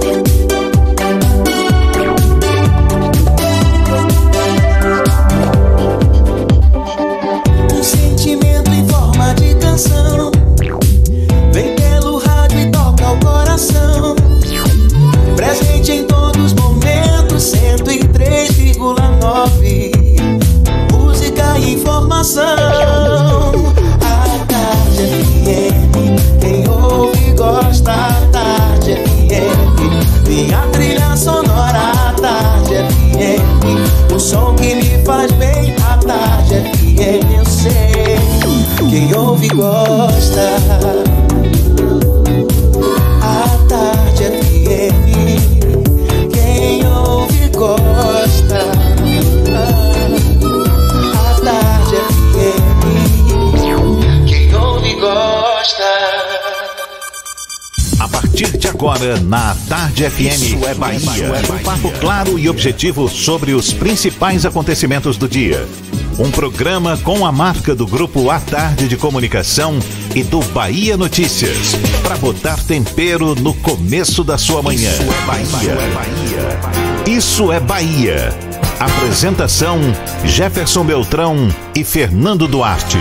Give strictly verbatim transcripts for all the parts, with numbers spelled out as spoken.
Um sentimento em forma de canção vem pelo rádio e toca o coração. Presente em todos os momentos, cento e três vírgula nove. Música e informação. A Tarde F M, quem ouve gosta. A Tarde F M, minha trilha sonora. A Tarde F M, o som que me faz bem. A Tarde F M, eu sei, quem ouve gosta. A Tarde F M, quem ouve gosta. A Tarde F M, quem ouve gosta. A partir de agora, na Tarde F M, Isso é Bahia. Um papo claro e objetivo sobre os principais acontecimentos do dia. Um programa com a marca do Grupo A Tarde de Comunicação e do Bahia Notícias, para botar tempero no começo da sua manhã. Isso é Bahia. Isso é Bahia. Apresentação: Jefferson Beltrão e Fernando Duarte.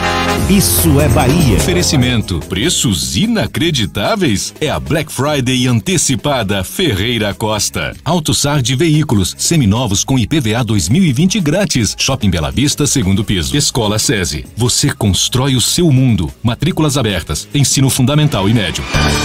Isso é Bahia. Oferecimento: preços inacreditáveis. É a Black Friday antecipada Ferreira Costa. AutoSard Veículos, seminovos com I P V A dois mil e vinte grátis. Shopping Bela Vista, segundo piso. Escola SESI. Você constrói o seu mundo. Matrículas abertas. Ensino fundamental e médio.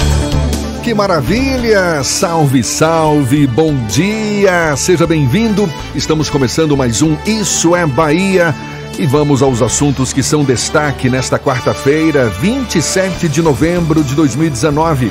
Que maravilha! Salve, salve! Bom dia! Seja bem-vindo. Estamos começando mais um Isso é Bahia. E vamos aos assuntos que são destaque nesta quarta-feira, vinte e sete de novembro de dois mil e dezenove.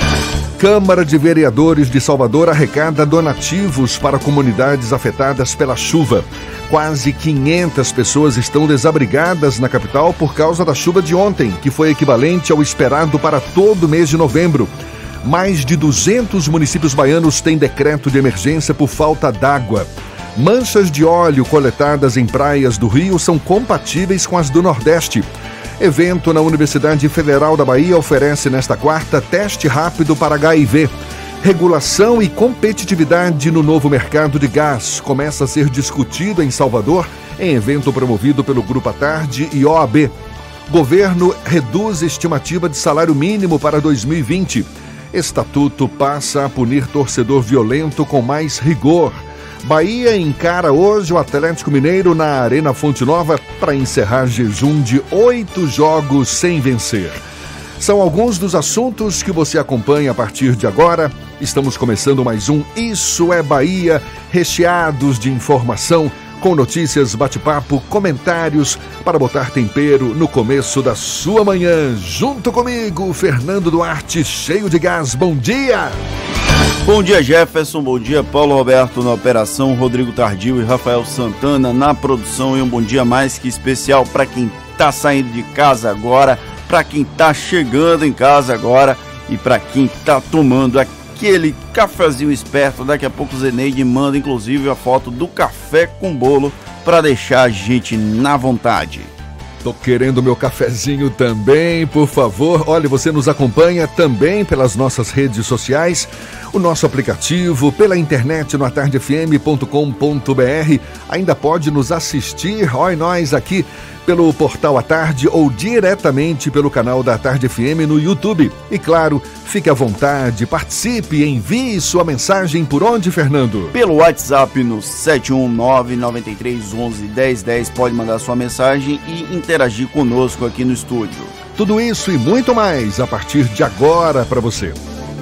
Câmara de Vereadores de Salvador arrecada donativos para comunidades afetadas pela chuva. Quase quinhentas pessoas estão desabrigadas na capital por causa da chuva de ontem, que foi equivalente ao esperado para todo o mês de novembro. Mais de duzentos municípios baianos têm decreto de emergência por falta d'água. Manchas de óleo coletadas em praias do Rio são compatíveis com as do Nordeste. Evento na Universidade Federal da Bahia oferece nesta quarta teste rápido para H I V. Regulação e competitividade no novo mercado de gás começa a ser discutido em Salvador, em evento promovido pelo Grupo A Tarde e O A B. Governo reduz estimativa de salário mínimo para dois mil e vinte. Estatuto passa a punir torcedor violento com mais rigor. Bahia encara hoje o Atlético Mineiro na Arena Fonte Nova para encerrar jejum de oito jogos sem vencer. São alguns dos assuntos que você acompanha a partir de agora. Estamos começando mais um Isso é Bahia, recheados de informação, com notícias, bate-papo, comentários, para botar tempero no começo da sua manhã. Junto comigo, Fernando Duarte, cheio de gás. Bom dia! Bom dia, Jefferson. Bom dia, Paulo Roberto na operação, Rodrigo Tardio e Rafael Santana na produção. E um bom dia mais que especial para quem está saindo de casa agora, para quem está chegando em casa agora e para quem está tomando aquele cafezinho esperto. Daqui a pouco o Zeneide manda inclusive a foto do café com bolo para deixar a gente na vontade. Tô querendo meu cafezinho também, por favor. Olha, você nos acompanha também pelas nossas redes sociais, o nosso aplicativo, pela internet no a tarde f m ponto com ponto b r. Ainda pode nos assistir, olha nós aqui, pelo Portal A Tarde ou diretamente pelo canal da Tarde F M no YouTube. E claro, fique à vontade, participe, envie sua mensagem por onde, Fernando? Pelo WhatsApp no sete um nove, nove três, onze, dez dez, pode mandar sua mensagem e interagir conosco aqui no estúdio. Tudo isso e muito mais a partir de agora para você.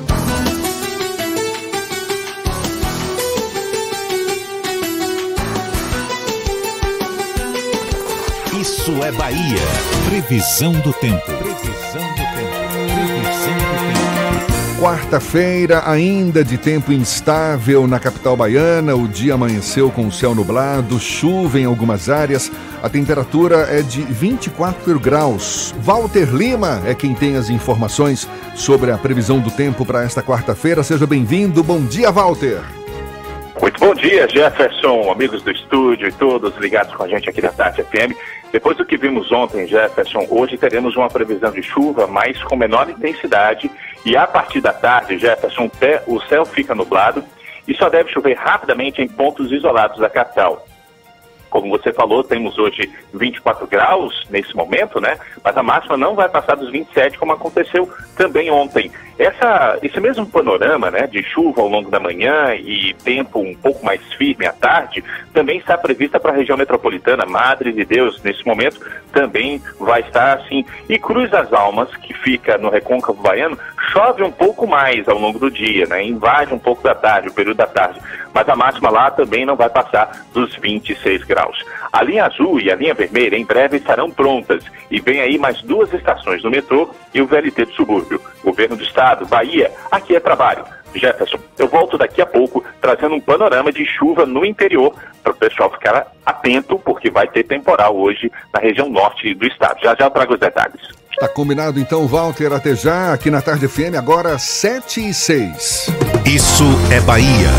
Isso é Bahia. Previsão do tempo. Previsão do tempo. Previsão do tempo. Quarta-feira, ainda de tempo instável na capital baiana. O dia amanheceu com o céu nublado, chuva em algumas áreas. A temperatura é de vinte e quatro graus. Walter Lima é quem tem as informações sobre a previsão do tempo para esta quarta-feira. Seja bem-vindo. Bom dia, Walter. Muito bom dia, Jefferson, amigos do estúdio e todos ligados com a gente aqui da Tarde F M. Depois do que vimos ontem, Jefferson, hoje teremos uma previsão de chuva, mas com menor intensidade E a partir da tarde, Jefferson, o céu fica nublado e só deve chover rapidamente em pontos isolados da capital. Como você falou, temos hoje vinte e quatro graus nesse momento, né? Mas a máxima não vai passar dos vinte e sete, como aconteceu também ontem. Essa, esse mesmo panorama, né, de chuva ao longo da manhã e tempo um pouco mais firme à tarde, também está prevista para a região metropolitana. Madre de Deus, nesse momento, também vai estar assim. E Cruz das Almas, que fica no Recôncavo Baiano, chove um pouco mais ao longo do dia, né? Invade um pouco da tarde, o período da tarde. Mas a máxima lá também não vai passar dos vinte e seis graus. A linha azul e a linha vermelha em breve estarão prontas. E vem aí mais duas estações do metrô e o V L T do subúrbio. Governo do Estado, Bahia, aqui é trabalho. Jefferson, eu volto daqui a pouco trazendo um panorama de chuva no interior para o pessoal ficar atento, porque vai ter temporal hoje na região norte do estado. Já já eu trago os detalhes. Tá combinado então, Walter, até já, aqui na Tarde F M, agora sete e seis. Isso é Bahia.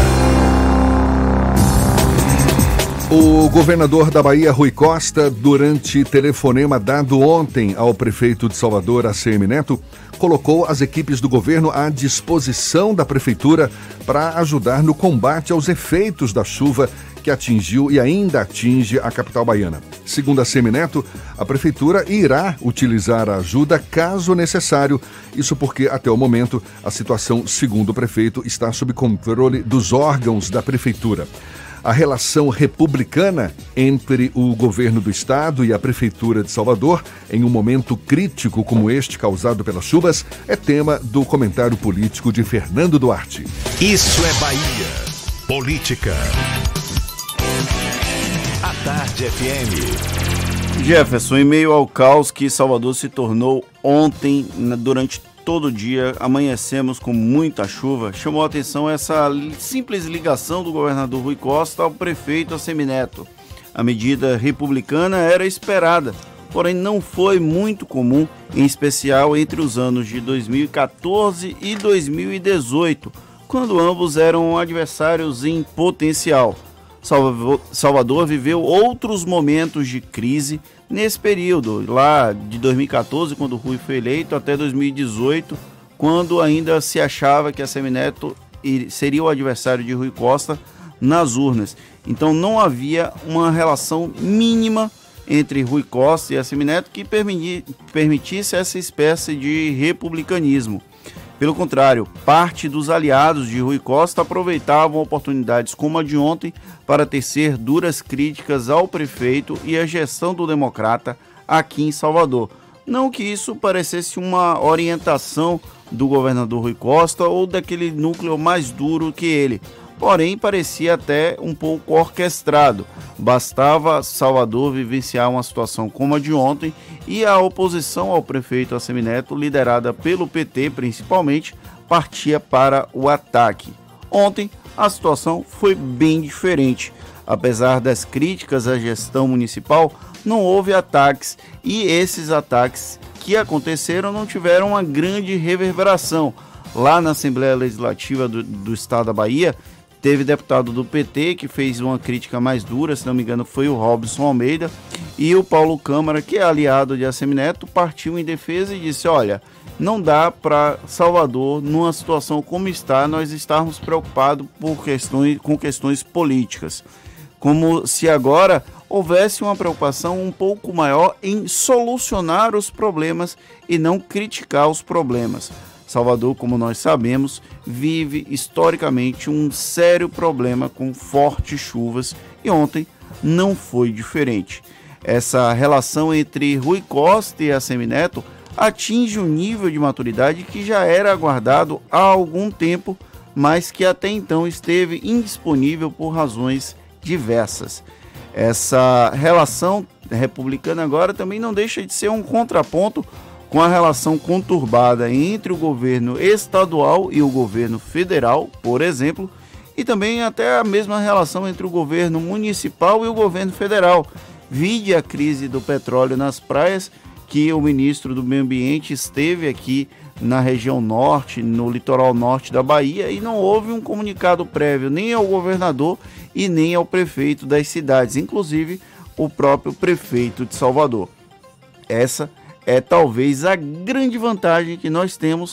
O governador da Bahia, Rui Costa, durante telefonema dado ontem ao prefeito de Salvador, A C M Neto, colocou as equipes do governo à disposição da prefeitura para ajudar no combate aos efeitos da chuva que atingiu e ainda atinge a capital baiana. Segundo a A C M Neto, a prefeitura irá utilizar a ajuda caso necessário. Isso porque, até o momento, a situação, segundo o prefeito, está sob controle dos órgãos da prefeitura. A relação republicana entre o governo do estado e a prefeitura de Salvador, em um momento crítico como este causado pelas chuvas, é tema do comentário político de Fernando Duarte. Isso é Bahia. Política. A Tarde F M. Jefferson, em meio ao caos que Salvador se tornou ontem, durante todo dia, amanhecemos com muita chuva, chamou a atenção essa simples ligação do governador Rui Costa ao prefeito A C M Neto. A medida republicana era esperada, porém não foi muito comum, em especial entre os anos de dois mil e quatorze e dois mil e dezoito, quando ambos eram adversários em potencial. Salvador viveu outros momentos de crise nesse período, lá de dois mil e quatorze, quando o Rui foi eleito, até dois mil e dezoito, quando ainda se achava que a A C M Neto seria o adversário de Rui Costa nas urnas. Então não havia uma relação mínima entre Rui Costa e a A C M Neto que permitisse essa espécie de republicanismo. Pelo contrário, parte dos aliados de Rui Costa aproveitavam oportunidades como a de ontem para tecer duras críticas ao prefeito e à gestão do democrata aqui em Salvador. Não que isso parecesse uma orientação do governador Rui Costa ou daquele núcleo mais duro que ele, porém parecia até um pouco orquestrado. Bastava Salvador vivenciar uma situação como a de ontem e a oposição ao prefeito A C M Neto, liderada pelo P T principalmente, partia para o ataque. Ontem a situação foi bem diferente. Apesar das críticas à gestão municipal, não houve ataques e esses ataques que aconteceram não tiveram uma grande reverberação. Lá na Assembleia Legislativa do, do Estado da Bahia, teve deputado do P T que fez uma crítica mais dura, se não me engano foi o Robson Almeida, e o Paulo Câmara, que é aliado de A C M Neto, partiu em defesa e disse, olha, não dá para Salvador, numa situação como está, nós estarmos preocupados por questões, com questões políticas. Como se agora houvesse uma preocupação um pouco maior em solucionar os problemas e não criticar os problemas. Salvador, como nós sabemos, vive historicamente um sério problema com fortes chuvas e ontem não foi diferente. Essa relação entre Rui Costa e A C M Neto atinge um nível de maturidade que já era aguardado há algum tempo, mas que até então esteve indisponível por razões diversas. Essa relação republicana agora também não deixa de ser um contraponto com a relação conturbada entre o governo estadual e o governo federal, por exemplo, e também até a mesma relação entre o governo municipal e o governo federal. Vide a crise do petróleo nas praias, que o ministro do Meio Ambiente esteve aqui na região norte, no litoral norte da Bahia, e não houve um comunicado prévio nem ao governador e nem ao prefeito das cidades, inclusive o próprio prefeito de Salvador. Essa é talvez a grande vantagem que nós temos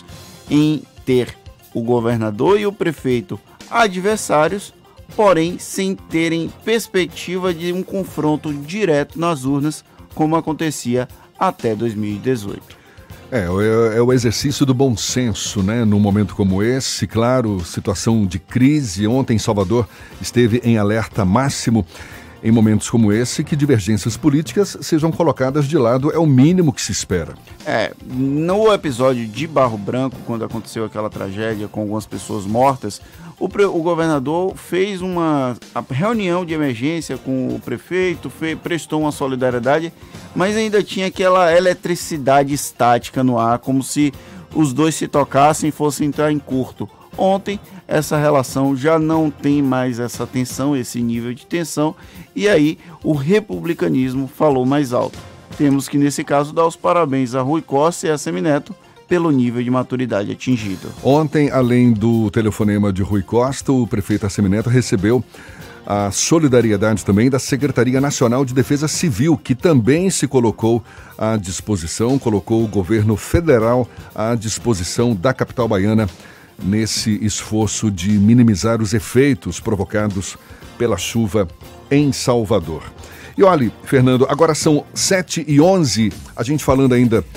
em ter o governador e o prefeito adversários, porém sem terem perspectiva de um confronto direto nas urnas, como acontecia até dois mil e dezoito. É, é, é o exercício do bom senso, né? Num momento como esse, claro, situação de crise. Ontem Salvador esteve em alerta máximo. Em momentos como esse, que divergências políticas sejam colocadas de lado é o mínimo que se espera. É, no episódio de Barro Branco, quando aconteceu aquela tragédia com algumas pessoas mortas, o, pre, o governador fez uma reunião de emergência com o prefeito, fez, prestou uma solidariedade, mas ainda tinha aquela eletricidade estática no ar, como se os dois se tocassem e fossem entrar em curto. Ontem, essa relação já não tem mais essa tensão, esse nível de tensão, e aí o republicanismo falou mais alto. Temos que, nesse caso, dar os parabéns a Rui Costa e a Semineto pelo nível de maturidade atingido. Ontem, além do telefonema de Rui Costa, o prefeito Assemineto recebeu a solidariedade também da Secretaria Nacional de Defesa Civil, que também se colocou à disposição, colocou o governo federal à disposição da capital baiana nesse esforço de minimizar os efeitos provocados pela chuva em Salvador. E olha, Fernando, agora são sete e onze, a gente falando ainda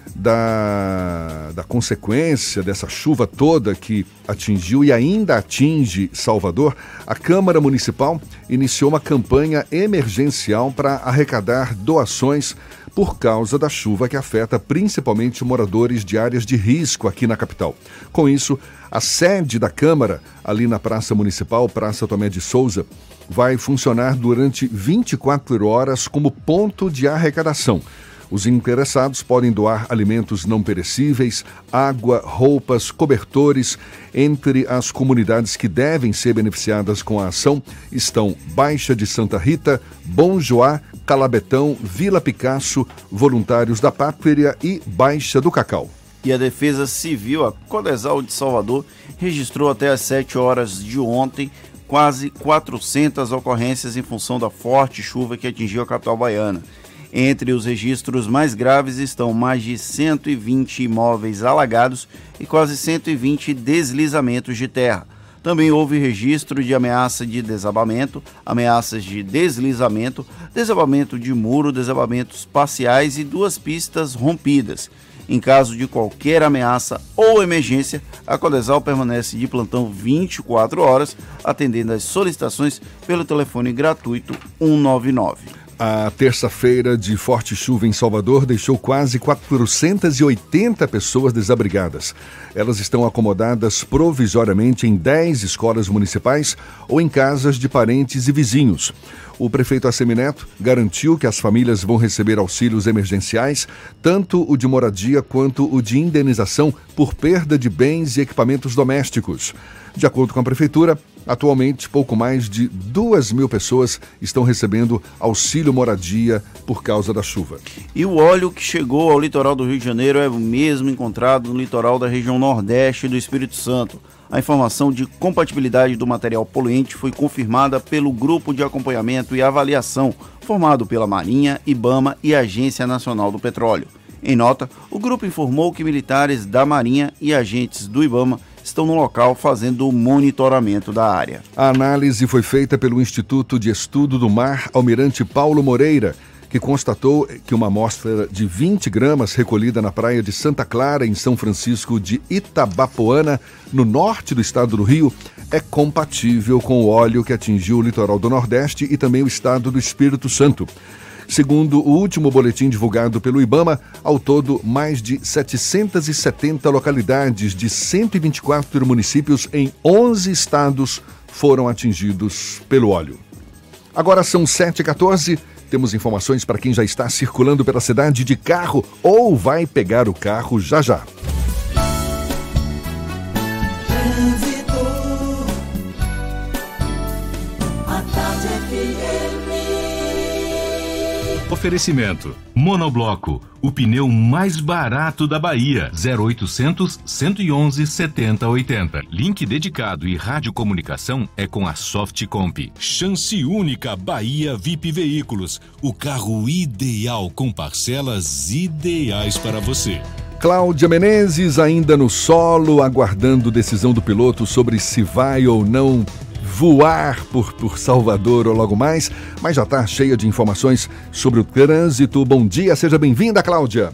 da, da consequência dessa chuva toda que atingiu e ainda atinge Salvador. A Câmara Municipal iniciou uma campanha emergencial para arrecadar doações por causa da chuva que afeta principalmente moradores de áreas de risco aqui na capital. Com isso, a sede da Câmara, ali na Praça Municipal, Praça Tomé de Souza, vai funcionar durante vinte e quatro horas como ponto de arrecadação. Os interessados podem doar alimentos não perecíveis, água, roupas, cobertores. Entre as comunidades que devem ser beneficiadas com a ação estão Baixa de Santa Rita, Bom Joá, Calabetão, Vila Picasso, Voluntários da Pátria e Baixa do Cacau. E a Defesa Civil, a Codesal de Salvador, registrou até às sete horas de ontem quase quatrocentas ocorrências em função da forte chuva que atingiu a capital baiana. Entre os registros mais graves estão mais de cento e vinte imóveis alagados e quase cento e vinte deslizamentos de terra. Também houve registro de ameaça de desabamento, ameaças de deslizamento, desabamento de muro, desabamentos parciais e duas pistas rompidas. Em caso de qualquer ameaça ou emergência, a Codesal permanece de plantão vinte e quatro horas, atendendo às solicitações pelo telefone gratuito cento e noventa e nove. A terça-feira de forte chuva em Salvador deixou quase quatrocentas e oitenta pessoas desabrigadas. Elas estão acomodadas provisoriamente em dez escolas municipais ou em casas de parentes e vizinhos. O prefeito Assemineto garantiu que as famílias vão receber auxílios emergenciais, tanto o de moradia quanto o de indenização por perda de bens e equipamentos domésticos. De acordo com a prefeitura, atualmente pouco mais de duas mil pessoas estão recebendo auxílio moradia por causa da chuva. E o óleo que chegou ao litoral do Rio de Janeiro é o mesmo encontrado no litoral da região nordeste do Espírito Santo. A informação de compatibilidade do material poluente foi confirmada pelo Grupo de Acompanhamento e Avaliação, formado pela Marinha, IBAMA e Agência Nacional do Petróleo. Em nota, o grupo informou que militares da Marinha e agentes do IBAMA estão no local fazendo o monitoramento da área. A análise foi feita pelo Instituto de Estudo do Mar Almirante Paulo Moreira, que constatou que uma amostra de vinte gramas recolhida na praia de Santa Clara, em São Francisco de Itabapoana, no norte do estado do Rio, é compatível com o óleo que atingiu o litoral do Nordeste e também o estado do Espírito Santo. Segundo o último boletim divulgado pelo IBAMA, ao todo, mais de setecentas e setenta localidades de cento e vinte e quatro municípios em onze estados foram atingidos pelo óleo. Agora são sete e quatorze. Temos informações para quem já está circulando pela cidade de carro ou vai pegar o carro já já. Oferecimento: Monobloco, o pneu mais barato da Bahia. zero oitocentos, cento e onze, setenta, oitenta. Link dedicado e radiocomunicação é com a Softcomp. Chance única Bahia V I P Veículos, o carro ideal com parcelas ideais para você. Cláudia Menezes ainda no solo, aguardando decisão do piloto sobre se vai ou não voar por, por Salvador ou logo mais, mas já está cheia de informações sobre o trânsito. Bom dia, seja bem-vinda, Cláudia.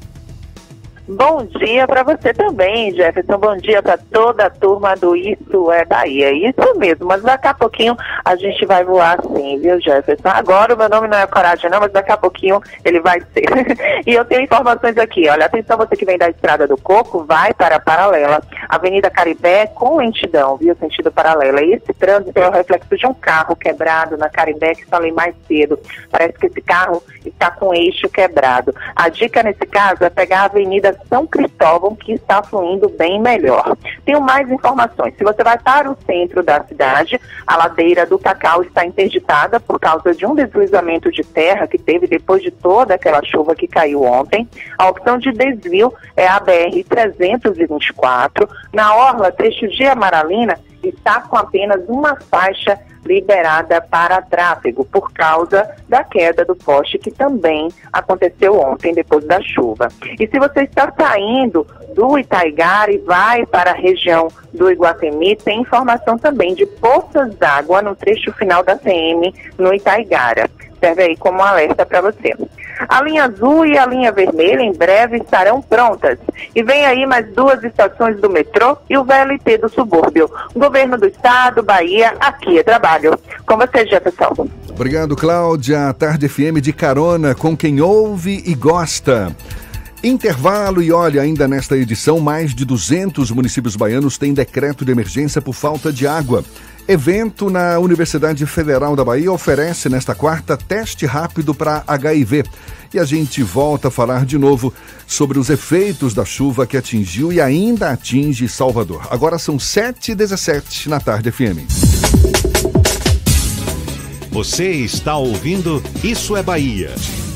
Bom dia para você também, Jefferson. Bom dia para toda a turma do Isso é Bahia. Isso mesmo, mas daqui a pouquinho a gente vai voar sim, viu, Jefferson? Agora o meu nome não é Coragem não, mas daqui a pouquinho ele vai ser. E eu tenho informações aqui, olha, atenção você que vem da Estrada do Coco, vai para a Paralela, Avenida Caribé com lentidão, viu, sentido paralela. E esse trânsito é o reflexo de um carro quebrado na Caribé que falei mais cedo. Parece que esse carro está com eixo quebrado. A dica nesse caso é pegar a Avenida São Cristóvão, que está fluindo bem melhor. Tenho mais informações. Se você vai para o centro da cidade, a ladeira do Cacau está interditada por causa de um deslizamento de terra que teve depois de toda aquela chuva que caiu ontem. A opção de desvio é a B R trezentos e vinte e quatro. Na orla, trecho de Amaralina, está com apenas uma faixa liberada para tráfego por causa da queda do poste que também aconteceu ontem depois da chuva. E se você está saindo do Itaigara e vai para a região do Iguatemi, tem informação também de poças d'água no trecho final da C M no Itaigara. Serve aí como alerta para você. A linha azul e a linha vermelha em breve estarão prontas. E vem aí mais duas estações do metrô e o V L T do subúrbio. Governo do Estado, Bahia, aqui é trabalho. Com você, Jefferson. Obrigado, Cláudia. Tarde F M de carona com quem ouve e gosta. Intervalo e olha, ainda nesta edição, mais de duzentos municípios baianos têm decreto de emergência por falta de água. Evento na Universidade Federal da Bahia oferece nesta quarta teste rápido para H I V. E a gente volta a falar de novo sobre os efeitos da chuva que atingiu e ainda atinge Salvador. Agora são sete e dezessete na Tarde F M. Você está ouvindo Isso é Bahia.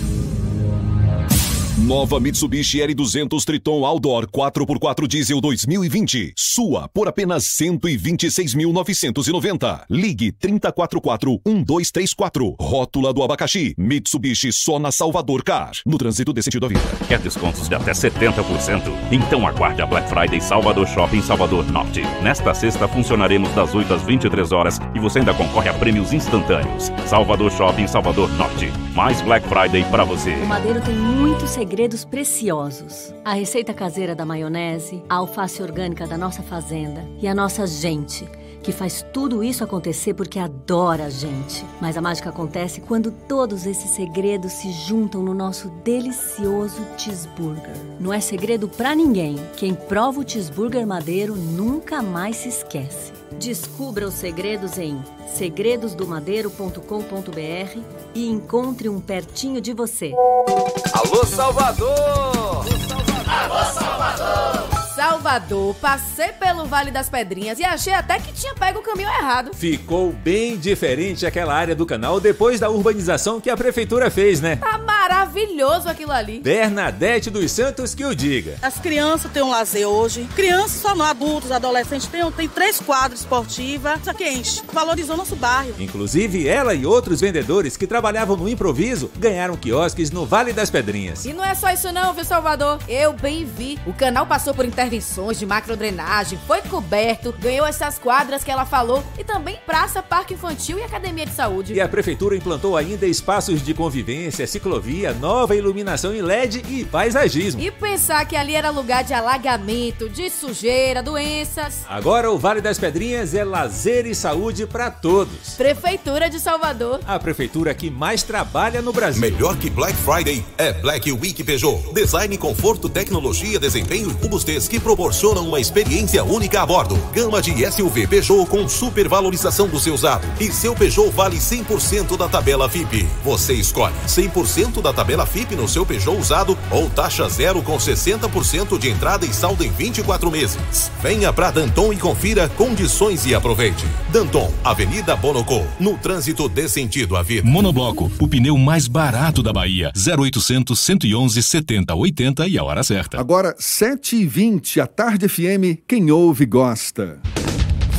Nova Mitsubishi L duzentos Triton Outdoor quatro por quatro Diesel dois mil e vinte. Sua por apenas cento e vinte e seis mil novecentos e noventa. Ligue trinta e quatro quatro um dois três quatro. Rótula do Abacaxi. Mitsubishi só na Salvador Car. No trânsito desse sentido à vida. Quer descontos de até setenta por cento? Então aguarde a Black Friday Salvador Shopping Salvador Norte. Nesta sexta funcionaremos das oito às vinte e três horas e você ainda concorre a prêmios instantâneos. Salvador Shopping Salvador Norte. Mais Black Friday para você. O Madeiro tem muitos segredos Segredos preciosos. A receita caseira da maionese, a alface orgânica da nossa fazenda e a nossa gente, que faz tudo isso acontecer porque adora a gente. Mas a mágica acontece quando todos esses segredos se juntam no nosso delicioso cheeseburger. Não é segredo pra ninguém. Quem prova o cheeseburger Madeiro nunca mais se esquece. Descubra os segredos em segredos do madeiro ponto com ponto b r e encontre um pertinho de você. Alô, Salvador! Alô, Salvador! Salvador, passei pelo Vale das Pedrinhas e achei até que tinha pego o caminho errado. Ficou bem diferente aquela área do canal depois da urbanização que a prefeitura fez, né? Tá maravilhoso aquilo ali. Bernadette dos Santos que o diga. As crianças têm um lazer hoje. Crianças só não, adultos, adolescentes, tem, tem três quadras esportivas. Isso aqui enche, valorizou nosso bairro. Inclusive, ela e outros vendedores que trabalhavam no improviso ganharam quiosques no Vale das Pedrinhas. E não é só isso não, viu, Salvador? Eu bem vi. O canal passou por intervenções de macrodrenagem, foi coberto, ganhou essas quadras que ela falou e também praça, parque infantil e academia de saúde. E a prefeitura implantou ainda espaços de convivência, ciclovia, nova iluminação em L E D e paisagismo. E pensar que ali era lugar de alagamento, de sujeira, doenças. Agora o Vale das Pedrinhas é lazer e saúde para todos. Prefeitura de Salvador. A prefeitura que mais trabalha no Brasil. Melhor que Black Friday é Black Week Peugeot. Design, conforto, tecnologia, desempenho e robustez que proporcionam uma experiência única a bordo. Gama de S U V Peugeot com supervalorização do seu usado. E seu Peugeot vale cem por cento da tabela F I P. Você escolhe cem por cento da tabela F I P no seu Peugeot usado ou taxa zero com sessenta por cento de entrada e saldo em vinte e quatro meses. Venha pra Danton e confira condições e aproveite. Danton, Avenida Bonocô, no trânsito dê sentido à vida. Monobloco, o pneu mais barato da Bahia. zero oitocentos, cento e onze, setenta, oitenta e a hora certa. Agora, sete e vinte, a Tarde F M, quem ouve gosta.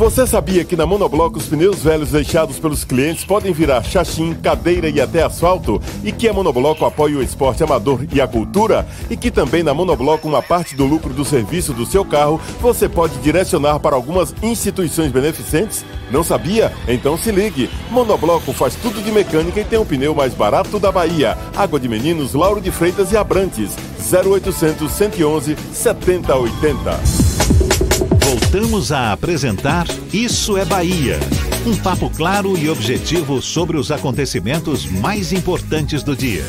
Você sabia que na Monobloco os pneus velhos deixados pelos clientes podem virar chachim, cadeira e até asfalto? E que a Monobloco apoia o esporte amador e a cultura? E que também na Monobloco uma parte do lucro do serviço do seu carro você pode direcionar para algumas instituições beneficentes? Não sabia? Então se ligue. Monobloco faz tudo de mecânica e tem o pneu mais barato da Bahia. Água de Meninos, Lauro de Freitas e Abrantes. zero oitocentos, cento e onze, setenta oitenta. Voltamos a apresentar Isso é Bahia. Um papo claro e objetivo sobre os acontecimentos mais importantes do dia.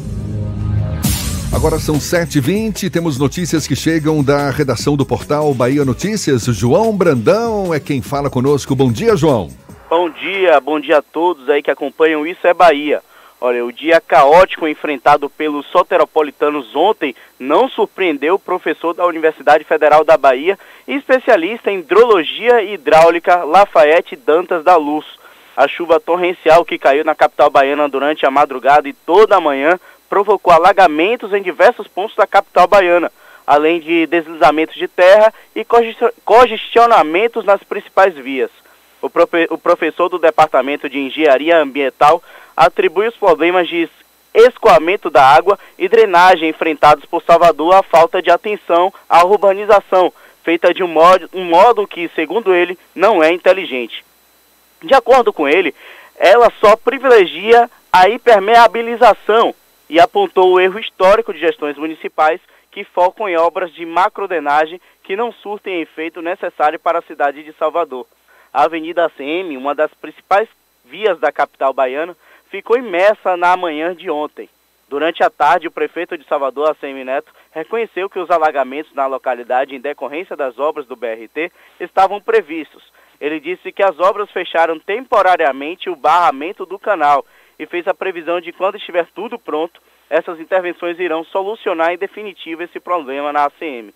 Agora são sete e vinte, temos notícias que chegam da redação do portal Bahia Notícias. João Brandão é quem fala conosco. Bom dia, João. Bom dia, bom dia a todos aí que acompanham Isso é Bahia. Olha, o dia caótico enfrentado pelos soteropolitanos ontem não surpreendeu o professor da Universidade Federal da Bahia e especialista em hidrologia e hidráulica Lafayette Dantas da Luz. A chuva torrencial que caiu na capital baiana durante a madrugada e toda a manhã provocou alagamentos em diversos pontos da capital baiana, além de deslizamentos de terra e congestionamentos nas principais vias. O, profe- o professor do Departamento de Engenharia Ambiental atribui os problemas de escoamento da água e drenagem enfrentados por Salvador à falta de atenção à urbanização, feita de um modo, um modo que, segundo ele, não é inteligente. De acordo com ele, ela só privilegia a hipermeabilização e apontou o erro histórico de gestões municipais que focam em obras de macrodrenagem que não surtem efeito necessário para a cidade de Salvador. A Avenida A C M, uma das principais vias da capital baiana, ficou imersa na manhã de ontem. Durante a tarde, o prefeito de Salvador, A C M Neto, reconheceu que os alagamentos na localidade em decorrência das obras do B R T estavam previstos. Ele disse que as obras fecharam temporariamente o barramento do canal e fez a previsão de quando estiver tudo pronto, essas intervenções irão solucionar em definitivo esse problema na A C M.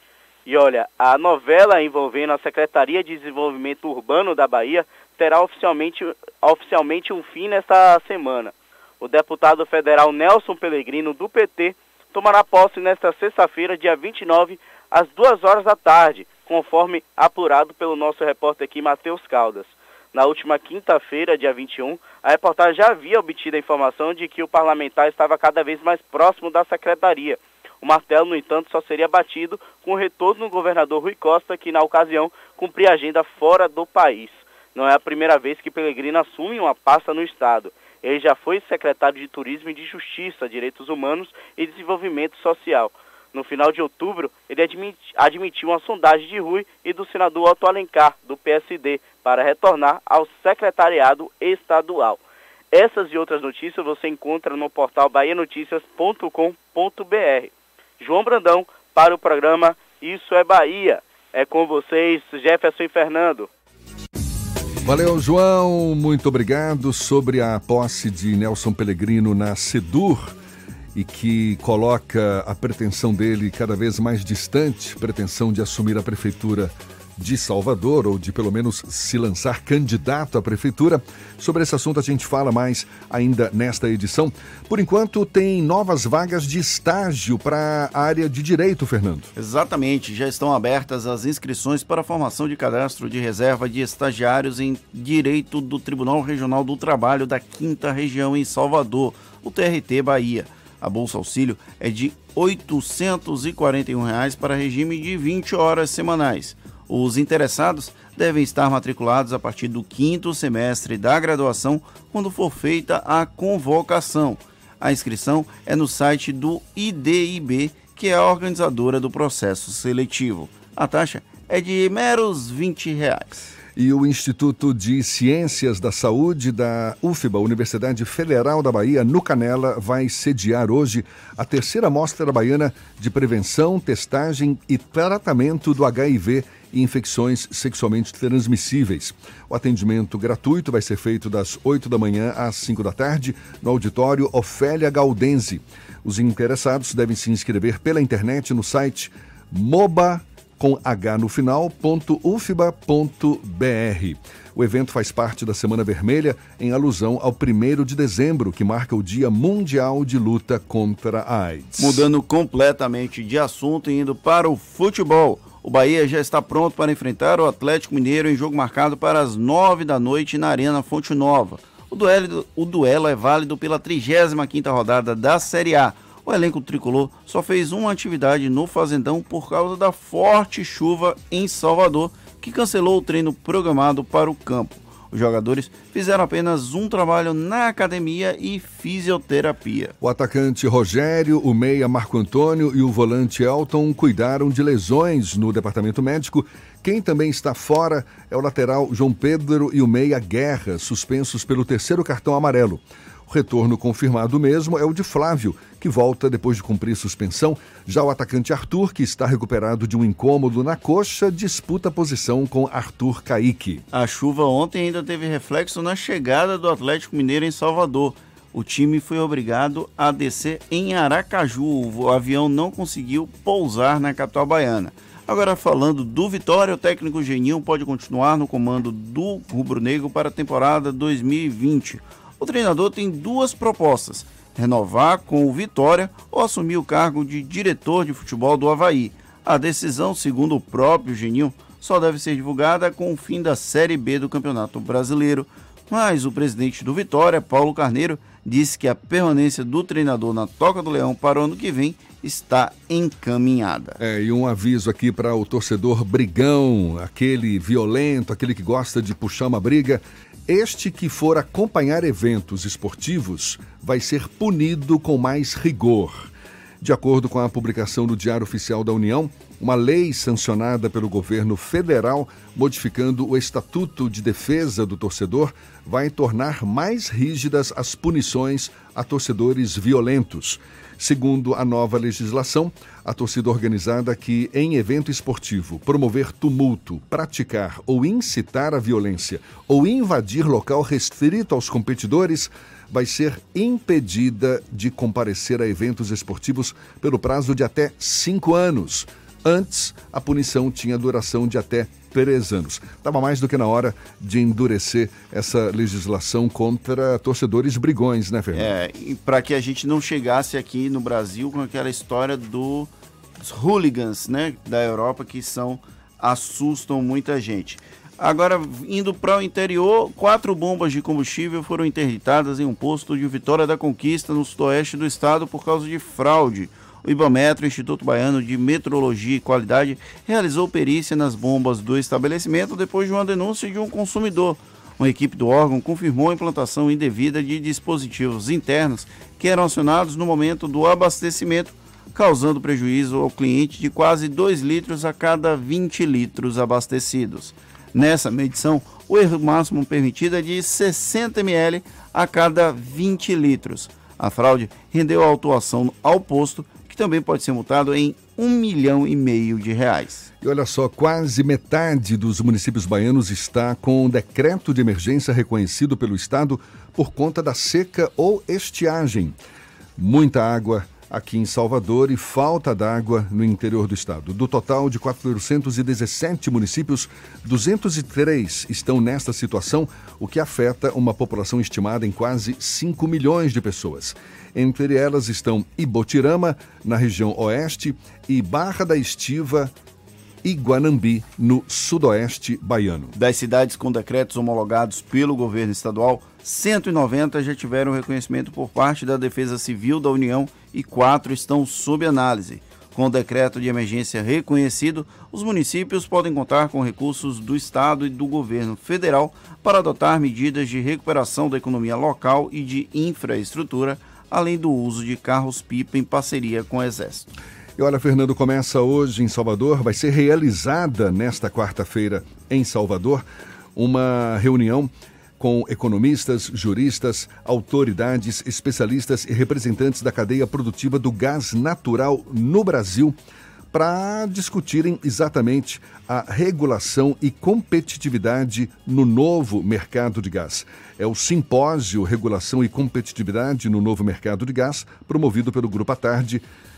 E olha, a novela envolvendo a Secretaria de Desenvolvimento Urbano da Bahia terá oficialmente, oficialmente um fim nesta semana. O deputado federal Nelson Pellegrino, do P T, tomará posse nesta sexta-feira, dia vinte e nove, às duas horas da tarde, conforme apurado pelo nosso repórter aqui, Matheus Caldas. Na última quinta-feira, dia vinte e um, a reportagem já havia obtido a informação de que o parlamentar estava cada vez mais próximo da secretaria. O martelo, no entanto, só seria batido com o retorno do governador Rui Costa, que na ocasião cumpria agenda fora do país. Não é a primeira vez que Pellegrino assume uma pasta no estado. Ele já foi secretário de Turismo e de Justiça, Direitos Humanos e Desenvolvimento Social. No final de outubro, ele admiti, admitiu uma sondagem de Rui e do senador Otto Alencar, do P S D, para retornar ao secretariado estadual. Essas e outras notícias você encontra no portal bahia noticias ponto com ponto b r. João Brandão, para o programa Isso é Bahia. É com vocês, Jefferson e Fernando. Valeu, João. Muito obrigado. Sobre a posse de Nelson Pellegrino na SEDUR e que coloca a pretensão dele cada vez mais distante, pretensão de assumir a prefeitura de Salvador, ou de pelo menos se lançar candidato à prefeitura. Sobre esse assunto a gente fala mais ainda nesta edição. Por enquanto tem novas vagas de estágio para a área de direito, Fernando. Exatamente, já estão abertas as inscrições para a formação de cadastro de reserva de estagiários em direito do Tribunal Regional do Trabalho da quinta Região em Salvador, o T R T Bahia. A Bolsa Auxílio é de oitocentos e quarenta e um reais para regime de vinte horas semanais. Os interessados devem estar matriculados a partir do quinto semestre da graduação, quando for feita a convocação. A inscrição é no site do I D I B, que é a organizadora do processo seletivo. A taxa é de meros vinte reais. E o Instituto de Ciências da Saúde da U F B A, Universidade Federal da Bahia, no Canela, vai sediar hoje a terceira Mostra Baiana de Prevenção, Testagem e Tratamento do H I V e Infecções Sexualmente Transmissíveis. O atendimento gratuito vai ser feito das oito da manhã às cinco da tarde, no auditório Ofélia Gaudenzi. Os interessados devem se inscrever pela internet no site moba com H no final, ponto u f b a ponto b r. O evento faz parte da Semana Vermelha em alusão ao primeiro de dezembro, que marca o Dia Mundial de Luta contra a AIDS. Mudando completamente de assunto e indo para o futebol, O Bahia já está pronto para enfrentar o Atlético Mineiro em jogo marcado para as nove da noite na Arena Fonte Nova. O duelo, o duelo é válido pela trigésima quinta rodada da Série A. O elenco tricolor só fez uma atividade no Fazendão por causa da forte chuva em Salvador, que cancelou o treino programado para o campo. Os jogadores fizeram apenas um trabalho na academia e fisioterapia. O atacante Rogério, o meia Marco Antônio e o volante Elton cuidaram de lesões no departamento médico. Quem também está fora é o lateral João Pedro e o meia Guerra, suspensos pelo terceiro cartão amarelo. O retorno confirmado mesmo é o de Flávio, que volta depois de cumprir suspensão. Já o atacante Arthur, que está recuperado de um incômodo na coxa, disputa a posição com Arthur Caíque. A chuva ontem ainda teve reflexo na chegada do Atlético Mineiro em Salvador. O time foi obrigado a descer em Aracaju. O avião não conseguiu pousar na capital baiana. Agora, falando do Vitória, o técnico Geninho pode continuar no comando do rubro-negro para a temporada dois mil e vinte. O treinador tem duas propostas: renovar com o Vitória ou assumir o cargo de diretor de futebol do Avaí. A decisão, segundo o próprio Geninho, só deve ser divulgada com o fim da Série B do Campeonato Brasileiro. Mas o presidente do Vitória, Paulo Carneiro, disse que a permanência do treinador na Toca do Leão para o ano que vem está encaminhada. É, e um aviso aqui para o torcedor brigão, aquele violento, aquele que gosta de puxar uma briga. Este que for acompanhar eventos esportivos vai ser punido com mais rigor. De acordo com a publicação do Diário Oficial da União, uma lei sancionada pelo governo federal, modificando o Estatuto de Defesa do Torcedor, vai tornar mais rígidas as punições a torcedores violentos. Segundo a nova legislação, a torcida organizada que, em evento esportivo, promover tumulto, praticar ou incitar a violência ou invadir local restrito aos competidores, vai ser impedida de comparecer a eventos esportivos pelo prazo de até cinco anos. Antes, a punição tinha duração de até três anos. Estava mais do que na hora de endurecer essa legislação contra torcedores brigões, né, Fernando? É, e para que a gente não chegasse aqui no Brasil com aquela história do, dos hooligans, né, da Europa, que são, assustam muita gente. Agora, indo para o interior, quatro bombas de combustível foram interditadas em um posto de Vitória da Conquista, no sudoeste do estado, por causa de fraude. O Ibametro, Instituto Baiano de Metrologia e Qualidade, realizou perícia nas bombas do estabelecimento depois de uma denúncia de um consumidor. Uma equipe do órgão confirmou a implantação indevida de dispositivos internos que eram acionados no momento do abastecimento, causando prejuízo ao cliente de quase dois litros a cada vinte litros abastecidos. Nessa medição, o erro máximo permitido é de sessenta mililitros a cada vinte litros. A fraude rendeu a autuação ao posto, que também pode ser multado em um milhão e meio de reais. E olha só, quase metade dos municípios baianos está com um decreto de emergência reconhecido pelo Estado por conta da seca ou estiagem. Muita água aqui em Salvador e falta d'água no interior do estado. Do total de quatrocentos e dezessete municípios, duzentos e três estão nesta situação, o que afeta uma população estimada em quase cinco milhões de pessoas. Entre elas estão Ibotirama, na região oeste, e Barra da Estiva e Guanambi, no sudoeste baiano. Das cidades com decretos homologados pelo governo estadual, cento e noventa já tiveram reconhecimento por parte da Defesa Civil da União e quatro estão sob análise. Com o decreto de emergência reconhecido, os municípios podem contar com recursos do Estado e do governo federal para adotar medidas de recuperação da economia local e de infraestrutura, além do uso de carros-pipa em parceria com o Exército. E olha, Fernando, começa hoje em Salvador, vai ser realizada nesta quarta-feira em Salvador uma reunião com economistas, juristas, autoridades, especialistas e representantes da cadeia produtiva do gás natural no Brasil para discutirem exatamente a regulação e competitividade no novo mercado de gás. É o simpósio Regulação e Competitividade no Novo Mercado de Gás, promovido pelo Grupo à Tarde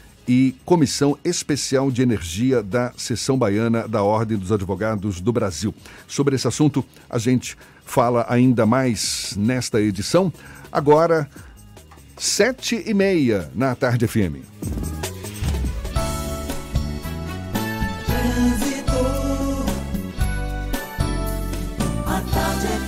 e Comissão Especial de Energia da Seção Baiana da Ordem dos Advogados do Brasil. Sobre esse assunto, a gente fala ainda mais nesta edição. Agora, sete e meia na Tarde F M.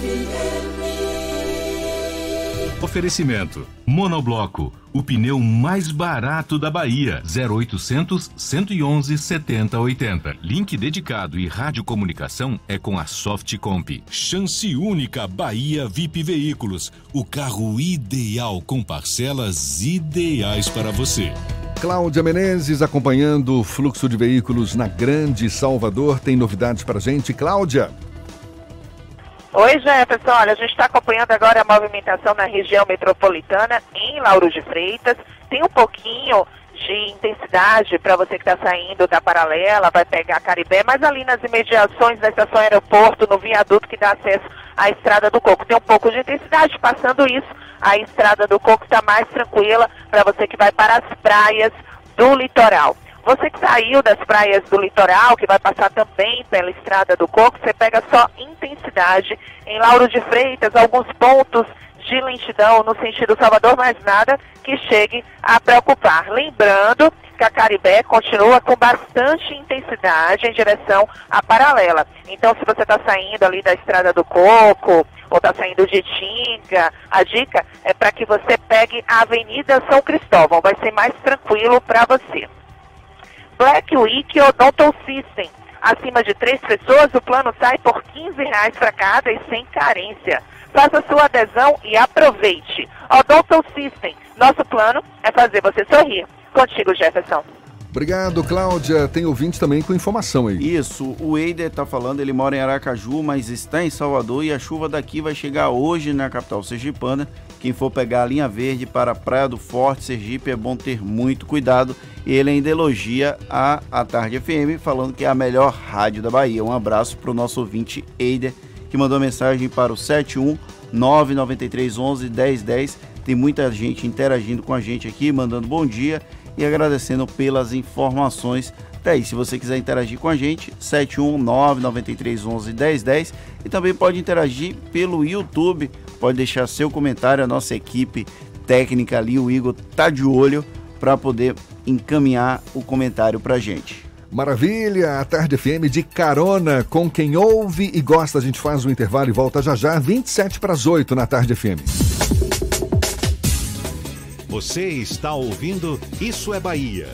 Oferecimento. Monobloco, o pneu mais barato da Bahia. zero oitocentos, cento e onze, setenta, oitenta. Link dedicado e radiocomunicação é com a Softcomp. Chance única Bahia V I P Veículos. O carro ideal com parcelas ideais para você. Cláudia Menezes acompanhando o fluxo de veículos na Grande Salvador. Tem novidades pra gente, Cláudia? Oi, Jefferson. Olha, a gente está acompanhando agora a movimentação na região metropolitana, em Lauro de Freitas. Tem um pouquinho de intensidade para você que está saindo da Paralela, vai pegar Caribé, mas ali nas imediações da estação aeroporto, no viaduto que dá acesso à Estrada do Coco. Tem um pouco de intensidade, passando isso, a Estrada do Coco está mais tranquila para você que vai para as praias do litoral. Você que saiu das praias do litoral, que vai passar também pela Estrada do Coco, você pega só intensidade em Lauro de Freitas, alguns pontos de lentidão no sentido Salvador, mas nada que chegue a preocupar. Lembrando que a Caribé continua com bastante intensidade em direção à Paralela. Então, se você está saindo ali da Estrada do Coco, ou está saindo de Tinga, a dica é para que você pegue a Avenida São Cristóvão, vai ser mais tranquilo para você. Black Week Odonto System. Acima de três pessoas, o plano sai por quinze reais para cada e sem carência. Faça sua adesão e aproveite. Odonto System. Nosso plano é fazer você sorrir. Contigo, Jefferson. Obrigado, Cláudia. Tem ouvinte também com informação aí. Isso, o Eider tá falando, ele mora em Aracaju, mas está em Salvador e a chuva daqui vai chegar hoje na capital sergipana. Quem for pegar a linha verde para a Praia do Forte, Sergipe, é bom ter muito cuidado. E ele ainda elogia a, a Tarde F M, falando que é a melhor rádio da Bahia. Um abraço para o nosso ouvinte Eider, que mandou mensagem para o sete um nove nove três um um um zero um zero. Tem muita gente interagindo com a gente aqui, mandando bom dia e agradecendo pelas informações. Daí, se você quiser interagir com a gente, sete um nove nove três um um um zero um zero. E também pode interagir pelo YouTube, pode deixar seu comentário, a nossa equipe técnica ali, o Igor tá de olho para poder encaminhar o comentário pra gente. Maravilha, a Tarde F M de carona com quem ouve e gosta. A gente faz um intervalo e volta já já, vinte e sete para as oito na Tarde F M. Você está ouvindo Isso é Bahia.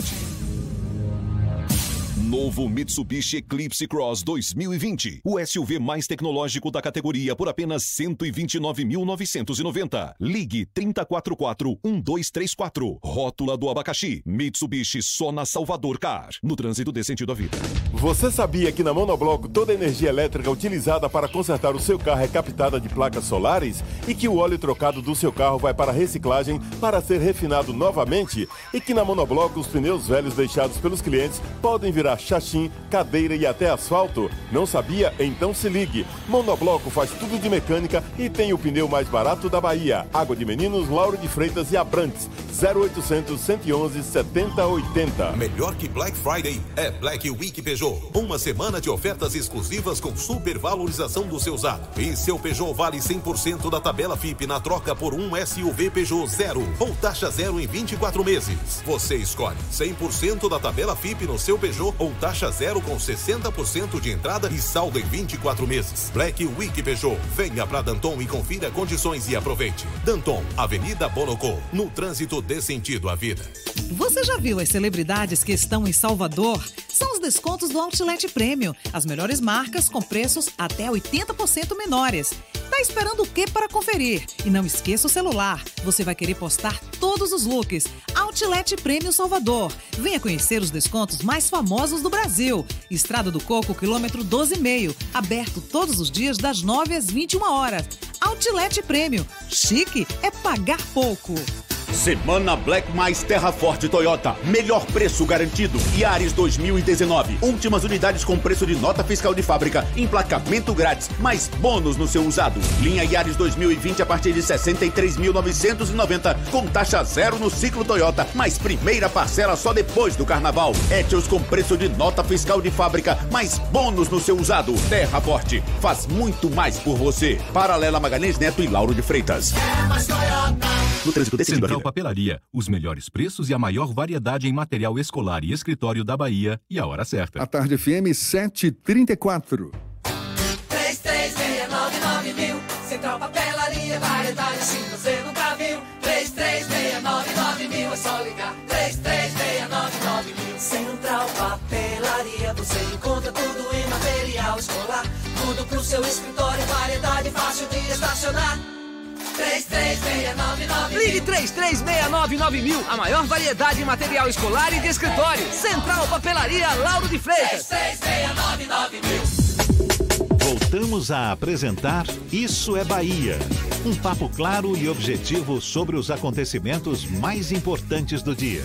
Novo Mitsubishi Eclipse Cross dois mil e vinte. O S U V mais tecnológico da categoria por apenas cento e vinte e nove mil novecentos e noventa. Ligue trinta quatro quatro um dois três quatro. Rótula do abacaxi. Mitsubishi só na Salvador Car. No trânsito dê sentido à vida. Você sabia que na Monobloco toda a energia elétrica utilizada para consertar o seu carro é captada de placas solares? E que o óleo trocado do seu carro vai para reciclagem para ser refinado novamente? E que na Monobloco os pneus velhos deixados pelos clientes podem virar chachim, cadeira e até asfalto? Não sabia? Então se ligue. Monobloco faz tudo de mecânica e tem o pneu mais barato da Bahia. Água de Meninos, Lauro de Freitas e Abrantes. zero oitocentos, cento e onze, setenta, oitenta. Melhor que Black Friday é Black Week Peugeot. Uma semana de ofertas exclusivas com supervalorização do seu usado. E seu Peugeot vale cem por cento da tabela F I P na troca por um S U V Peugeot zero ou taxa zero em vinte e quatro meses. Você escolhe cem por cento da tabela F I P no seu Peugeot ou taxa zero com sessenta por cento de entrada e saldo em vinte e quatro meses. Black Week Peugeot. Venha para Danton e confira condições e aproveite. Danton, Avenida Bonocô. No trânsito dê sentido à vida. Você já viu as celebridades que estão em Salvador? São os descontos do Outlet Premium. As melhores marcas com preços até oitenta por cento menores. Tá esperando o que para conferir? E não esqueça o celular. Você vai querer postar todos os looks. Outlet Premium Salvador. Venha conhecer os descontos mais famosos do Brasil. Estrada do Coco, quilômetro doze e meio. Aberto todos os dias das nove às vinte e uma horas. Outlet Premium. Chique é pagar pouco. Semana Black mais Terra Forte Toyota. Melhor preço garantido. Yaris dois mil e dezenove. Últimas unidades com preço de nota fiscal de fábrica. Emplacamento grátis. Mais bônus no seu usado. Linha Yaris dois mil e vinte a partir de sessenta e três mil novecentos e noventa. Com taxa zero no ciclo Toyota. Mais primeira parcela só depois do carnaval. Etios com preço de nota fiscal de fábrica. Mais bônus no seu usado. Terra Forte. Faz muito mais por você. Paralela Magalhães Neto e Lauro de Freitas. É mais Toyota. No trânsito desse Central Papelaria, os melhores preços e a maior variedade em material escolar e escritório da Bahia e a hora certa. A Tarde F M sete e trinta e quatro. três três seis nove nove mil. estacionar. três três seis nove nove Ligue três três seis nove nove mil. A maior variedade de material escolar e de escritório. Central Papelaria Lauro de Freitas. três três seis nove nove mil. Voltamos a apresentar Isso é Bahia. Um papo claro e objetivo sobre os acontecimentos mais importantes do dia.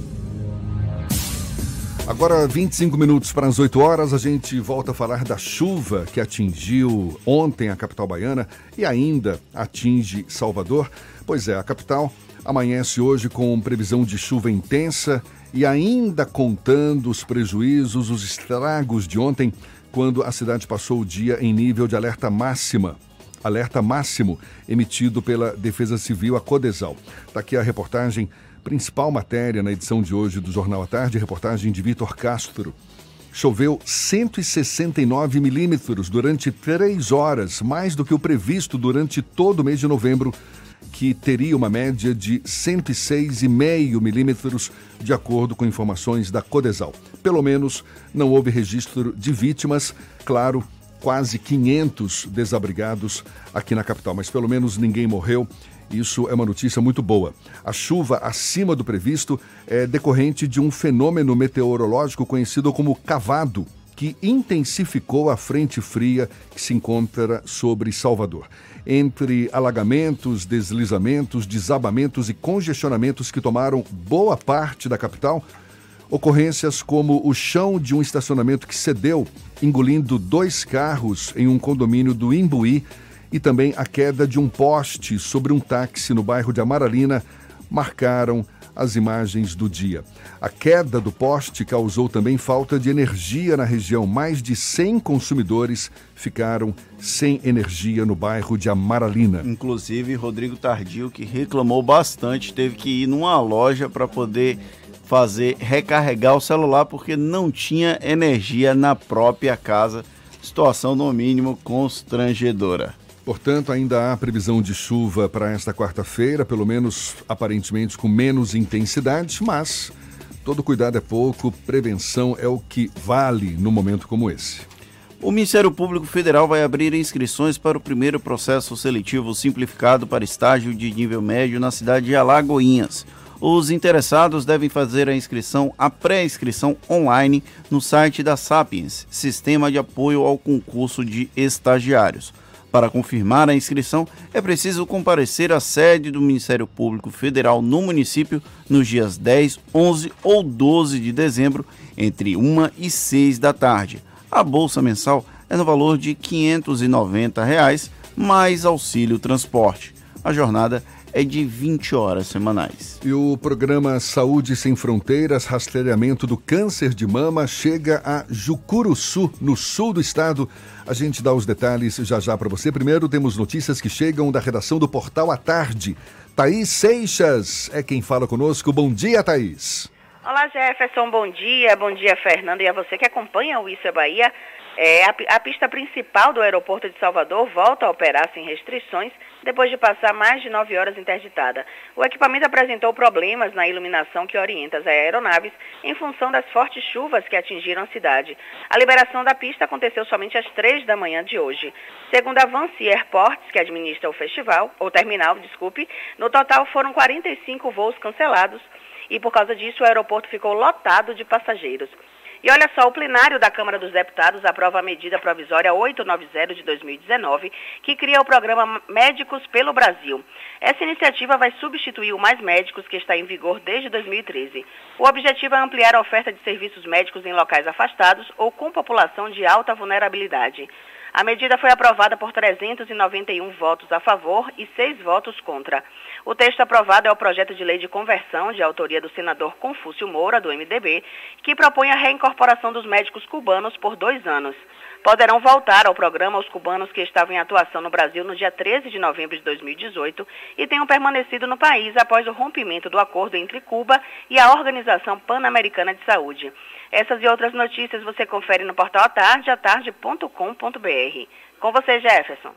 Agora, vinte e cinco minutos para as oito horas, a gente volta a falar da chuva que atingiu ontem a capital baiana e ainda atinge Salvador. Pois é, a capital amanhece hoje com previsão de chuva intensa e ainda contando os prejuízos, os estragos de ontem, quando a cidade passou o dia em nível de alerta máxima. Alerta máximo emitido pela Defesa Civil, a Codesal. Está aqui a reportagem, principal matéria na edição de hoje do Jornal à Tarde, reportagem de Vitor Castro. Choveu cento e sessenta e nove milímetros durante três horas, mais do que o previsto durante todo o mês de novembro, que teria uma média de cento e seis vírgula cinco milímetros, de acordo com informações da Codesal. Pelo menos não houve registro de vítimas, claro, quase quinhentos desabrigados aqui na capital, mas pelo menos ninguém morreu. Isso é uma notícia muito boa. A chuva acima do previsto é decorrente de um fenômeno meteorológico conhecido como cavado, que intensificou a frente fria que se encontra sobre Salvador. Entre alagamentos, deslizamentos, desabamentos e congestionamentos que tomaram boa parte da capital, ocorrências como o chão de um estacionamento que cedeu, engolindo dois carros em um condomínio do Imbuí, e também a queda de um poste sobre um táxi no bairro de Amaralina marcaram as imagens do dia. A queda do poste causou também falta de energia na região. Mais de cem consumidores ficaram sem energia no bairro de Amaralina. Inclusive, Rodrigo Tardio, que reclamou bastante, teve que ir numa loja para poder fazer recarregar o celular porque não tinha energia na própria casa. Situação, no mínimo, constrangedora. Portanto, ainda há previsão de chuva para esta quarta-feira, pelo menos aparentemente com menos intensidade, mas todo cuidado é pouco, prevenção é o que vale num momento como esse. O Ministério Público Federal vai abrir inscrições para o primeiro processo seletivo simplificado para estágio de nível médio na cidade de Alagoinhas. Os interessados devem fazer a inscrição, a pré-inscrição online no site da Sapiens, Sistema de Apoio ao Concurso de Estagiários. Para confirmar a inscrição, é preciso comparecer à sede do Ministério Público Federal no município nos dias dez, onze ou doze de dezembro, entre uma e seis da tarde. A bolsa mensal é no valor de quinhentos e noventa reais, mais auxílio transporte. A jornada é de vinte horas semanais. E o programa Saúde Sem Fronteiras, rastreamento do câncer de mama, chega a Jucuruçu, no sul do estado. A gente dá os detalhes já já para você. Primeiro temos notícias que chegam da redação do Portal à Tarde. Thaís Seixas é quem fala conosco. Bom dia, Thaís. Olá, Jefferson. Bom dia. Bom dia, Fernando. E a você que acompanha o Isso é Bahia. É, a, a pista principal do aeroporto de Salvador volta a operar sem restrições depois de passar mais de nove horas interditada. O equipamento apresentou problemas na iluminação que orienta as aeronaves em função das fortes chuvas que atingiram a cidade. A liberação da pista aconteceu somente às três da manhã de hoje. Segundo a Vinci Airports, que administra o festival, ou terminal, desculpe, no total foram quarenta e cinco voos cancelados e por causa disso o aeroporto ficou lotado de passageiros. E olha só, o plenário da Câmara dos Deputados aprova a medida provisória oitocentos e noventa de dois mil e dezenove, que cria o programa Médicos pelo Brasil. Essa iniciativa vai substituir o Mais Médicos, que está em vigor desde dois mil e treze. O objetivo é ampliar a oferta de serviços médicos em locais afastados ou com população de alta vulnerabilidade. A medida foi aprovada por trezentos e noventa e um votos a favor e seis votos contra. O texto aprovado é o projeto de lei de conversão, de autoria do senador Confúcio Moura, do M D B, que propõe a reincorporação dos médicos cubanos por dois anos. Poderão voltar ao programa os cubanos que estavam em atuação no Brasil no dia treze de novembro de dois mil e dezoito e tenham permanecido no país após o rompimento do acordo entre Cuba e a Organização Pan-Americana de Saúde. Essas e outras notícias você confere no portal atarde, atarde ponto com ponto br. Com você, Jefferson.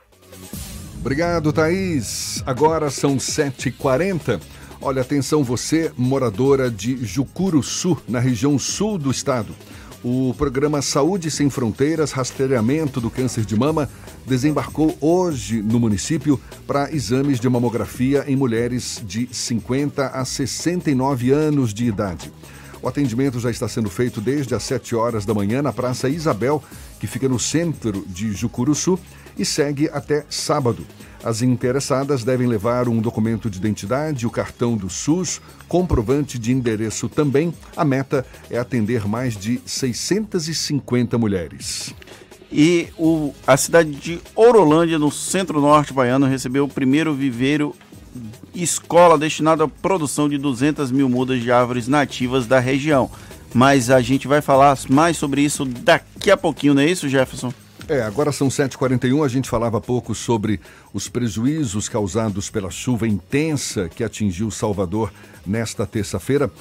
Obrigado, Thaís. Agora são sete e quarenta. Olha, atenção você, moradora de Jucuruçu, na região sul do estado. O programa Saúde Sem Fronteiras, Rastreamento do Câncer de Mama, desembarcou hoje no município para exames de mamografia em mulheres de cinquenta a sessenta e nove anos de idade. O atendimento já está sendo feito desde as sete horas da manhã na Praça Isabel, que fica no centro de Jucuruçu, e segue até sábado. As interessadas devem levar um documento de identidade, o cartão do SUS, comprovante de endereço também. A meta é atender mais de seiscentas e cinquenta mulheres. E o, a cidade de Orolândia, no centro-norte baiano, recebeu o primeiro viveiro escola destinado à produção de duzentas mil mudas de árvores nativas da região. Mas a gente vai falar mais sobre isso daqui a pouquinho, não é isso, Jefferson? É, agora são sete e quarenta e um, a gente falava há pouco sobre os prejuízos causados pela chuva intensa que atingiu Salvador nesta terça-feira.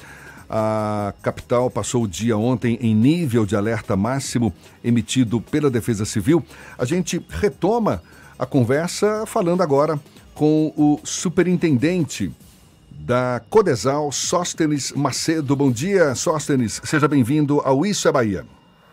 A capital passou o dia ontem em nível de alerta máximo emitido pela Defesa Civil. A gente retoma a conversa falando agora com o superintendente da Codesal, Sóstenes Macedo. Bom dia, Sóstenes. Seja bem-vindo ao Isso é Bahia.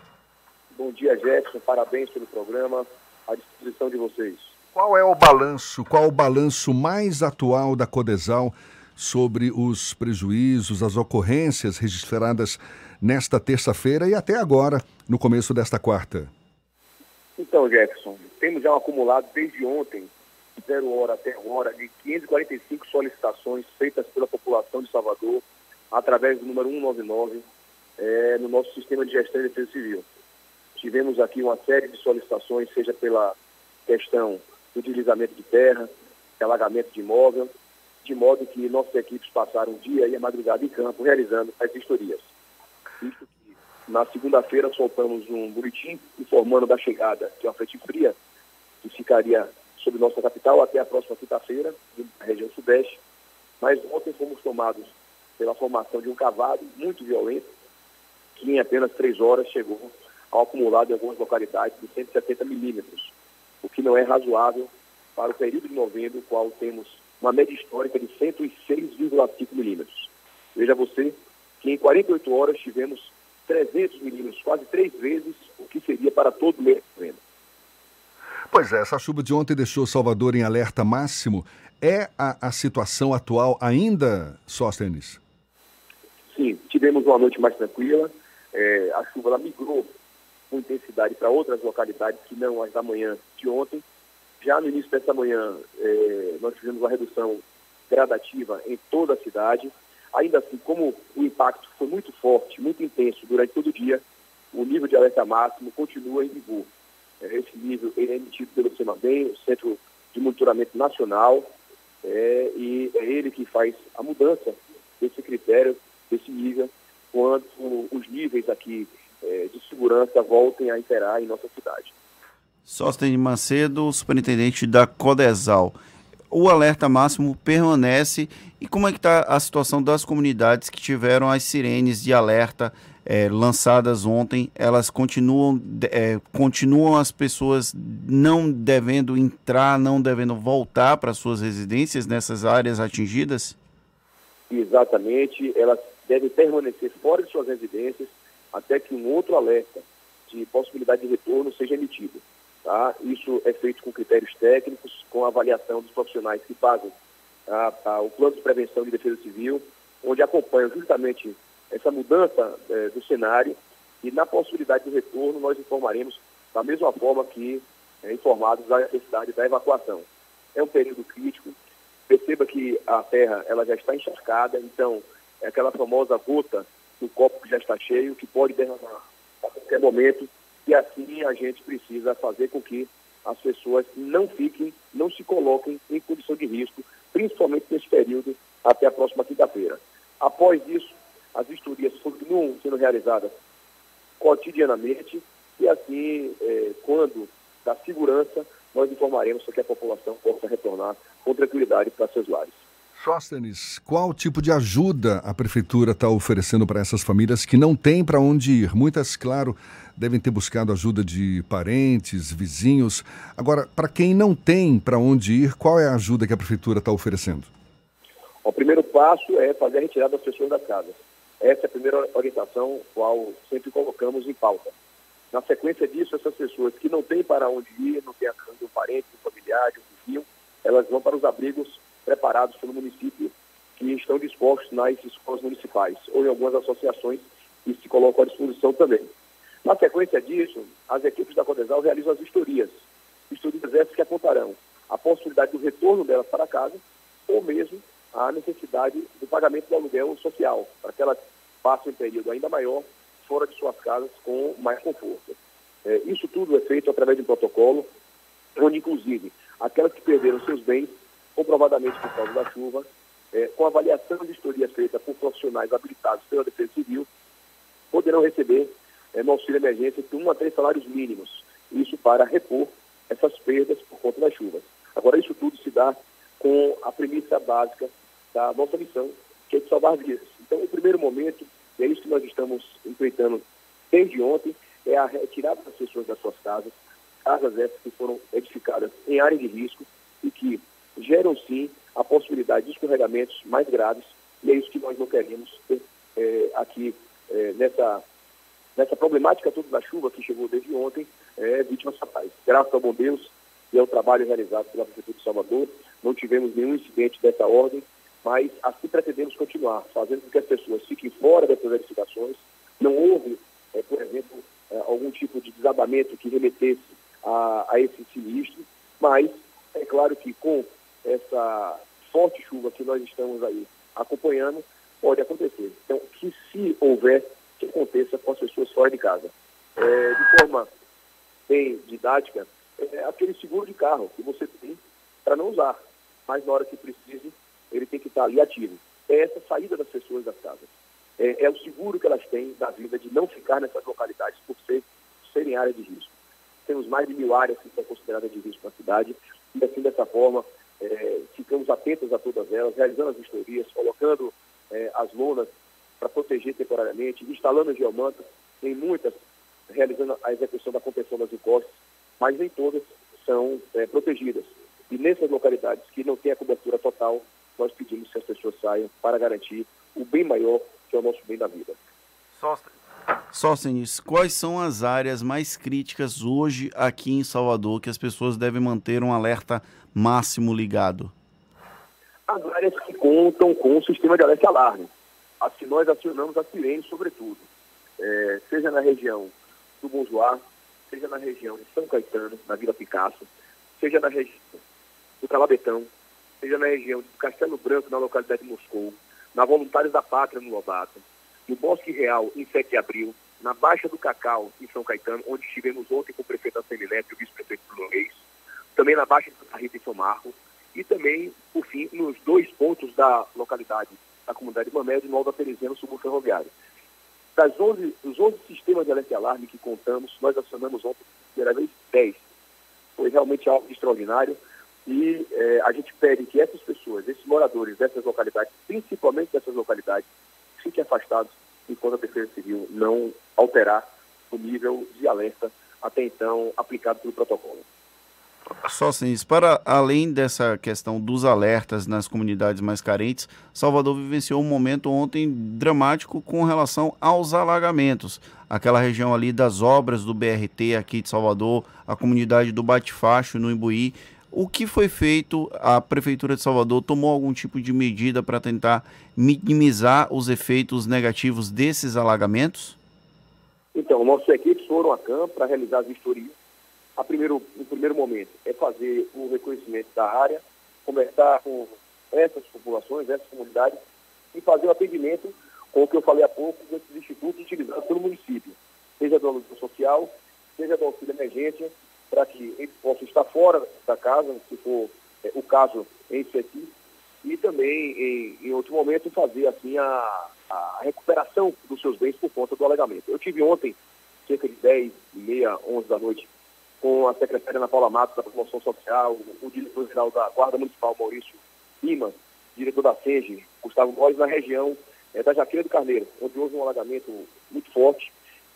Bom dia, Jefferson. Parabéns pelo programa. À disposição de vocês. Qual é o balanço, qual o balanço mais atual da Codesal sobre os prejuízos, as ocorrências registradas nesta terça-feira e até agora, no começo desta quarta? Então, Jefferson, temos já um acumulado desde ontem, zero hora até agora, de quinhentas e quarenta e cinco solicitações feitas pela população de Salvador através do número cento e noventa e nove é, no nosso sistema de gestão de defesa civil. Tivemos aqui uma série de solicitações, seja pela questão do deslizamento de terra, de alagamento de imóvel, de modo que nossas equipes passaram o dia e a madrugada em campo realizando as vistorias. Visto que na segunda-feira soltamos um boletim informando da chegada de uma frente fria que ficaria sobre nossa capital até a próxima quinta-feira, na região sudeste, mas ontem fomos tomados pela formação de um cavado muito violento, que em apenas três horas chegou ao acumulado em algumas localidades de cento e setenta milímetros, o que não é razoável para o período de novembro, no qual temos uma média histórica de cento e seis vírgula cinco milímetros. Veja você que em quarenta e oito horas tivemos trezentos milímetros, quase três vezes o que seria para todo o mês de novembro. Pois é, essa chuva de ontem deixou Salvador em alerta máximo. É a, a situação atual ainda, Sóstenes? Sim, tivemos uma noite mais tranquila. É, a chuva ela migrou com intensidade para outras localidades que não as da manhã de ontem. Já no início dessa manhã, é, nós tivemos uma redução gradativa em toda a cidade. Ainda assim, como o impacto foi muito forte, muito intenso durante todo o dia, o nível de alerta máximo continua em vigor. Esse nível ele é emitido pelo CEMABEM, o Centro de Monitoramento Nacional, é, e é ele que faz a mudança desse critério, desse nível, quando os níveis aqui é, de segurança voltem a imperar em nossa cidade. Sóstenes Macedo, superintendente da Codesal. O alerta máximo permanece. E como é que está a situação das comunidades que tiveram as sirenes de alerta é, lançadas ontem? Elas continuam, é, continuam as pessoas não devendo entrar, não devendo voltar para suas residências nessas áreas atingidas? Exatamente, elas devem permanecer fora de suas residências até que um outro alerta de possibilidade de retorno seja emitido. Tá? Isso é feito com critérios técnicos, com a avaliação dos profissionais que fazem a, a, o plano de prevenção de defesa civil, onde acompanham justamente essa mudança eh, do cenário, e na possibilidade de retorno nós informaremos da mesma forma que eh, informados da necessidade da evacuação. É um período crítico, perceba que a terra ela já está encharcada, então é aquela famosa gota no copo que já está cheio, que pode derramar a qualquer momento, e assim a gente precisa fazer com que as pessoas não fiquem, não se coloquem em condição de risco, principalmente nesse período até a próxima quinta-feira. Após isso, as vistorias continuam sendo realizadas cotidianamente e assim, eh, quando da segurança, nós informaremos para que a população possa retornar com tranquilidade para seus lares. Sóstenes, qual tipo de ajuda a Prefeitura está oferecendo para essas famílias que não têm para onde ir? Muitas, claro, devem ter buscado ajuda de parentes, vizinhos. Agora, para quem não tem para onde ir, qual é a ajuda que a Prefeitura está oferecendo? O primeiro passo é fazer a retirada das pessoas das casas. Essa é a primeira orientação, qual sempre colocamos em pauta. Na sequência disso, essas pessoas que não têm para onde ir, não têm a casa de um parente, de um familiar, de um vizinho, elas vão para os abrigos preparados pelo município, que estão dispostos nas escolas municipais ou em algumas associações que se colocam à disposição também. Na sequência disso, as equipes da Codesal realizam as vistorias. Vistorias essas que apontarão a possibilidade do retorno delas para casa ou mesmo a necessidade do pagamento do aluguel social, para que elas passem um período ainda maior fora de suas casas com mais conforto. É, isso tudo é feito através de um protocolo, onde inclusive aquelas que perderam seus bens, comprovadamente por causa da chuva, é, com avaliação de vistoria feita por profissionais habilitados pela Defesa Civil, poderão receber é, no auxílio emergência de um a três salários mínimos. Isso para repor essas perdas por conta das chuvas. Agora, isso tudo se dá com a premissa básica da nossa missão, que é de salvar vidas. Então, o primeiro momento, e é isso que nós estamos enfrentando desde ontem, é a retirada das pessoas das suas casas, casas essas que foram edificadas em área de risco e que geram, sim, a possibilidade de escorregamentos mais graves, e é isso que nós não queremos ter é, aqui é, nessa, nessa problemática toda da chuva que chegou desde ontem, é, vítimas fatais. Graças ao bom Deus e ao trabalho realizado pela Prefeitura de Salvador, não tivemos nenhum incidente dessa ordem, mas assim pretendemos continuar, fazendo com que as pessoas fiquem fora dessas edificações. Não houve, é, por exemplo, é, algum tipo de desabamento que remetesse a, a esse sinistro, mas é claro que com essa forte chuva que nós estamos aí acompanhando, pode acontecer. Então, que se houver, que aconteça com as pessoas fora de casa. É, de forma bem didática, é aquele seguro de carro que você tem para não usar, mas na hora que precise, ele tem que estar ali ativo. É essa saída das pessoas das casas. É, é o seguro que elas têm da vida de não ficar nessas localidades por ser, serem áreas de risco. Temos mais de mil áreas que são consideradas de risco na cidade, e assim, dessa forma, é, ficamos atentos a todas elas, realizando as vistorias, colocando é, as lonas para proteger temporariamente, instalando geomantas, em muitas, realizando a execução da contenção das encostas, mas nem todas são é, protegidas. E nessas localidades que não têm a cobertura total, nós pedimos que as pessoas saiam para garantir o bem maior, que é o nosso bem da vida. Sóstenes, quais são as áreas mais críticas hoje aqui em Salvador que as pessoas devem manter um alerta máximo ligado? As áreas que contam com o sistema de alerta e alarme. As que nós acionamos a sirene, sobretudo. É, seja na região do Bom Joá, seja na região de São Caetano, na Vila Picasso, seja na região do Calabetão, seja na região de Castelo Branco, na localidade de Moscou, na Voluntários da Pátria, no Lobato, no Bosque Real, em sete de abril, na Baixa do Cacau, em São Caetano, onde estivemos ontem com o prefeito Assemineto e o vice-prefeito Bruno Reis, também na Baixa de Santa Rita, em São Marcos, e também, por fim, nos dois pontos da localidade, da comunidade de Mamé, de Nova Terezinha, no subúrbio ferroviário. Das onze, dos onze sistemas de alerta e alarme que contamos, nós acionamos ontem, pela primeira vez, dez. Foi realmente algo extraordinário. E eh, a gente pede que essas pessoas, esses moradores dessas localidades, principalmente dessas localidades, fiquem afastados enquanto a Defesa Civil não alterar o nível de alerta até então aplicado pelo protocolo. Sóstenes, para além dessa questão dos alertas nas comunidades mais carentes, Salvador vivenciou um momento ontem dramático com relação aos alagamentos. Aquela região ali das obras do B R T aqui de Salvador, a comunidade do Bate-Facho, no Imbuí. O que foi feito? A Prefeitura de Salvador tomou algum tipo de medida para tentar minimizar os efeitos negativos desses alagamentos? Então, nossas equipes foram a campo para realizar as vistorias. A primeiro, no primeiro momento, é fazer o reconhecimento da área, conversar com essas populações, essas comunidades, e fazer o atendimento com o que eu falei há pouco, desses institutos utilizados pelo município, seja do aluguel social, seja do auxílio emergência, para que eles possam estar fora da casa, se for é, o caso em Seti, e também, em, em outro momento, fazer assim a, a recuperação dos seus bens por conta do alagamento. Eu tive ontem, cerca de dez e meia, onze da noite, com a secretária Ana Paula Matos, da Promoção Social, o diretor-geral da Guarda Municipal, Maurício Lima, diretor da SENGE, Gustavo Góes, na região é, da Jaqueira do Carneiro, onde houve um alagamento muito forte,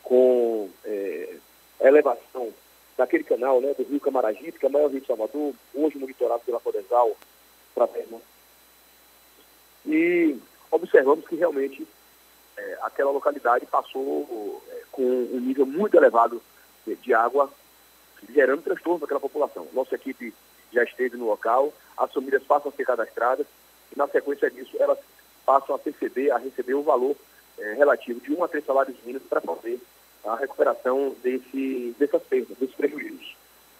com é, a elevação daquele canal, né, do rio Camaragibe, que é o maior rio de Salvador, hoje monitorado pela Codesal, para e observamos que realmente é, é, aquela localidade passou é, com um nível muito elevado de, de água, gerando transtorno para aquela população. Nossa equipe já esteve no local, as famílias passam a ser cadastradas e, na sequência disso, elas passam a perceber, a receber o valor é, relativo de um a três salários mínimos para fazer a recuperação desse, dessas perdas, desses prejuízos.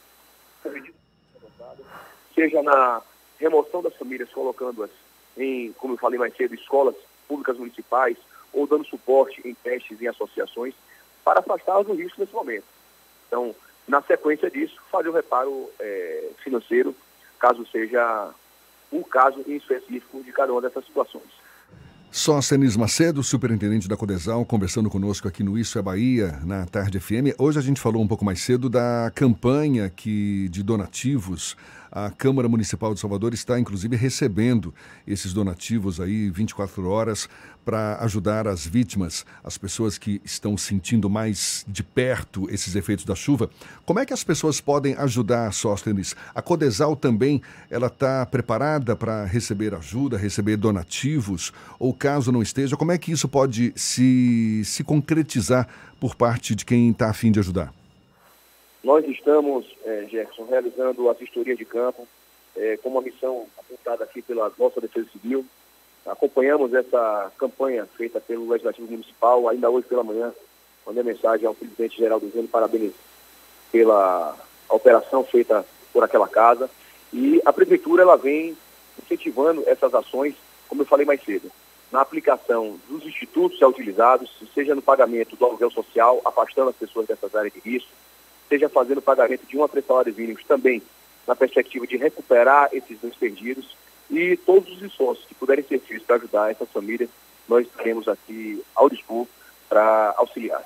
Seja na remoção das famílias, colocando-as em, como eu falei mais cedo, escolas públicas municipais, ou dando suporte em testes em associações, para afastá-las do risco nesse momento. Então, na sequência disso, fazer o reparo é, financeiro, caso seja o caso em específico de cada uma dessas situações. Sóstenes Macedo, superintendente da Codesal, conversando conosco aqui no Isso é Bahia, na Tarde F M. Hoje a gente falou um pouco mais cedo da campanha que, de donativos. A Câmara Municipal de Salvador está, inclusive, recebendo esses donativos aí vinte e quatro horas para ajudar as vítimas, as pessoas que estão sentindo mais de perto esses efeitos da chuva. Como é que as pessoas podem ajudar, Sóstenes? A Codesal também, ela está preparada para receber ajuda, receber donativos? Ou caso não esteja, como é que isso pode se, se concretizar por parte de quem está a fim de ajudar? Nós estamos, é, Jefferson, realizando a vistoria de campo, é, com uma missão apontada aqui pela nossa Defesa Civil. Acompanhamos essa campanha feita pelo Legislativo Municipal, ainda hoje pela manhã, mandei mensagem ao presidente Geraldo Zeno, parabéns pela operação feita por aquela casa. E a Prefeitura, ela vem incentivando essas ações, como eu falei mais cedo, na aplicação dos institutos já utilizados, seja no pagamento do aluguel social, afastando as pessoas dessas áreas de risco, seja fazendo o pagamento de um a três salários mínimos também, na perspectiva de recuperar esses bens perdidos, e todos os esforços que puderem ser feitos para ajudar essas famílias, nós estaremos aqui ao dispor para auxiliar.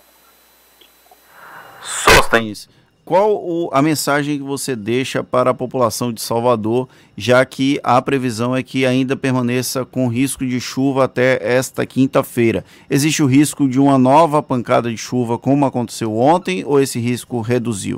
Sóstenes, qual o, a mensagem que você deixa para a população de Salvador, já que a previsão é que ainda permaneça com risco de chuva até esta quinta-feira? Existe o risco de uma nova pancada de chuva, como aconteceu ontem, ou esse risco reduziu?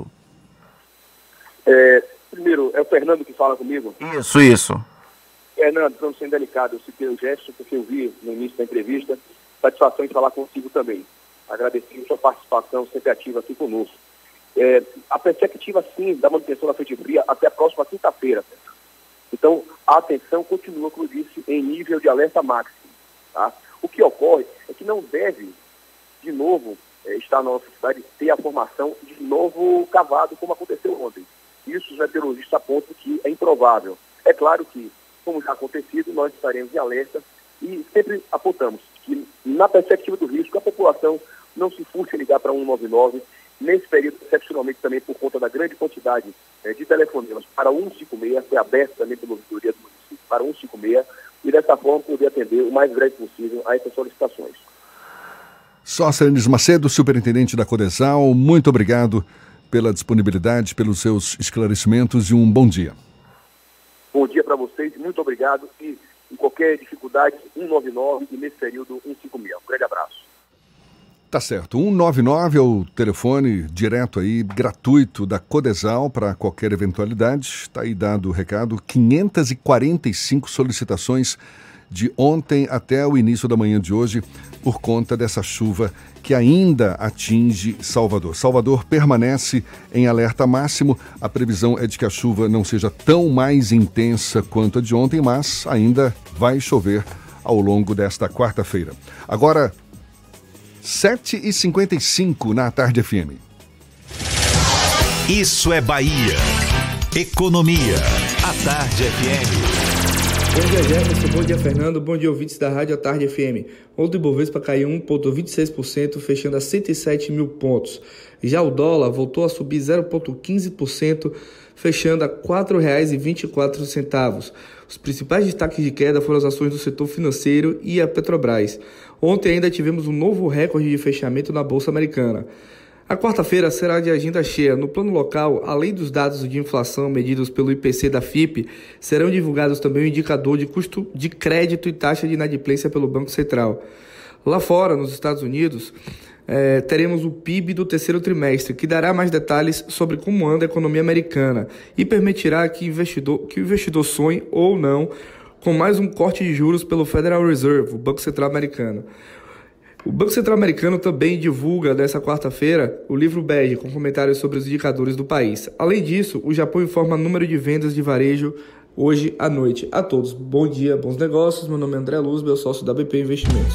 É, primeiro, é o Fernando que fala comigo? Isso, isso. Fernando, para não ser delicado, eu citei o Jefferson, porque eu vi no início da entrevista, satisfação em falar contigo também. Agradecer a sua participação sempre ativa aqui conosco. É, a perspectiva, sim, da manutenção da frente fria até a próxima quinta-feira. Então, a atenção continua, como eu disse, em nível de alerta máximo. Tá? O que ocorre é que não deve, de novo, é, estar na nossa cidade, ter a formação de novo cavado, como aconteceu ontem. Isso, os meteorologistas apontam que é improvável. É claro que, como já acontecido, nós estaremos em alerta e sempre apontamos que, na perspectiva do risco, a população não se furte a ligar para um nove nove, nesse período, excepcionalmente também por conta da grande quantidade eh, de telefonemas para um cinco seis, foi aberto também pela ouvidoria do município para um cinco seis, e dessa forma poder atender o mais breve possível a essas solicitações. Sóstenes Macedo, superintendente da Codesal, muito obrigado pela disponibilidade, pelos seus esclarecimentos e um bom dia. Bom dia para vocês, muito obrigado e em qualquer dificuldade, um nove nove e nesse período um cinco seis. Um grande abraço. Tá certo, um nove nove é o telefone direto aí, gratuito da Codesal para qualquer eventualidade. Está aí dado o recado, quinhentas e quarenta e cinco solicitações de ontem até o início da manhã de hoje por conta dessa chuva que ainda atinge Salvador. Salvador permanece em alerta máximo. A previsão é de que a chuva não seja tão mais intensa quanto a de ontem, mas ainda vai chover ao longo desta quarta-feira. Agora, sete e cinquenta e cinco na Tarde F M. Isso é Bahia. Economia. A Tarde F M. Bom dia, Jefferson. Bom dia, Fernando. Bom dia, ouvintes da Rádio A Tarde F M. Ontem o Ibovespa caiu um vírgula vinte e seis por cento, fechando a cento e sete mil pontos. Já o dólar voltou a subir zero vírgula quinze por cento, fechando a quatro reais e vinte e quatro centavos. Os principais destaques de queda foram as ações do setor financeiro e a Petrobras. Ontem ainda tivemos um novo recorde de fechamento na Bolsa Americana. A quarta-feira será de agenda cheia. No plano local, além dos dados de inflação medidos pelo I P C da F I P, serão divulgados também o indicador de custo de crédito e taxa de inadimplência pelo Banco Central. Lá fora, nos Estados Unidos, eh, teremos o P I B do terceiro trimestre, que dará mais detalhes sobre como anda a economia americana e permitirá que, investidor, que o investidor sonhe ou não com mais um corte de juros pelo Federal Reserve, o Banco Central americano. O Banco Central Americano também divulga nesta quarta-feira o livro bege com comentários sobre os indicadores do país. Além disso, o Japão informa número de vendas de varejo hoje à noite. A todos, bom dia, bons negócios. Meu nome é André Luz, meu sócio da B P Investimentos.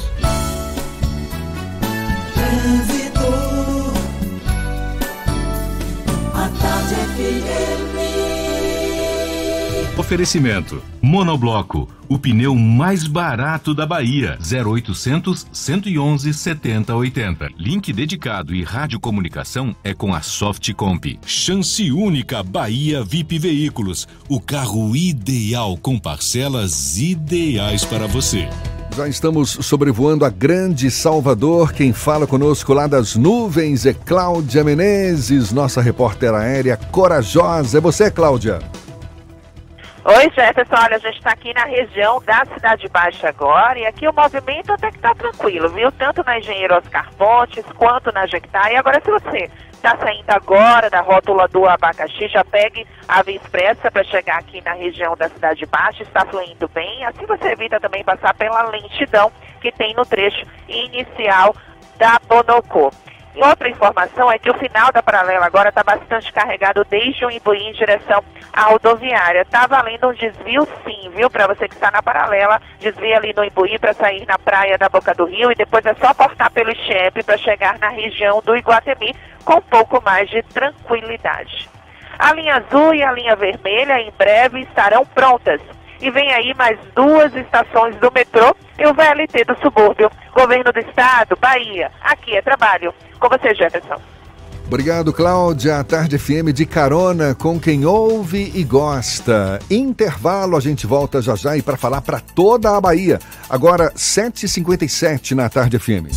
Oferecimento. Monobloco, o pneu mais barato da Bahia. zero oitocentos, cento e onze, setenta, oitenta. Link dedicado e radiocomunicação é com a Softcomp. Chance única Bahia V I P Veículos. O carro ideal com parcelas ideais para você. Já estamos sobrevoando a grande Salvador. Quem fala conosco lá das nuvens é Cláudia Menezes, nossa repórter aérea corajosa. É você, Cláudia? Oi, Jefferson, olha, a gente está aqui na região da Cidade Baixa agora e aqui o movimento até que está tranquilo, viu? Tanto na Engenheiro Oscar Fontes quanto na Jequitá. E agora, se você está saindo agora da rótula do Abacaxi, já pegue a Via Expressa para chegar aqui na região da Cidade Baixa, está fluindo bem. Assim você evita também passar pela lentidão que tem no trecho inicial da Bonocô. E outra informação é que o final da paralela agora está bastante carregado desde o Imbuí em direção à rodoviária. Está valendo um desvio sim, viu? Para você que está na paralela, desvia ali no Imbuí para sair na praia da Boca do Rio e depois é só cortar pelo Ixepe para chegar na região do Iguatemi com um pouco mais de tranquilidade. A linha azul e a linha vermelha em breve estarão prontas. E vem aí mais duas estações do metrô e o V L T do subúrbio. Governo do Estado, Bahia, aqui é trabalho. Com você, Jefferson. Obrigado, Cláudia. A Tarde F M de carona com quem ouve e gosta. Intervalo, a gente volta já já e para falar para toda a Bahia. Agora, sete e cinquenta e sete na Tarde F M.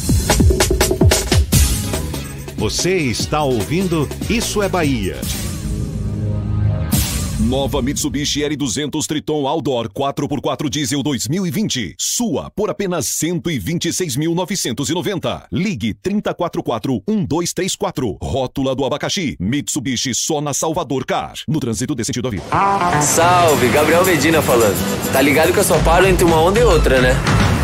Você está ouvindo Isso é Bahia. Nova Mitsubishi L duzentos Triton Outdoor quatro por quatro Diesel dois mil e vinte. Sua por apenas cento e vinte e seis mil novecentos e noventa. Ligue trinta e quatro quatro um dois três quatro. Rótula do Abacaxi. Mitsubishi só na Salvador Car. No trânsito desse sentido à vida. Salve, Gabriel Medina falando. Tá ligado que eu só paro entre uma onda e outra, né?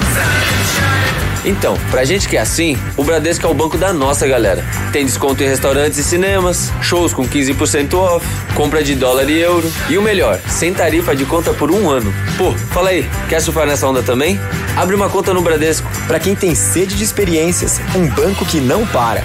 Então, pra gente que é assim, o Bradesco é o banco da nossa galera. Tem desconto em restaurantes e cinemas, shows com quinze por cento off, compra de dólar e euro. E o melhor, sem tarifa de conta por um ano. Pô, fala aí, quer surfar nessa onda também? Abre uma conta no Bradesco. Pra quem tem sede de experiências, um banco que não para.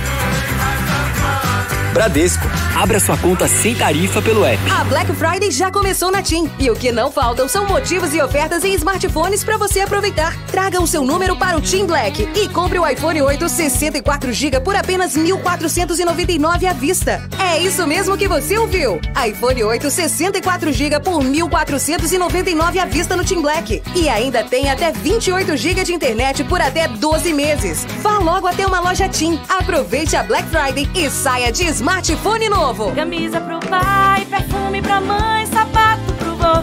Bradesco. Abra sua conta sem tarifa pelo app. A Black Friday já começou na TIM. E o que não faltam são motivos e ofertas em smartphones para você aproveitar. Traga o seu número para o TIM Black e compre o iPhone oito sessenta e quatro gigas por apenas mil quatrocentos e noventa e nove reais à vista. É isso mesmo que você ouviu. iPhone oito sessenta e quatro gigas por mil quatrocentos e noventa e nove reais à vista no TIM Black. E ainda tem até vinte e oito gigas de internet por até doze meses. Vá logo até uma loja TIM. Aproveite a Black Friday e saia de smartphone novo. Camisa pro pai, perfume pra mãe, sapato pro vô.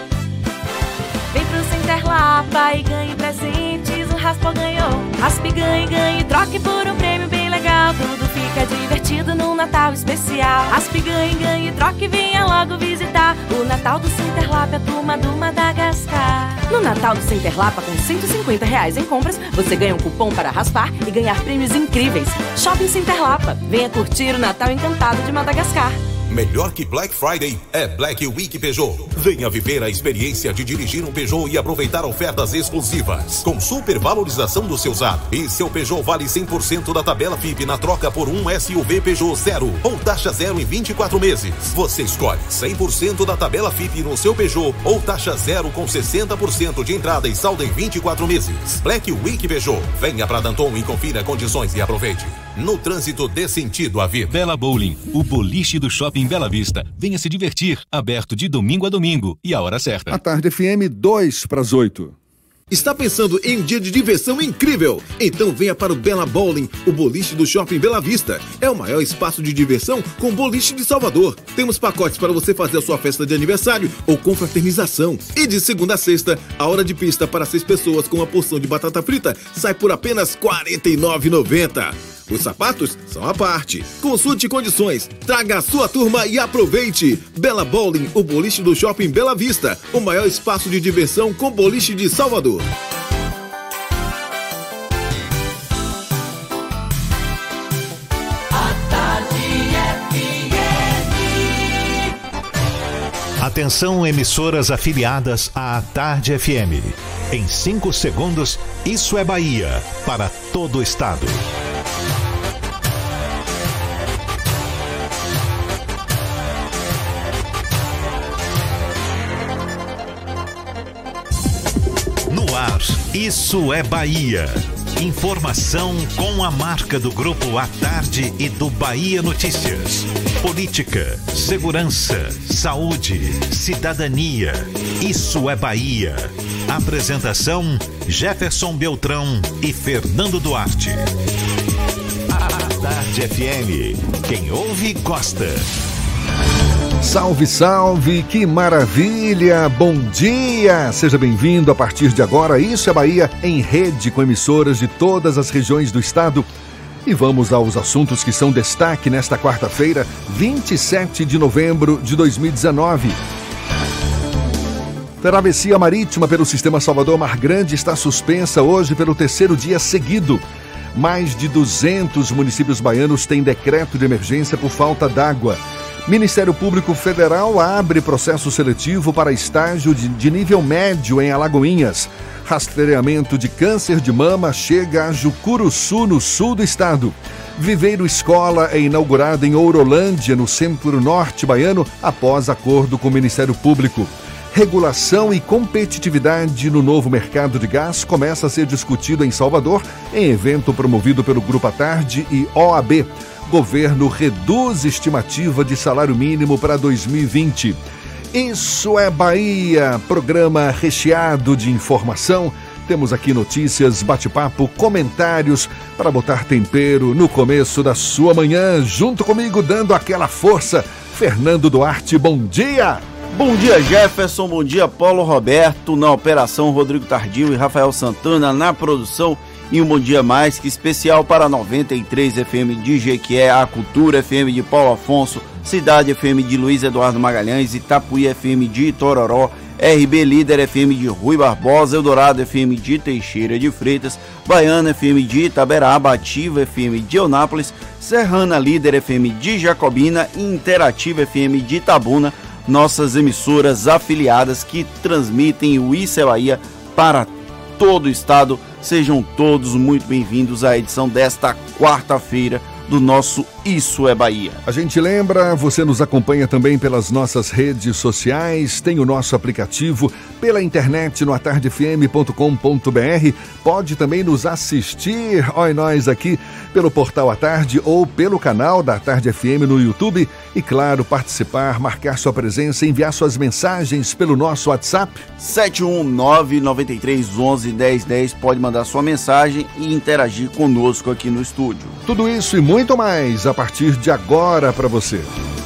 Vem pro Center Lapa e ganhe presentes, o Raspa ganhou. Raspe, ganhe, ganhe, troque por um prêmio bem legal. Tudo fica divertido no Natal especial. Raspe, ganhe, ganhe, troque, venha logo visitar o Natal do Center Lapa, a turma do Madagascar. No Natal do Center Lapa, com cento e cinquenta reais em compras, você ganha um cupom para raspar e ganhar prêmios incríveis. Shopping Center Lapa, venha curtir o Natal encantado de Madagascar. Melhor que Black Friday é Black Week Peugeot. Venha viver a experiência de dirigir um Peugeot e aproveitar ofertas exclusivas. Com supervalorização do seu usado. E seu Peugeot vale cem por cento da tabela F I P na troca por um S U V Peugeot zero ou taxa zero em vinte e quatro meses. Você escolhe cem por cento da tabela F I P no seu Peugeot ou taxa zero com sessenta por cento de entrada e saldo em vinte e quatro meses. Black Week Peugeot. Venha para Danton e confira condições e aproveite. No trânsito dê sentido à vida. Bela Bowling, o boliche do Shopping Bela Vista. Venha se divertir, aberto de domingo a domingo e a hora certa. A Tarde F M, dois para as oito. Está pensando em um dia de diversão incrível? Então venha para o Bela Bowling, o boliche do Shopping Bela Vista. É o maior espaço de diversão com boliche de Salvador. Temos pacotes para você fazer a sua festa de aniversário ou confraternização. E de segunda a sexta, a hora de pista para seis pessoas com uma porção de batata frita sai por apenas quarenta e nove reais e noventa centavos. Os sapatos são à parte. Consulte condições, traga a sua turma e aproveite. Bela Bowling, o boliche do Shopping Bela Vista. O maior espaço de diversão com boliche de Salvador. Atenção, emissoras afiliadas à Tarde F M. Em cinco segundos, Isso é Bahia, para todo o estado. No ar, Isso é Bahia. Informação com a marca do Grupo A Tarde e do Bahia Notícias. Política, segurança, saúde, cidadania. Isso é Bahia. Apresentação: Jefferson Beltrão e Fernando Duarte. A Tarde F M. Quem ouve, gosta. Salve, salve, que maravilha, bom dia, seja bem-vindo a partir de agora, Isso é Bahia, em rede com emissoras de todas as regiões do estado. E vamos aos assuntos que são destaque nesta quarta-feira, vinte e sete de novembro de dois mil e dezenove. Travessia marítima pelo sistema Salvador-Mar Grande está suspensa hoje pelo terceiro dia seguido. Mais de duzentos municípios baianos têm decreto de emergência por falta d'água. Ministério Público Federal abre processo seletivo para estágio de, de nível médio em Alagoinhas. Rastreamento de câncer de mama chega a Jucuruçu, no sul do estado. Viveiro Escola é inaugurada em Ourolândia, no centro-norte baiano, após acordo com o Ministério Público. Regulação e competitividade no novo mercado de gás começa a ser discutido em Salvador, em evento promovido pelo Grupo A Tarde e O A B. Governo reduz estimativa de salário mínimo para dois mil e vinte. Isso é Bahia, programa recheado de informação. Temos aqui notícias, bate-papo, comentários para botar tempero no começo da sua manhã. Junto comigo, dando aquela força, Fernando Duarte, bom dia! Bom dia, Jefferson, bom dia, Paulo Roberto, na operação, Rodrigo Tardio e Rafael Santana na produção. E um bom dia mais que especial para noventa e três F M de Jequié, A Cultura F M de Paulo Afonso, Cidade F M de Luiz Eduardo Magalhães, Itapuí F M de Itororó, R B Líder F M de Rui Barbosa, Eldorado F M de Teixeira de Freitas, Baiana F M de Itaberaba, Ativa F M de Eunápolis, Serrana Líder F M de Jacobina e Interativa F M de Itabuna, nossas emissoras afiliadas que transmitem o Isso é Bahia para todo o estado. Sejam todos muito bem-vindos à edição desta quarta-feira do nosso Isso é Bahia. A gente lembra, você nos acompanha também pelas nossas redes sociais, tem o nosso aplicativo pela internet no a tarde f m ponto com ponto b r, pode também nos assistir, olha nós aqui, pelo portal A Tarde ou pelo canal da Tarde F M no YouTube e, claro, participar, marcar sua presença, enviar suas mensagens pelo nosso WhatsApp. sete um nove nove três um um um zero um zero, pode mandar sua mensagem e interagir conosco aqui no estúdio. Tudo isso e muito mais a partir de agora para você.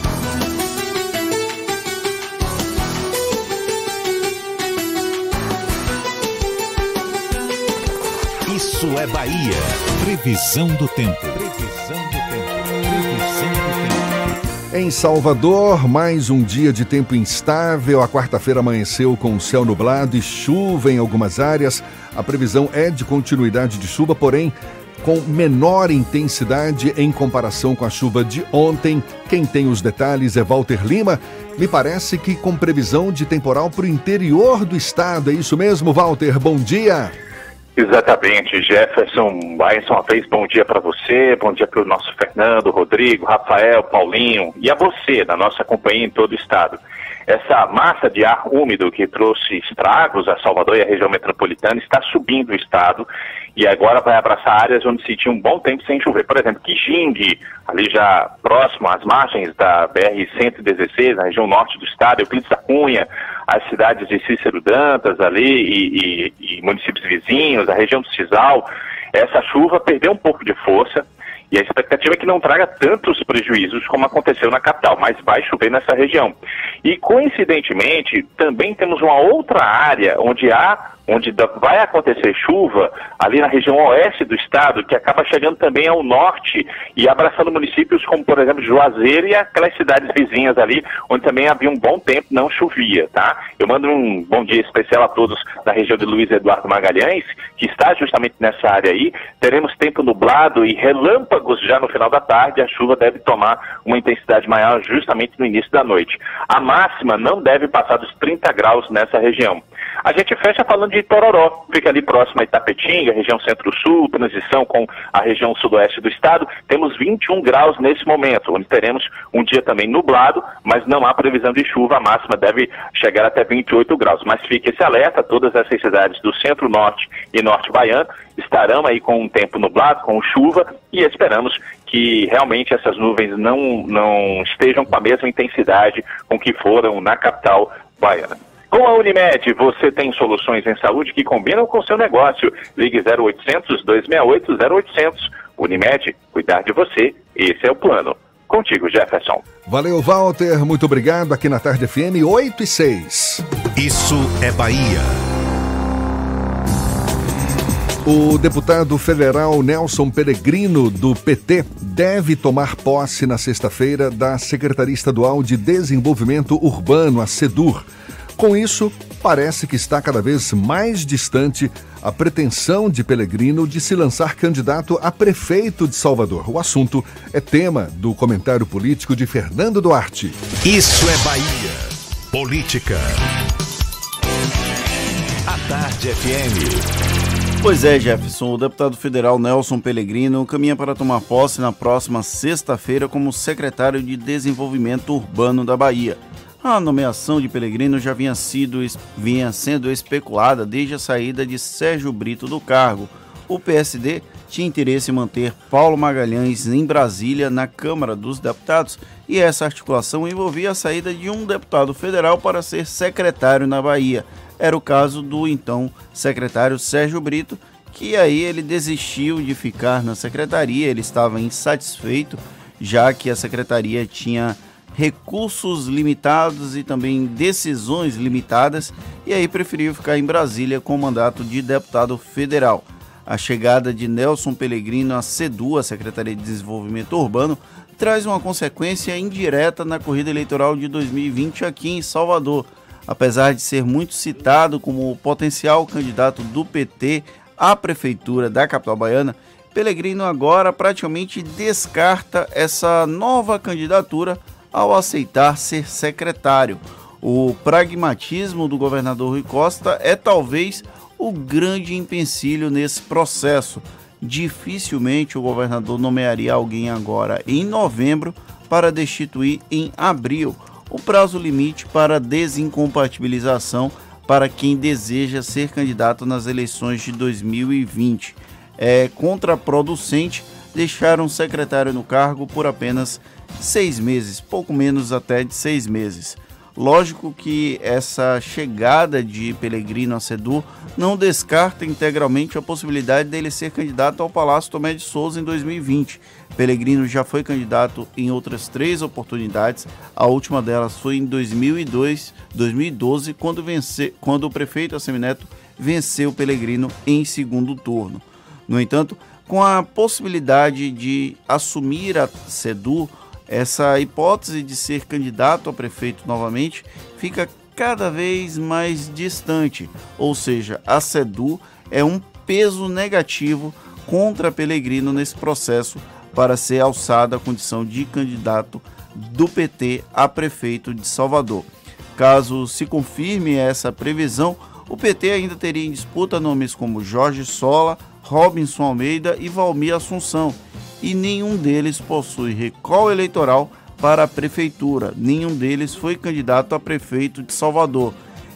Isso é Bahia. Previsão do tempo. Previsão do tempo. Previsão do tempo. Em Salvador, mais um dia de tempo instável. A quarta-feira amanheceu com céu nublado e chuva em algumas áreas. A previsão é de continuidade de chuva, porém com menor intensidade em comparação com a chuva de ontem. Quem tem os detalhes é Walter Lima. Me parece que com previsão de temporal para o interior do estado. É isso mesmo, Walter? Bom dia. Exatamente, Jefferson. Mais uma vez, bom dia para você, bom dia para o nosso Fernando, Rodrigo, Rafael, Paulinho e a você, da nossa companhia em todo o estado. Essa massa de ar úmido que trouxe estragos a Salvador e a região metropolitana está subindo o estado e agora vai abraçar áreas onde se tinha um bom tempo sem chover. Por exemplo, Quixingue, ali já próximo às margens da B R cento e dezesseis, na região norte do estado, Euclides da Cunha, as cidades de Cícero Dantas ali e, e, e municípios vizinhos, a região do Cisal. Essa chuva perdeu um pouco de força. E a expectativa é que não traga tantos prejuízos como aconteceu na capital, mas vai chover nessa região. E, coincidentemente, também temos uma outra área onde há onde vai acontecer chuva ali na região oeste do estado, que acaba chegando também ao norte e abraçando municípios como, por exemplo, Juazeiro e aquelas cidades vizinhas ali, onde também havia um bom tempo, não chovia, tá? Eu mando um bom dia especial a todos da região de Luiz Eduardo Magalhães, que está justamente nessa área aí. Teremos tempo nublado e relâmpagos já no final da tarde. A chuva deve tomar uma intensidade maior justamente no início da noite. A máxima não deve passar dos trinta graus nessa região. A gente fecha falando de Itororó, fica ali próximo a Itapetinga, região centro-sul, transição com a região sudoeste do estado. Temos vinte e um graus nesse momento, onde teremos um dia também nublado, mas não há previsão de chuva. A máxima deve chegar até vinte e oito graus. Mas fique esse alerta, todas essas cidades do centro-norte e norte baiano estarão aí com um tempo nublado, com chuva, e esperamos que realmente essas nuvens não, não estejam com a mesma intensidade com que foram na capital baiana. Com a Unimed, você tem soluções em saúde que combinam com o seu negócio. Ligue zero oitocentos, dois seis oito, zero oitocentos. Unimed, cuidar de você, esse é o plano. Contigo, Jefferson. Valeu, Walter, muito obrigado. Aqui na Tarde F M, oito e seis. Isso é Bahia. O deputado federal Nelson Pellegrino, do P T, deve tomar posse na sexta-feira da Secretaria Estadual de Desenvolvimento Urbano, a SEDUR. Com isso, parece que está cada vez mais distante a pretensão de Pellegrino de se lançar candidato a prefeito de Salvador. O assunto é tema do comentário político de Fernando Duarte. Isso é Bahia. Política. A Tarde F M. Pois é, Jefferson, o deputado federal Nelson Pellegrino caminha para tomar posse na próxima sexta-feira como secretário de Desenvolvimento Urbano da Bahia. A nomeação de Pellegrino já vinha, sido, vinha sendo especulada desde a saída de Sérgio Brito do cargo. O P S D tinha interesse em manter Paulo Magalhães em Brasília na Câmara dos Deputados, e essa articulação envolvia a saída de um deputado federal para ser secretário na Bahia. Era o caso do então secretário Sérgio Brito, que aí ele desistiu de ficar na secretaria. Ele estava insatisfeito, já que a secretaria tinha recursos limitados e também decisões limitadas, e aí preferiu ficar em Brasília com o mandato de deputado federal. A chegada de Nelson Pellegrino à SEDU, a Secretaria de Desenvolvimento Urbano, traz uma consequência indireta na corrida eleitoral de dois mil e vinte aqui em Salvador. Apesar de ser muito citado como potencial candidato do P T à prefeitura da capital baiana, Pellegrino agora praticamente descarta essa nova candidatura ao aceitar ser secretário. O pragmatismo do governador Rui Costa é talvez o grande empecilho nesse processo. Dificilmente o governador nomearia alguém agora em novembro para destituir em abril, o prazo limite para desincompatibilização para quem deseja ser candidato nas eleições de dois mil e vinte. É contraproducente deixar um secretário no cargo por apenas seis meses, pouco menos até de seis meses. Lógico que essa chegada de Pellegrino à SEDU não descarta integralmente a possibilidade dele ser candidato ao Palácio Tomé de Souza em dois mil e vinte. Pellegrino já foi candidato em outras três oportunidades, a última delas foi em dois mil e dois, dois mil e doze, quando, vence, quando o prefeito Assemineto venceu Pellegrino em segundo turno. No entanto, com a possibilidade de assumir a SEDU, essa hipótese de ser candidato a prefeito novamente fica cada vez mais distante, ou seja, a SEDU é um peso negativo contra Pellegrino nesse processo para ser alçada a condição de candidato do P T a prefeito de Salvador. Caso se confirme essa previsão, o P T ainda teria em disputa nomes como Jorge Sola, Robinson Almeida e Valmir Assunção, e nenhum deles possui recall eleitoral para a prefeitura, nenhum deles foi candidato a prefeito de Salvador.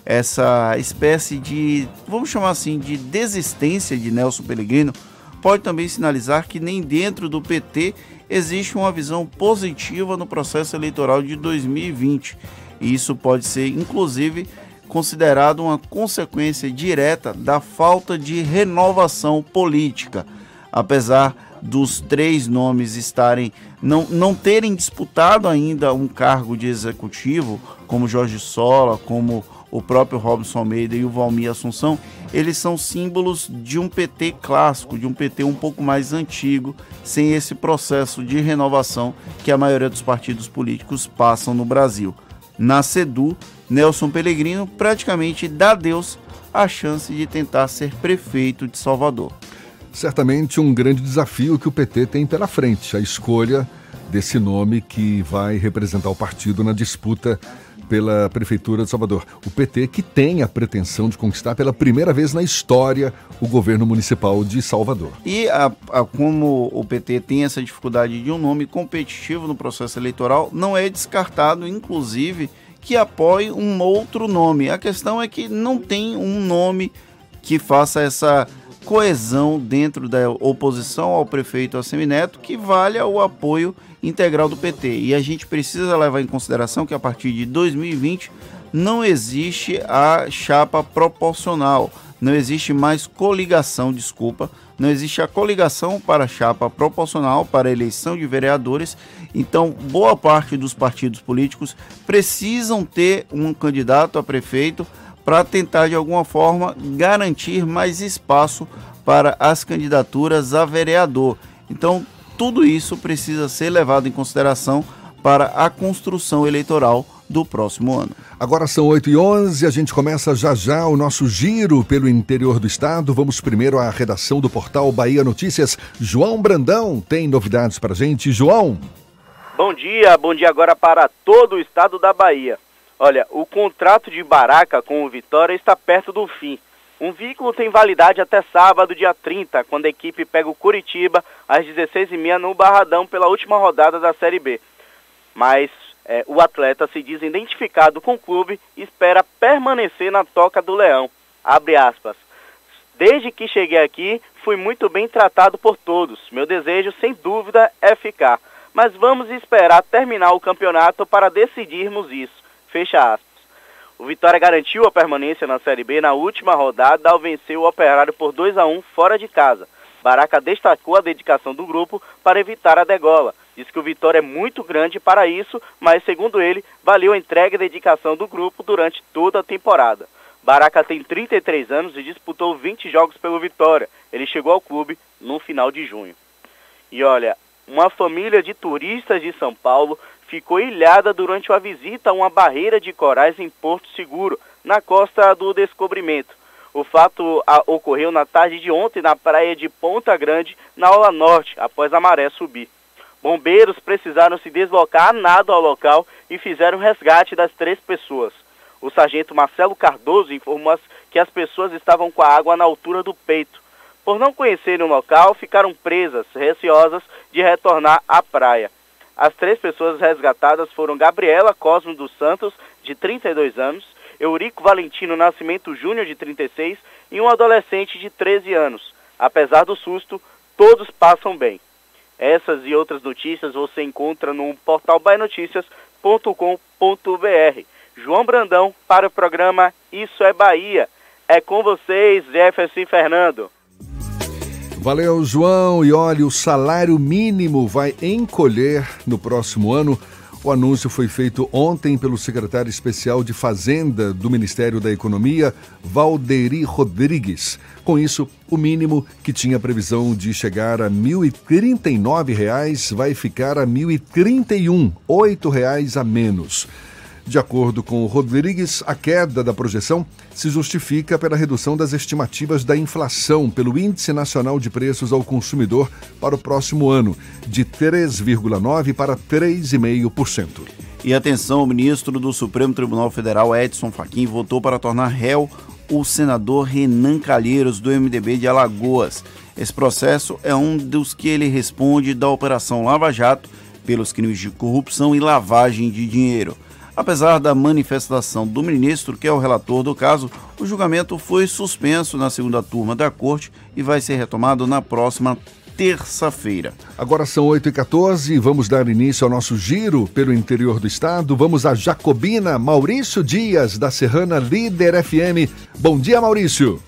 Essa espécie de, vamos chamar assim, de desistência de Nelson Pellegrino pode também sinalizar que nem dentro do P T existe uma visão positiva no processo eleitoral de dois mil e vinte. E isso pode ser, inclusive, considerado uma consequência direta da falta de renovação política. Apesar dos três nomes estarem não, não terem disputado ainda um cargo de executivo, como Jorge Sola, como o próprio Robinson Almeida e o Valmir Assunção, eles são símbolos de um P T clássico, de um P T um pouco mais antigo, sem esse processo de renovação que a maioria dos partidos políticos passam no Brasil. Na SEDU, Nelson Pellegrino praticamente dá adeus à chance de tentar ser prefeito de Salvador. Certamente um grande desafio que o P T tem pela frente, a escolha desse nome que vai representar o partido na disputa pela Prefeitura de Salvador. O P T que tem a pretensão de conquistar pela primeira vez na história o governo municipal de Salvador. E a, a, como o P T tem essa dificuldade de um nome competitivo no processo eleitoral, não é descartado, inclusive, que apoie um outro nome. A questão é que não tem um nome que faça essa coesão dentro da oposição ao prefeito Assemineto que valha o apoio integral do P T. E a gente precisa levar em consideração que a partir de dois mil e vinte não existe a chapa proporcional, não existe mais coligação, desculpa, não existe a coligação para a chapa proporcional para a eleição de vereadores. Então, boa parte dos partidos políticos precisam ter um candidato a prefeito para tentar, de alguma forma, garantir mais espaço para as candidaturas a vereador. Então, tudo isso precisa ser levado em consideração para a construção eleitoral do próximo ano. Agora são oito e onze, a gente começa já já o nosso giro pelo interior do estado. Vamos primeiro à redação do portal Bahia Notícias. João Brandão tem novidades para a gente. João. Bom dia, bom dia agora para todo o estado da Bahia. Olha, o contrato de Baraca com o Vitória está perto do fim. Um vínculo tem validade até sábado, dia trinta, quando a equipe pega o Curitiba às dezesseis e meia no Barradão pela última rodada da Série B. Mas é, o atleta se diz identificado com o clube e espera permanecer na Toca do Leão. Abre aspas. Desde que cheguei aqui, fui muito bem tratado por todos. Meu desejo, sem dúvida, é ficar. Mas vamos esperar terminar o campeonato para decidirmos isso. Fecha aspas. O Vitória garantiu a permanência na Série B na última rodada ao vencer o Operário por dois a um fora de casa. Baraca destacou a dedicação do grupo para evitar a degola. Diz que o Vitória é muito grande para isso, mas segundo ele, valeu a entrega e dedicação do grupo durante toda a temporada. Baraca tem trinta e três anos e disputou vinte jogos pelo Vitória. Ele chegou ao clube no final de junho. E olha, uma família de turistas de São Paulo ficou ilhada durante uma visita a uma barreira de corais em Porto Seguro, na Costa do Descobrimento. O fato a, ocorreu na tarde de ontem na praia de Ponta Grande, na Orla Norte, após a maré subir. Bombeiros precisaram se deslocar a nado ao local e fizeram o resgate das três pessoas. O sargento Marcelo Cardoso informou que as pessoas estavam com a água na altura do peito. Por não conhecerem o local, ficaram presas, receosas de retornar à praia. As três pessoas resgatadas foram Gabriela Cosmo dos Santos, de trinta e dois anos, Eurico Valentino Nascimento Júnior, de trinta e seis, e um adolescente de treze anos. Apesar do susto, todos passam bem. Essas e outras notícias você encontra no portal bahia noticias ponto com ponto b r. João Brandão para o programa Isso é Bahia. É com vocês, Jefferson e Fernando. Valeu, João. E olha, o salário mínimo vai encolher no próximo ano. O anúncio foi feito ontem pelo secretário especial de Fazenda do Ministério da Economia, Valderi Rodrigues. Com isso, o mínimo, que tinha previsão de chegar a mil e trinta e nove reais, vai ficar a mil e trinta e um, oito reais a menos. De acordo com o Rodrigues, a queda da projeção se justifica pela redução das estimativas da inflação pelo Índice Nacional de Preços ao Consumidor para o próximo ano, de três vírgula nove por cento para três vírgula cinco por cento. E atenção, o ministro do Supremo Tribunal Federal, Edson Fachin, votou para tornar réu o senador Renan Calheiros, do M D B de Alagoas. Esse processo é um dos que ele responde da Operação Lava Jato pelos crimes de corrupção e lavagem de dinheiro. Apesar da manifestação do ministro, que é o relator do caso, o julgamento foi suspenso na segunda turma da corte e vai ser retomado na próxima terça-feira. Agora são oito e quatorze e vamos dar início ao nosso giro pelo interior do estado. Vamos a Jacobina. Maurício Dias, da Serrana Líder F M. Bom dia, Maurício.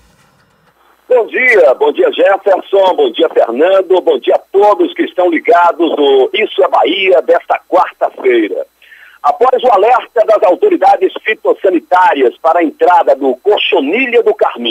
Bom dia, bom dia Jefferson, bom dia Fernando, bom dia a todos que estão ligados no Isso é Bahia desta quarta-feira. Após o alerta das autoridades fitossanitárias para a entrada do Cochonilha do Carmim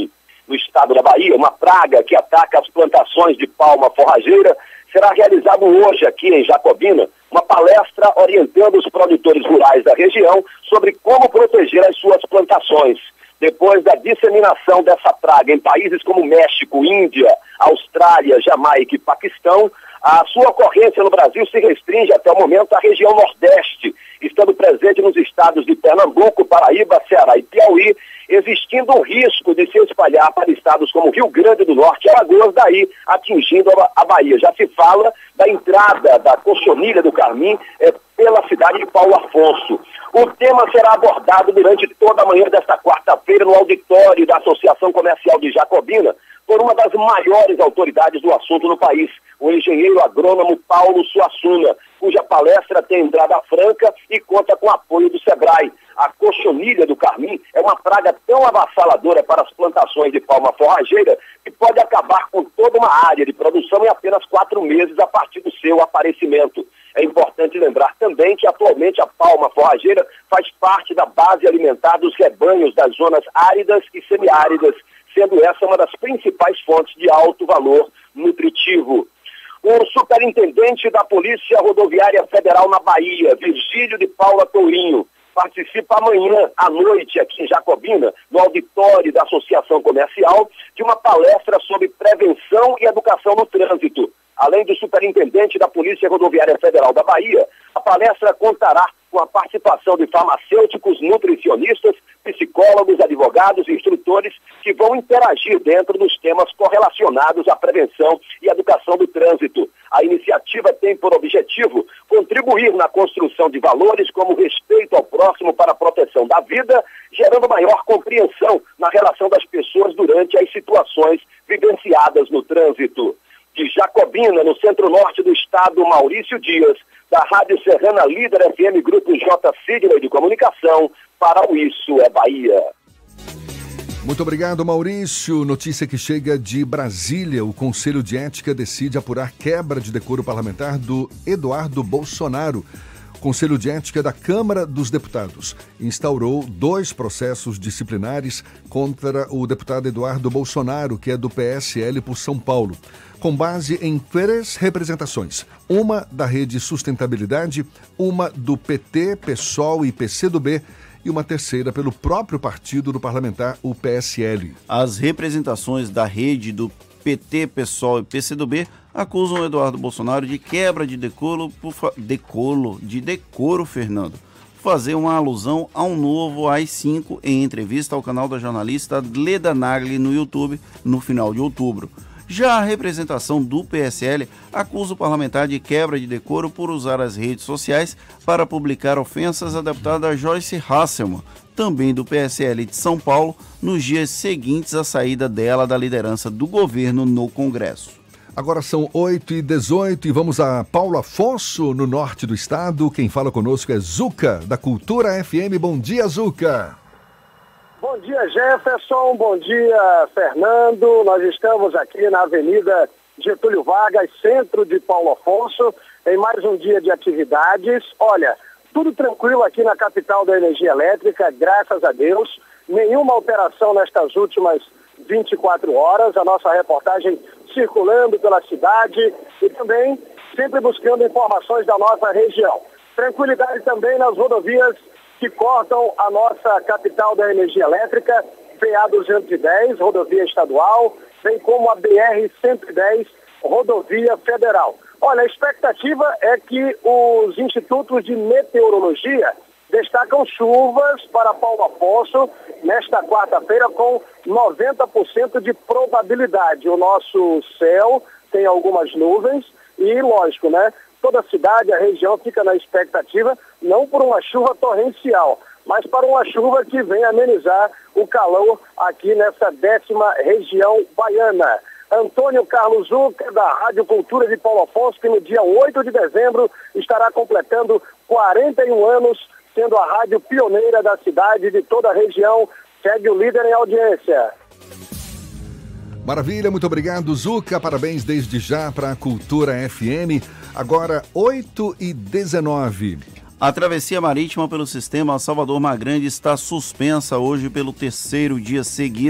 no estado da Bahia, uma praga que ataca as plantações de palma forrageira, será realizado hoje aqui em Jacobina uma palestra orientando os produtores rurais da região sobre como proteger as suas plantações. Depois da disseminação dessa praga em países como México, Índia, Austrália, Jamaica e Paquistão, a sua ocorrência no Brasil se restringe até o momento à região Nordeste, estando presente nos estados de Pernambuco, Paraíba, Ceará e Piauí, existindo um risco de se espalhar para estados como Rio Grande do Norte e Alagoas, daí atingindo a Bahia. Já se fala da entrada da cochonilha do carmim é, pela cidade de Paulo Afonso. O tema será abordado durante toda a manhã desta quarta-feira no auditório da Associação Comercial de Jacobina, por uma das maiores autoridades do assunto no país, o engenheiro agrônomo Paulo Suassuna, cuja palestra tem entrada franca e conta com apoio do SEBRAE. A cochonilha do carmim é uma praga tão avassaladora para as plantações de palma forrageira que pode acabar com toda uma área de produção em apenas quatro meses a partir do seu aparecimento. É importante lembrar também que atualmente a palma forrageira faz parte da base alimentar dos rebanhos das zonas áridas e semiáridas, sendo essa uma das principais fontes de alto valor nutritivo. O superintendente da Polícia Rodoviária Federal na Bahia, Virgílio de Paula Tourinho, participa amanhã à noite aqui em Jacobina, no auditório da Associação Comercial, de uma palestra sobre prevenção e educação no trânsito. Além do superintendente da Polícia Rodoviária Federal da Bahia, a palestra contará com a participação de farmacêuticos, nutricionistas, psicólogos, advogados e instrutores que vão interagir dentro dos temas correlacionados à prevenção e educação do trânsito. A iniciativa tem por objetivo contribuir na construção de valores como respeito ao próximo para a proteção da vida, gerando maior compreensão na relação das pessoas durante as situações vivenciadas no trânsito. De Jacobina, no centro-norte do estado, Maurício Dias, da Rádio Serrana Líder F M Grupo J Sigla de Comunicação, para o Isso é Bahia. Muito obrigado, Maurício. Notícia que chega de Brasília. O Conselho de Ética decide apurar quebra de decoro parlamentar do Eduardo Bolsonaro. O Conselho de Ética da Câmara dos Deputados instaurou dois processos disciplinares contra o deputado Eduardo Bolsonaro, que é do P S L por São Paulo, com base em três representações, uma da Rede Sustentabilidade, uma do P T, PSOL e P C do B, e uma terceira pelo próprio partido do parlamentar, o P S L. As representações da rede do P T, PSOL e P C do B acusam o Eduardo Bolsonaro de quebra de decoro, por fa... decoro, de decoro, Fernando, fazer uma alusão a um novo A I cinco em entrevista ao canal da jornalista Leda Nagli no YouTube no final de outubro. Já a representação do P S L acusa o parlamentar de quebra de decoro por usar as redes sociais para publicar ofensas à deputada Joyce Hasselmann, também do P S L de São Paulo, nos dias seguintes à saída dela da liderança do governo no Congresso. Agora são oito e dezoito e vamos a Paulo Afonso, no norte do estado. Quem fala conosco é Zuca, da Cultura F M. Bom dia, Zuca. Bom dia, Jefferson. Bom dia, Fernando. Nós estamos aqui na Avenida Getúlio Vargas, centro de Paulo Afonso, em mais um dia de atividades. Olha, tudo tranquilo aqui na capital da energia elétrica, graças a Deus. Nenhuma alteração nestas últimas vinte e quatro horas. A nossa reportagem circulando pela cidade e também sempre buscando informações da nossa região. Tranquilidade também nas rodovias que cortam a nossa capital da energia elétrica, P A duzentos e dez, rodovia estadual, bem como a B R cento e dez, rodovia federal. Olha, a expectativa é que os institutos de meteorologia destacam chuvas para Paulo Afonso nesta quarta-feira com noventa por cento de probabilidade. O nosso céu tem algumas nuvens e, lógico, né? Toda a cidade, a região fica na expectativa, não por uma chuva torrencial, mas para uma chuva que venha amenizar o calor aqui nessa décima região baiana. Antônio Carlos Zuca, da Rádio Cultura de Paulo Afonso, que no dia oito de dezembro estará completando quarenta e um anos, sendo a rádio pioneira da cidade e de toda a região, segue o líder em audiência. Maravilha, muito obrigado, Zuca. Parabéns desde já para a Cultura F M. Agora, oito e dezenove. A travessia marítima pelo sistema Salvador-Mar Grande está suspensa hoje pelo terceiro dia seguido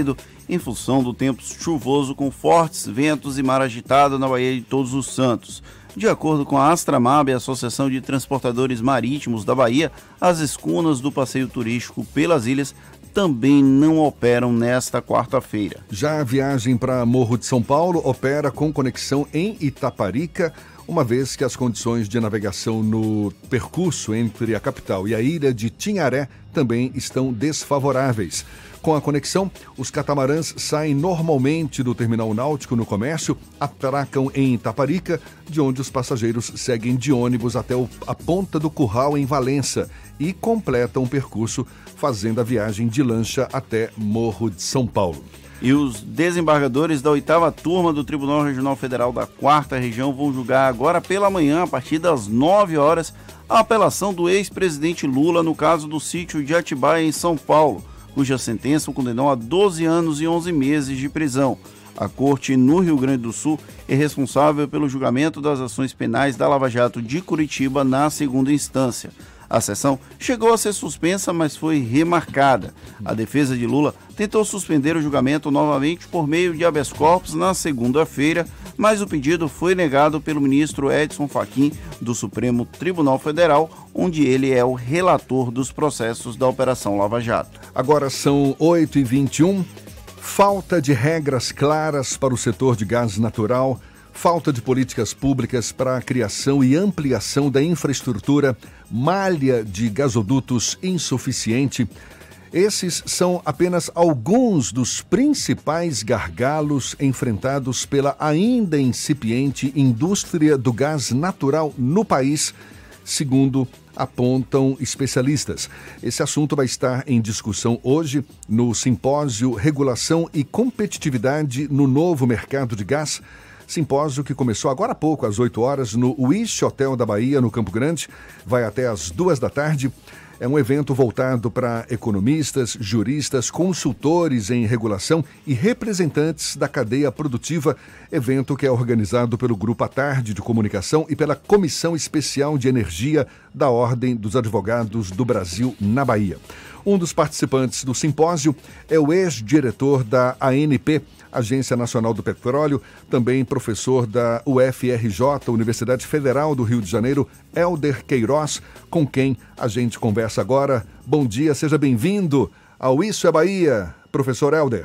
em função do tempo chuvoso com fortes ventos e mar agitado na Baía de Todos os Santos. De acordo com a Astramab, a Associação de Transportadores Marítimos da Bahia, as escunas do passeio turístico pelas ilhas também não operam nesta quarta-feira. Já a viagem para Morro de São Paulo opera com conexão em Itaparica, uma vez que as condições de navegação no percurso entre a capital e a ilha de Tinharé também estão desfavoráveis. Com a conexão, os catamarãs saem normalmente do terminal náutico no comércio, atracam em Itaparica, de onde os passageiros seguem de ônibus até o, a Ponta do Curral, em Valença, e completam o percurso fazendo a viagem de lancha até Morro de São Paulo. E os desembargadores da oitava turma do Tribunal Regional Federal da quarta Região vão julgar agora pela manhã, a partir das nove horas, a apelação do ex-presidente Lula no caso do sítio de Atibaia, em São Paulo, cuja sentença o condenou a doze anos e onze meses de prisão. A corte no Rio Grande do Sul é responsável pelo julgamento das ações penais da Lava Jato de Curitiba na segunda instância. A sessão chegou a ser suspensa, mas foi remarcada. A defesa de Lula tentou suspender o julgamento novamente por meio de habeas corpus na segunda-feira, mas o pedido foi negado pelo ministro Edson Fachin, do Supremo Tribunal Federal, onde ele é o relator dos processos da Operação Lava Jato. Agora são oito e vinte e um. Falta de regras claras para o setor de gás natural, falta de políticas públicas para a criação e ampliação da infraestrutura, malha de gasodutos insuficiente. Esses são apenas alguns dos principais gargalos enfrentados pela ainda incipiente indústria do gás natural no país, segundo apontam especialistas. Esse assunto vai estar em discussão hoje no simpósio Regulação e Competitividade no Novo Mercado de Gás, simpósio que começou agora há pouco, às oito horas, no Wish Hotel da Bahia, no Campo Grande, vai até às duas da tarde. É um evento voltado para economistas, juristas, consultores em regulação e representantes da cadeia produtiva, evento que é organizado pelo Grupo à Tarde de Comunicação e pela Comissão Especial de Energia da Ordem dos Advogados do Brasil, na Bahia. Um dos participantes do simpósio é o ex-diretor da A N P, Agência Nacional do Petróleo, também professor da U F R J, Universidade Federal do Rio de Janeiro, Hélder Queiroz, com quem a gente conversa agora. Bom dia, seja bem-vindo ao Isso é Bahia, professor Hélder.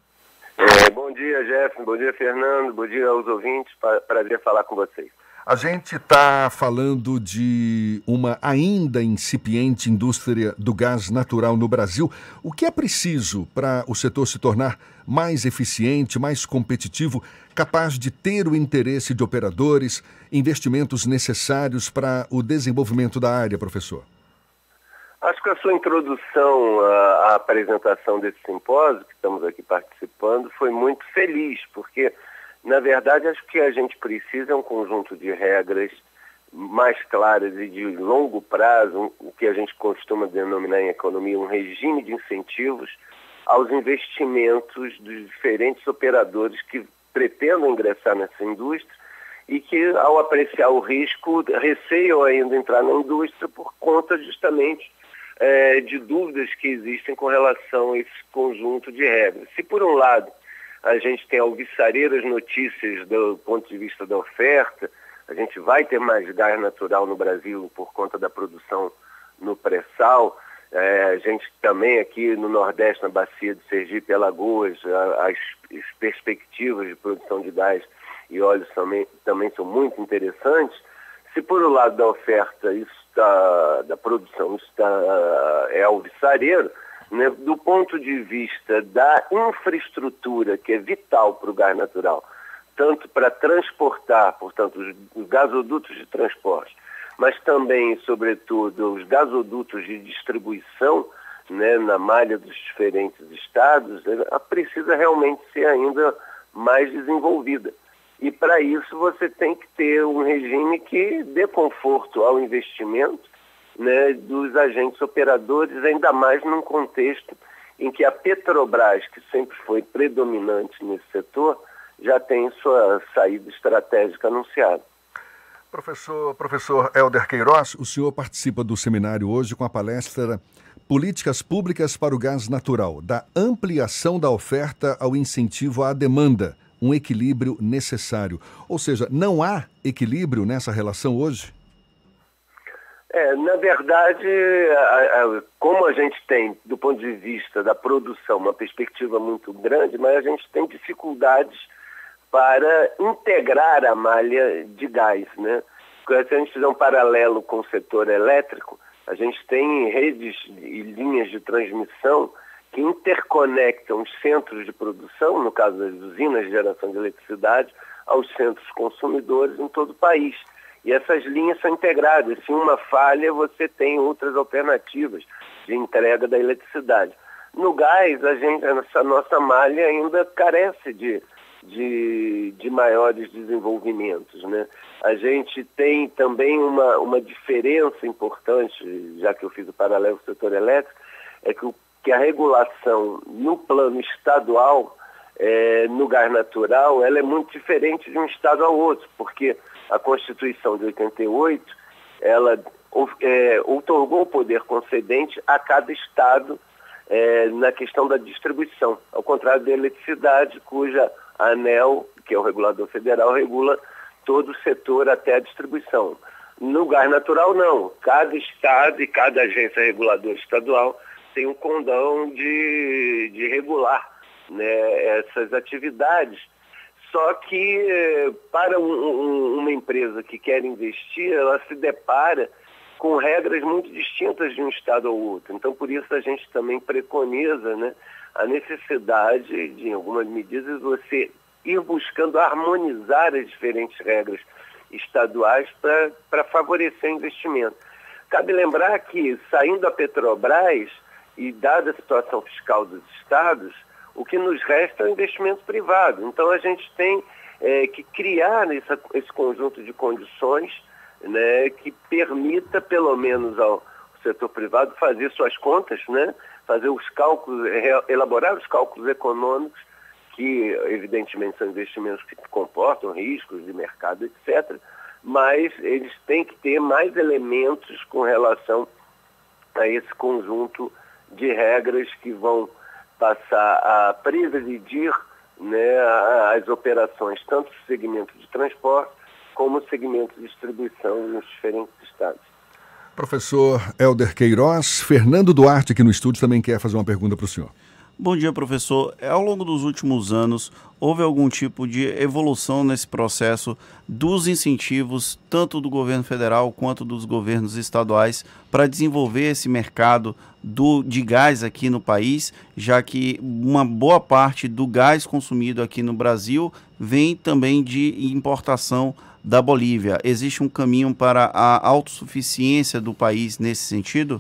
É, bom dia, Jeff, bom dia, Fernando, bom dia aos ouvintes, prazer falar com vocês. A gente está falando de uma ainda incipiente indústria do gás natural no Brasil. O que é preciso para o setor se tornar mais eficiente, mais competitivo, capaz de ter o interesse de operadores, investimentos necessários para o desenvolvimento da área, professor? Acho que a sua introdução à, à apresentação desse simpósio, que estamos aqui participando, foi muito feliz, porque na verdade, acho que a gente precisa é um conjunto de regras mais claras e de longo prazo, o que a gente costuma denominar em economia um regime de incentivos aos investimentos dos diferentes operadores que pretendam ingressar nessa indústria e que, ao apreciar o risco, receiam ainda entrar na indústria por conta justamente é, de dúvidas que existem com relação a esse conjunto de regras. Se, por um lado, a gente tem alvissareiras notícias do ponto de vista da oferta, a gente vai ter mais gás natural no Brasil por conta da produção no pré-sal, é, a gente também aqui no Nordeste, na bacia de Sergipe e Alagoas, a, as, as perspectivas de produção de gás e óleos também, também são muito interessantes. Se por um lado da oferta, isso tá, da produção, isso tá, é alvissareiro, né, do ponto de vista da infraestrutura, que é vital para o gás natural, tanto para transportar, portanto, os, os gasodutos de transporte, mas também, sobretudo, os gasodutos de distribuição, né, na malha dos diferentes estados, ela precisa realmente ser ainda mais desenvolvida. E para isso você tem que ter um regime que dê conforto ao investimento, né, dos agentes operadores, ainda mais num contexto em que a Petrobras, que sempre foi predominante nesse setor, já tem sua saída estratégica anunciada. Professor, professor Hélder Queiroz, o senhor participa do seminário hoje com a palestra políticas públicas para o gás natural, da ampliação da oferta ao incentivo à demanda, um equilíbrio necessário. Ou seja, não há equilíbrio nessa relação hoje? É, na verdade, a, a, como a gente tem, do ponto de vista da produção, uma perspectiva muito grande, mas a gente tem dificuldades para integrar a malha de gás, né? Porque se a gente fizer um paralelo com o setor elétrico, a gente tem redes e linhas de transmissão que interconectam os centros de produção, no caso das usinas de geração de eletricidade, aos centros consumidores em todo o país. E essas linhas são integradas. Se uma falha, você tem outras alternativas de entrega da eletricidade. No gás, a gente, essa nossa malha ainda carece de, de, de maiores desenvolvimentos, né? A gente tem também uma, uma diferença importante, já que eu fiz o paralelo com o setor elétrico, é que, o, que a regulação no plano estadual, é, no gás natural, ela é muito diferente de um estado ao outro, porque a Constituição de oitenta e oito, ela é, outorgou o poder concedente a cada estado é, na questão da distribuição, ao contrário da eletricidade, cuja ANEEL, que é o regulador federal, regula todo o setor até a distribuição. No gás natural, não. Cada estado e cada agência reguladora estadual tem um condão de, de regular, né, essas atividades. Só que para um, um, uma empresa que quer investir, ela se depara com regras muito distintas de um estado ao outro. Então, por isso a gente também preconiza, né, a necessidade de, em algumas medidas, você ir buscando harmonizar as diferentes regras estaduais para favorecer o investimento. Cabe lembrar que, saindo a Petrobras e dada a situação fiscal dos estados, o que nos resta é o investimento privado. Então, a gente tem é, que criar essa, esse conjunto de condições, né, que permita, pelo menos, ao setor privado fazer suas contas, né, fazer os cálculos, elaborar os cálculos econômicos, que, evidentemente, são investimentos que comportam riscos de mercado, etcétera, mas eles têm que ter mais elementos com relação a esse conjunto de regras que vão passar a presidir, né, as operações, tanto no segmento de transporte como no segmento de distribuição nos diferentes estados. Professor Hélder Queiroz, Fernando Duarte aqui no estúdio também quer fazer uma pergunta para o senhor. Bom dia, professor. Ao longo dos últimos anos, houve algum tipo de evolução nesse processo dos incentivos, tanto do governo federal quanto dos governos estaduais, para desenvolver esse mercado do, de gás aqui no país, já que uma boa parte do gás consumido aqui no Brasil vem também de importação da Bolívia. Existe um caminho para a autossuficiência do país nesse sentido?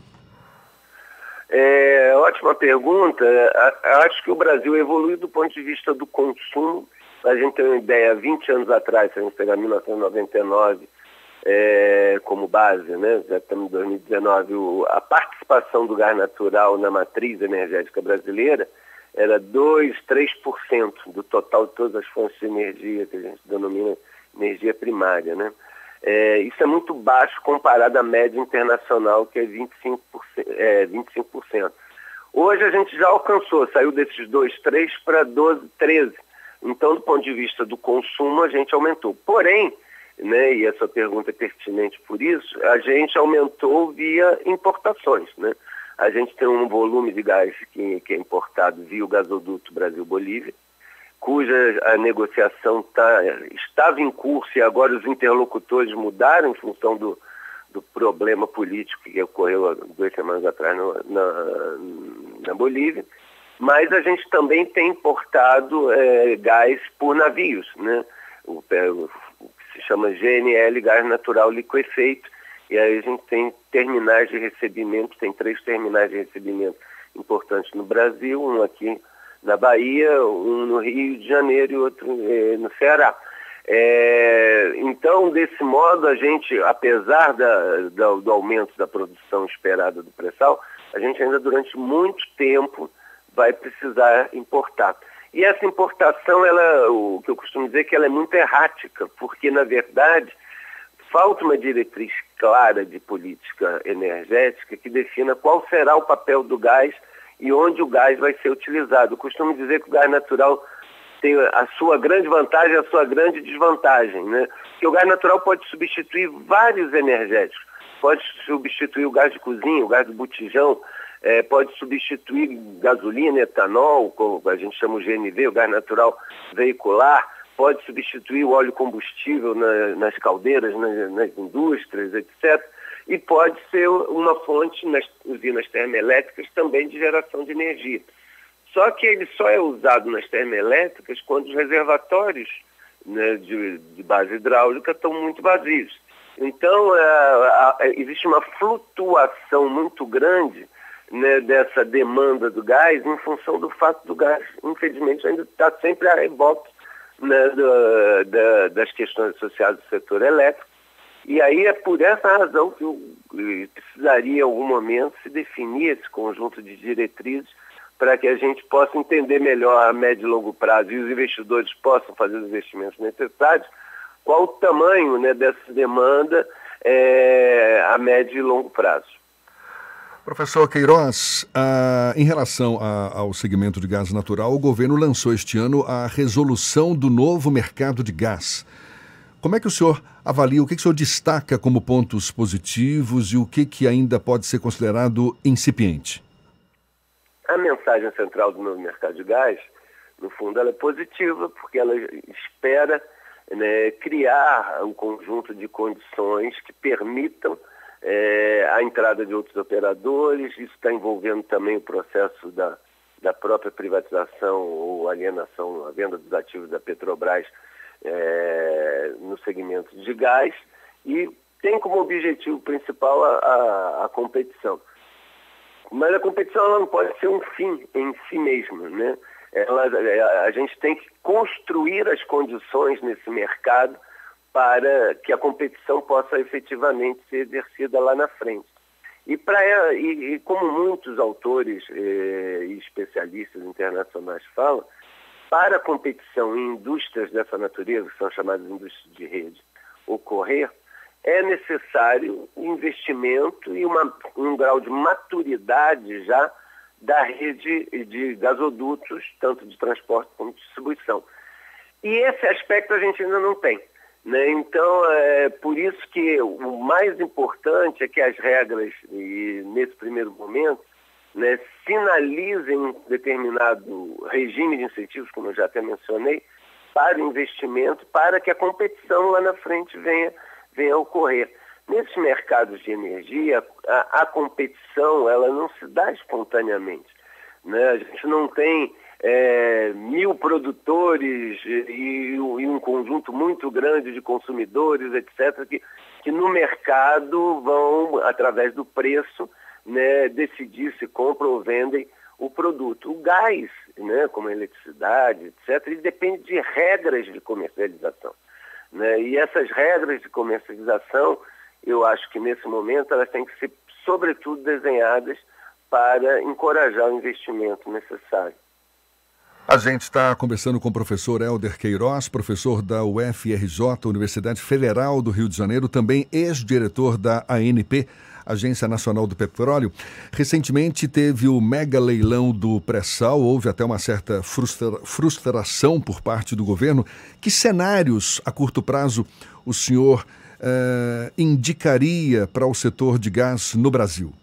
É, ótima pergunta. Acho que o Brasil evoluiu do ponto de vista do consumo. A gente tem uma ideia, vinte anos atrás, se a gente pegar mil novecentos e noventa e nove é, como base, né? Já estamos em dois mil e dezenove, o, a participação do gás natural na matriz energética brasileira era dois, três por cento do total de todas as fontes de energia, que a gente denomina energia primária, né? É, isso é muito baixo comparado à média internacional, que é vinte e cinco por cento. É, vinte e cinco por cento. Hoje a gente já alcançou, saiu desses dois, três para doze, treze. Então, do ponto de vista do consumo, a gente aumentou. Porém, né, e essa pergunta é pertinente por isso, a gente aumentou via importações, né? A gente tem um volume de gás que, que é importado via o gasoduto Brasil-Bolívia, cuja a negociação tá, estava em curso e agora os interlocutores mudaram em função do, do problema político que ocorreu há duas semanas atrás no, na, na Bolívia. Mas a gente também tem importado é, gás por navios, né? O, o, o que se chama G N L, gás natural liquefeito, e aí a gente tem terminais de recebimento, tem três terminais de recebimento importantes no Brasil, um aqui na Bahia, um no Rio de Janeiro e outro eh, no Ceará. É, então, desse modo, a gente, apesar da, da, do aumento da produção esperada do pré-sal, a gente ainda durante muito tempo vai precisar importar. E essa importação, ela, o que eu costumo dizer é que ela é muito errática, porque, na verdade, falta uma diretriz clara de política energética que defina qual será o papel do gás e onde o gás vai ser utilizado. Eu costumo dizer que o gás natural tem a sua grande vantagem e a sua grande desvantagem, né? Porque o gás natural pode substituir vários energéticos. Pode substituir o gás de cozinha, o gás do botijão, é, pode substituir gasolina, etanol, como a gente chama o G N V, o gás natural veicular, pode substituir o óleo combustível na, nas caldeiras, nas, nas indústrias, etcétera. E pode ser uma fonte nas usinas termoelétricas também de geração de energia. Só que ele só é usado nas termoelétricas quando os reservatórios, né, de, de base hidráulica estão muito vazios. Então, é, a, a, existe uma flutuação muito grande, né, dessa demanda do gás em função do fato do gás, infelizmente, ainda está sempre a reboque, né, do, da, das questões associadas ao setor elétrico. E aí é por essa razão que eu, eu precisaria, em algum momento, se definir esse conjunto de diretrizes para que a gente possa entender melhor a médio e longo prazo e os investidores possam fazer os investimentos necessários, qual o tamanho, né, dessa demanda é, a médio e longo prazo. Professor Queiroz, ah, em relação a, ao segmento de gás natural, o governo lançou este ano a resolução do novo mercado de gás. Como é que o senhor avalia, o que, que o senhor destaca como pontos positivos e o que, que ainda pode ser considerado incipiente? A mensagem central do novo mercado de gás, no fundo, ela é positiva, porque ela espera, né, criar um conjunto de condições que permitam é, a entrada de outros operadores. Isso está envolvendo também o processo da, da própria privatização ou alienação, a venda dos ativos da Petrobras é, no segmento de gás, e tem como objetivo principal a, a, a competição. Mas a competição ela não pode ser um fim em si mesma, né? Ela, a gente tem que construir as condições nesse mercado para que a competição possa efetivamente ser exercida lá na frente. E, pra, e, e como muitos autores eh, e especialistas internacionais falam, para a competição em indústrias dessa natureza, que são chamadas indústrias de rede, ocorrer, é necessário investimento e uma, um grau de maturidade já da rede de gasodutos, tanto de transporte como de distribuição. E esse aspecto a gente ainda não tem, né? Então, é por isso que o mais importante é que as regras, e nesse primeiro momento, né, sinalizem um determinado regime de incentivos, como eu já até mencionei, para o investimento, para que a competição lá na frente venha venha a ocorrer. Nesses mercados de energia, a, a competição ela não se dá espontaneamente, né? A gente não tem é, mil produtores e, e um conjunto muito grande de consumidores, etcétera, que, que no mercado vão, através do preço, né, decidir se compram ou vendem o produto. O gás, né, como a eletricidade, etcétera, ele depende de regras de comercialização. Né? E essas regras de comercialização, eu acho que nesse momento elas têm que ser, sobretudo, desenhadas para encorajar o investimento necessário. A gente está conversando com o professor Hélder Queiroz, professor da U F R J, Universidade Federal do Rio de Janeiro, também ex-diretor da A N P, Agência Nacional do Petróleo. Recentemente teve o mega leilão do pré-sal, houve até uma certa frustra- frustração por parte do governo. Que cenários a curto prazo o senhor eh, indicaria para o setor de gás no Brasil?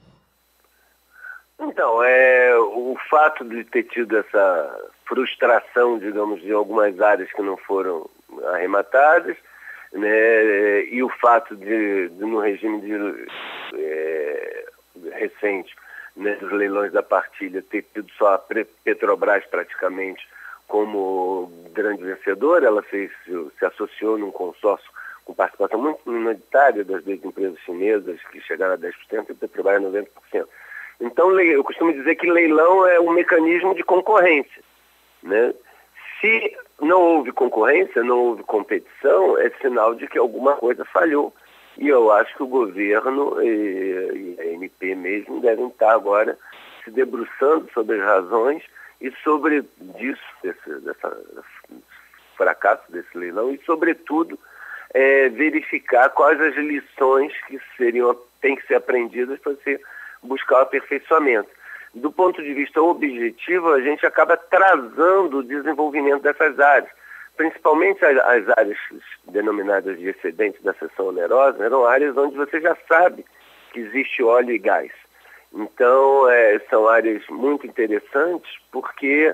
Então, é, o fato de ter tido essa frustração, digamos, de algumas áreas que não foram arrematadas, né, e o fato de, de no regime de, é, recente, né, dos leilões da partilha, ter tido só a Petrobras praticamente como grande vencedora, ela fez, se associou num consórcio com participação muito minoritária das duas empresas chinesas, que chegaram a dez por cento, e a Petrobras a noventa por cento. Então, eu costumo dizer que leilão é um mecanismo de concorrência, né? Se não houve concorrência, não houve competição, é sinal de que alguma coisa falhou. E eu acho que o governo e, e a A N P mesmo devem estar agora se debruçando sobre as razões e sobre disso, desse, dessa, fracasso desse leilão, e, sobretudo, é, verificar quais as lições que seriam, têm que ser aprendidas para você buscar o aperfeiçoamento. Do ponto de vista objetivo, a gente acaba atrasando o desenvolvimento dessas áreas. Principalmente as, as áreas denominadas de excedente da seção onerosa, eram áreas onde você já sabe que existe óleo e gás. Então, é, são áreas muito interessantes porque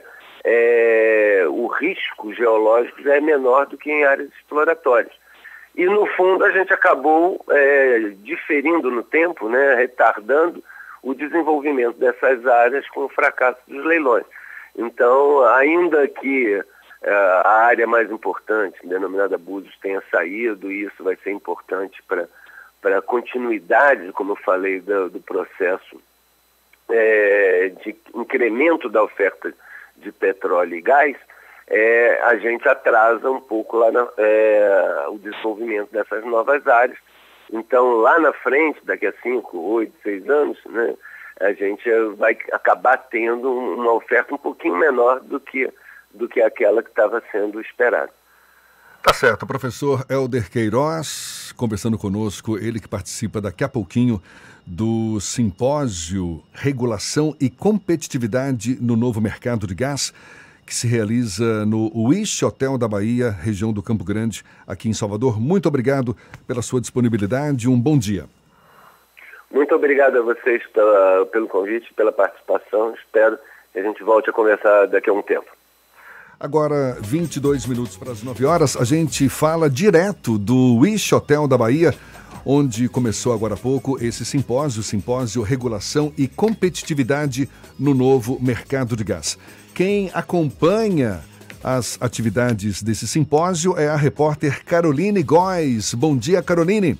é, o risco geológico já é menor do que em áreas exploratórias. E, no fundo, a gente acabou é, diferindo no tempo, né, retardando o desenvolvimento dessas áreas com o fracasso dos leilões. Então, ainda que a área mais importante, denominada Búzios, tenha saído, e isso vai ser importante para para a continuidade, como eu falei, do, do processo é, de incremento da oferta de petróleo e gás, é, a gente atrasa um pouco lá na, é, o desenvolvimento dessas novas áreas. Então, lá na frente, daqui a cinco, oito, seis anos, né, a gente vai acabar tendo uma oferta um pouquinho menor do que do que aquela que estava sendo esperada. Tá certo, professor Helder Queiroz, conversando conosco, ele que participa daqui a pouquinho do simpósio Regulação e Competitividade no Novo Mercado de Gás, que se realiza no Wish Hotel da Bahia, região do Campo Grande, aqui em Salvador. Muito obrigado pela sua disponibilidade, um bom dia. Muito obrigado a vocês pela, pelo convite, pela participação. Espero que a gente volte a conversar daqui a um tempo. Agora, vinte e dois minutos para as nove horas, a gente fala direto do Wish Hotel da Bahia, onde começou agora há pouco esse simpósio, simpósio Regulação e Competitividade no Novo Mercado de Gás. Quem acompanha as atividades desse simpósio é a repórter Caroline Góes. Bom dia, Caroline.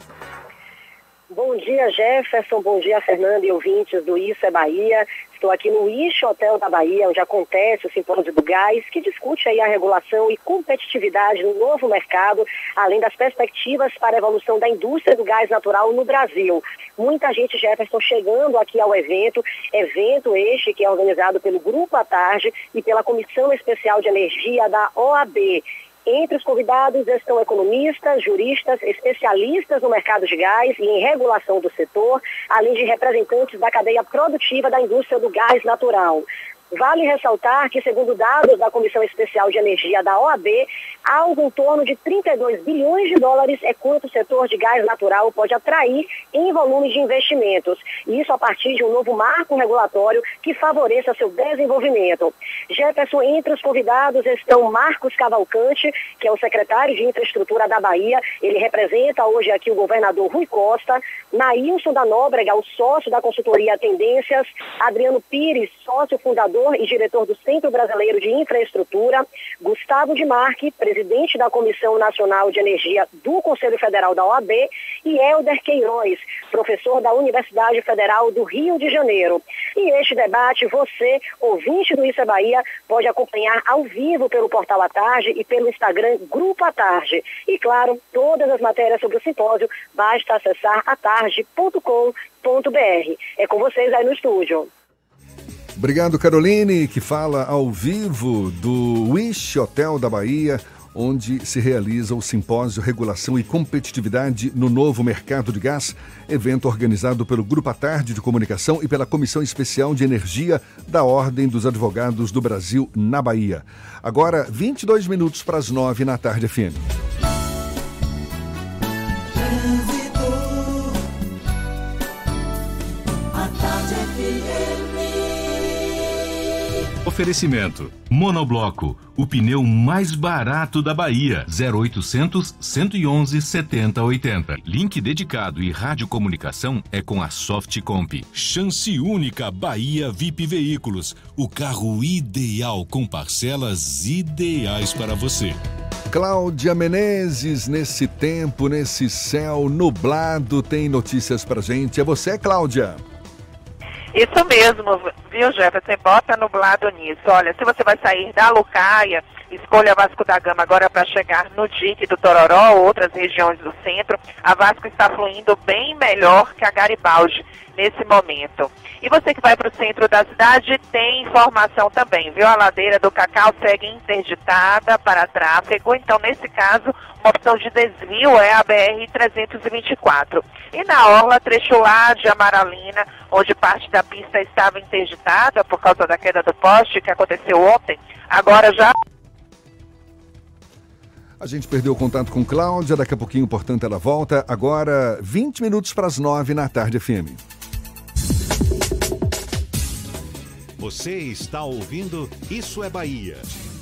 Bom dia, Jefferson. Bom dia, Fernando e ouvintes do Isso é Bahia. Estou aqui no Wish Hotel da Bahia, onde acontece o simpósio do gás, que discute aí a regulação e competitividade no novo mercado, além das perspectivas para a evolução da indústria do gás natural no Brasil. Muita gente, Jefferson, chegando aqui ao evento, evento este que é organizado pelo Grupo à Tarde e pela Comissão Especial de Energia da O A B. Entre os convidados estão economistas, juristas, especialistas no mercado de gás e em regulação do setor, além de representantes da cadeia produtiva da indústria do gás natural. Vale ressaltar que, segundo dados da Comissão Especial de Energia da O A B, algo em torno de trinta e dois bilhões de dólares é quanto o setor de gás natural pode atrair em volumes de investimentos. Isso a partir de um novo marco regulatório que favoreça seu desenvolvimento. Jefferson, entre os convidados estão Marcos Cavalcante, que é o secretário de Infraestrutura da Bahia. Ele representa hoje aqui o governador Rui Costa. Nailson da Nóbrega, o sócio da consultoria Tendências. Adriano Pires, sócio fundador e diretor do Centro Brasileiro de Infraestrutura, Gustavo de Marque, presidente da Comissão Nacional de Energia do Conselho Federal da O A B, e Helder Queiroz, professor da Universidade Federal do Rio de Janeiro. E este debate, você, ouvinte do Isso é Bahia, pode acompanhar ao vivo pelo Portal à Tarde e pelo Instagram Grupo à Tarde. E, claro, todas as matérias sobre o simpósio, basta acessar atarde ponto com ponto br. É com vocês aí no estúdio. Obrigado, Caroline, que fala ao vivo do Wish Hotel da Bahia, onde se realiza o simpósio Regulação e Competitividade no Novo Mercado de Gás, evento organizado pelo Grupo à Tarde de Comunicação e pela Comissão Especial de Energia da Ordem dos Advogados do Brasil na Bahia. Agora, vinte e dois minutos para as nove na Tarde F M. Oferecimento. Monobloco, o pneu mais barato da Bahia. zero oitocentos, cento e onze, setenta, oitenta. Link dedicado e radiocomunicação é com a Softcomp. Chance única Bahia V I P Veículos. O carro ideal com parcelas ideais para você. Cláudia Menezes, nesse tempo, nesse céu nublado, tem notícias pra gente. É você, Cláudia? Isso mesmo, viu, Jefferson? Bota nublado nisso. Olha, se você vai sair da Lucaia, escolha a Vasco da Gama agora para chegar no Dique do Tororó ou outras regiões do centro. A Vasco está fluindo bem melhor que a Garibaldi. nesse momento. E você que vai para o centro da cidade tem informação também, viu? A ladeira do Cacau segue interditada para tráfego, então nesse caso uma opção de desvio é a B R trezentos e vinte e quatro. E na orla, trecho lá de Amaralina, onde parte da pista estava interditada por causa da queda do poste que aconteceu ontem, agora já... A gente perdeu o contato com Cláudia, daqui a pouquinho, portanto, ela volta. Agora, vinte minutos para as nove na Tarde F M. Você está ouvindo Isso é Bahia.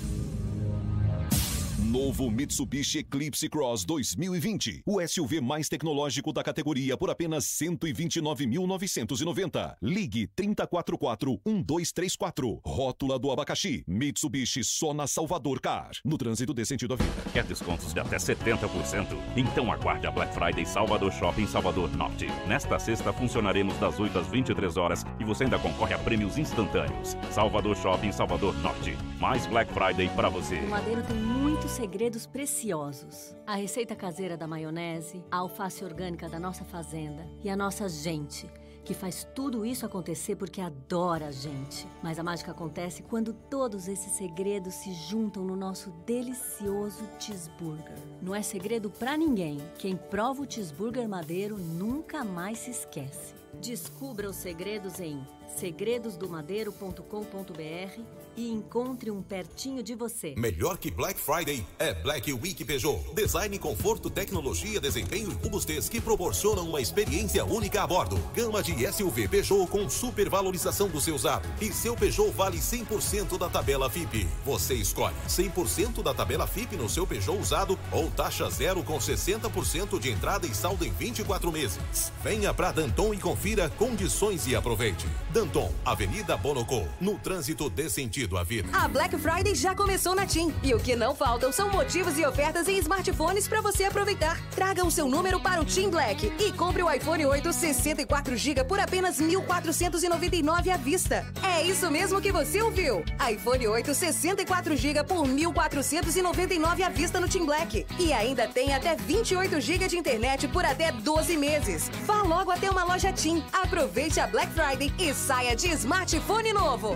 Novo Mitsubishi Eclipse Cross dois mil e vinte. O S U V mais tecnológico da categoria por apenas cento e vinte e nove mil novecentos e noventa. Ligue trinta e quatro quatro, um dois três quatro. Rótula do abacaxi. Mitsubishi só na Salvador Car. No trânsito dê sentido à vida. Quer descontos de até setenta por cento? Então aguarde a Black Friday Salvador Shopping Salvador Norte. Nesta sexta funcionaremos das oito às vinte e três horas e você ainda concorre a prêmios instantâneos. Salvador Shopping Salvador Norte. Mais Black Friday para você. O Madeiro tem muitos segredos preciosos. A receita caseira da maionese, a alface orgânica da nossa fazenda e a nossa gente, que faz tudo isso acontecer porque adora a gente. Mas a mágica acontece quando todos esses segredos se juntam no nosso delicioso cheeseburger. Não é segredo pra ninguém. Quem prova o cheeseburger Madeiro nunca mais se esquece. Descubra os segredos em segredos do madeiro ponto com ponto b r e encontre um pertinho de você. Melhor que Black Friday é Black Week Peugeot. Design, conforto, tecnologia, desempenho e robustez que proporcionam uma experiência única a bordo. Gama de S U V Peugeot com supervalorização do seu usado. E seu Peugeot vale cem por cento da tabela F I P. Você escolhe cem por cento da tabela F I P no seu Peugeot usado ou taxa zero com sessenta por cento de entrada e saldo em vinte e quatro meses. Venha pra Danton e confira condições e aproveite. Danton, Avenida Bonocô, no trânsito dê sentido à vida. A Black Friday já começou na TIM e o que não faltam são motivos e ofertas em smartphones para você aproveitar. Traga o seu número para o TIM Black e compre o iPhone oito sessenta e quatro gigas por apenas mil quatrocentos e noventa e nove reais à vista. É isso mesmo que você ouviu. iPhone oito sessenta e quatro gigas por mil quatrocentos e noventa e nove reais à vista no TIM Black. E ainda tem até vinte e oito gigas de internet por até doze meses. Vá logo até uma loja TIM. Aproveite a Black Friday e saia de smartphone novo.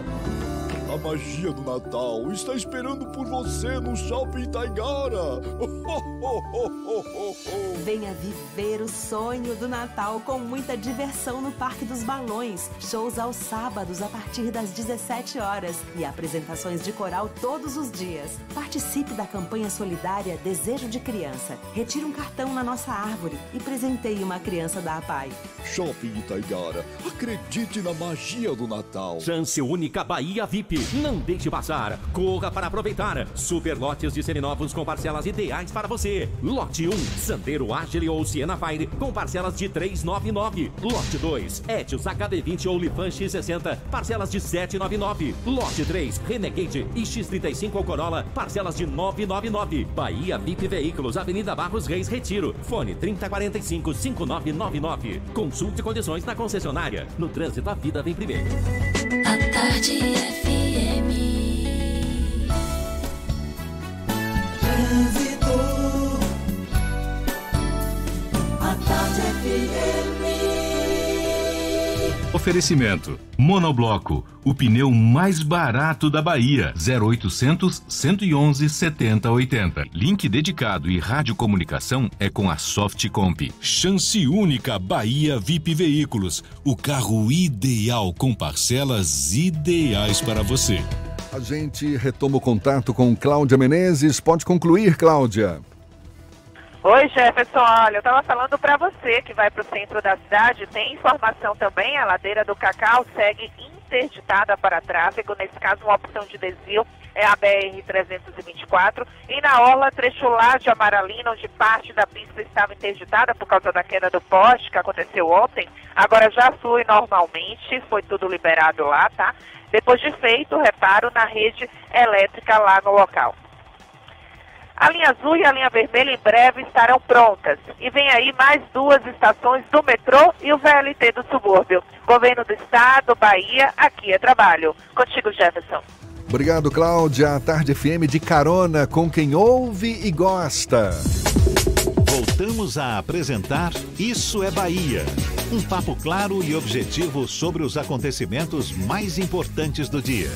A magia do Natal está esperando por você no Shopping Taigara. Venha viver o sonho do Natal com muita diversão no Parque dos Balões. Shows aos sábados a partir das dezessete horas e apresentações de coral todos os dias. Participe da campanha solidária Desejo de Criança. Retire um cartão na nossa árvore e presenteie uma criança da APAI. Shopping Taigara. Acredite na magia do Natal. Chance única Bahia V I P. Não deixe passar. Corra para aproveitar. Super lotes de seminovos com parcelas ideais para você. Lote um, Sandero Agile ou Siena Fire com parcelas de trezentos e noventa e nove. Lote dois, Etios H D vinte ou Lifan X sessenta, parcelas de setecentos e noventa e nove. Lote três, Renegade e X trinta e cinco ou Corolla, parcelas de novecentos e noventa e nove. Bahia V I P Veículos, Avenida Barros Reis, Retiro. Fone trinta quarenta e cinco, cinquenta e nove noventa e nove. Consulte condições na concessionária. No trânsito, a vida vem primeiro. A Tarde F M. Trânsito. A Tarde F M. Oferecimento Monobloco, o pneu mais barato da Bahia. zero oitocentos, cento e onze, setenta, oitenta. Link dedicado e radiocomunicação é com a Softcomp. Chance única Bahia V I P Veículos, o carro ideal com parcelas ideais para você. A gente retoma o contato com Cláudia Menezes. Pode concluir, Cláudia. Oi, Jefferson. Olha, eu estava falando para você que vai para o centro da cidade. Tem informação também, a ladeira do Cacau segue interditada para tráfego. Nesse caso, uma opção de desvio é a B R trezentos e vinte e quatro. E na orla, trecho lá de Amaralina, onde parte da pista estava interditada por causa da queda do poste que aconteceu ontem, agora já flui normalmente, foi tudo liberado lá, tá? Depois de feito o reparo na rede elétrica lá no local. A linha azul e a linha vermelha em breve estarão prontas. E vem aí mais duas estações do metrô e o V L T do subúrbio. Governo do Estado, Bahia, aqui é trabalho. Contigo, Jefferson. Obrigado, Cláudia. A Tarde F M de carona com quem ouve e gosta. Voltamos. Voltamos a apresentar Isso é Bahia. Um papo claro e objetivo sobre os acontecimentos mais importantes do dia.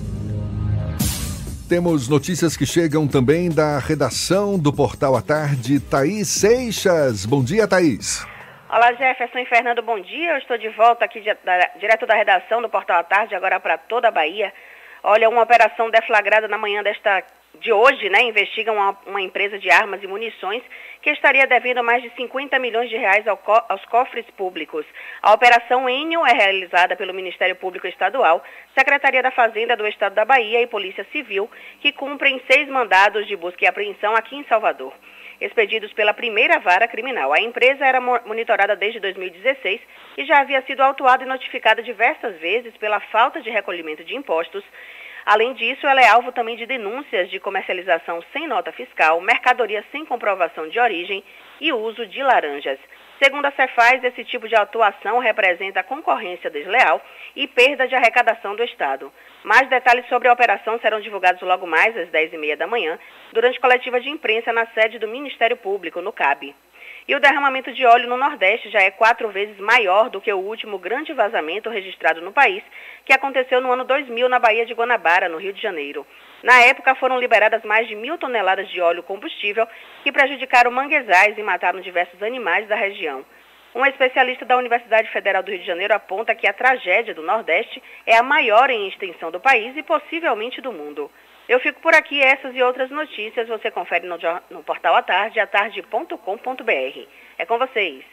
Temos notícias que chegam também da redação do Portal à Tarde, Thaís Seixas. Bom dia, Thaís. Olá, Jefferson e Fernando, bom dia. Eu estou de volta aqui de, da, direto da redação do Portal à Tarde, agora para toda a Bahia. Olha, uma operação deflagrada na manhã desta, de hoje, né, investiga uma, uma empresa de armas e munições que estaria devendo mais de cinquenta milhões de reais ao co, aos cofres públicos. A Operação Enio é realizada pelo Ministério Público Estadual, Secretaria da Fazenda do Estado da Bahia e Polícia Civil, que cumprem seis mandados de busca e apreensão aqui em Salvador, expedidos pela primeira vara criminal. A empresa era monitorada desde dois mil e dezesseis e já havia sido autuada e notificada diversas vezes pela falta de recolhimento de impostos. Além disso, ela é alvo também de denúncias de comercialização sem nota fiscal, mercadoria sem comprovação de origem e uso de laranjas. Segundo a Cefaz, esse tipo de atuação representa concorrência desleal e perda de arrecadação do Estado. Mais detalhes sobre a operação serão divulgados logo mais às dez e meia da manhã, durante coletiva de imprensa na sede do Ministério Público, no C A B. E o derramamento de óleo no Nordeste já é quatro vezes maior do que o último grande vazamento registrado no país, que aconteceu no ano dois mil na Baía de Guanabara, no Rio de Janeiro. Na época, foram liberadas mais de mil toneladas de óleo combustível que prejudicaram manguezais e mataram diversos animais da região. Um especialista da Universidade Federal do Rio de Janeiro aponta que a tragédia do Nordeste é a maior em extensão do país e possivelmente do mundo. Eu fico por aqui, essas e outras notícias você confere no, no portal à tarde, atarde ponto com ponto b r. É com vocês.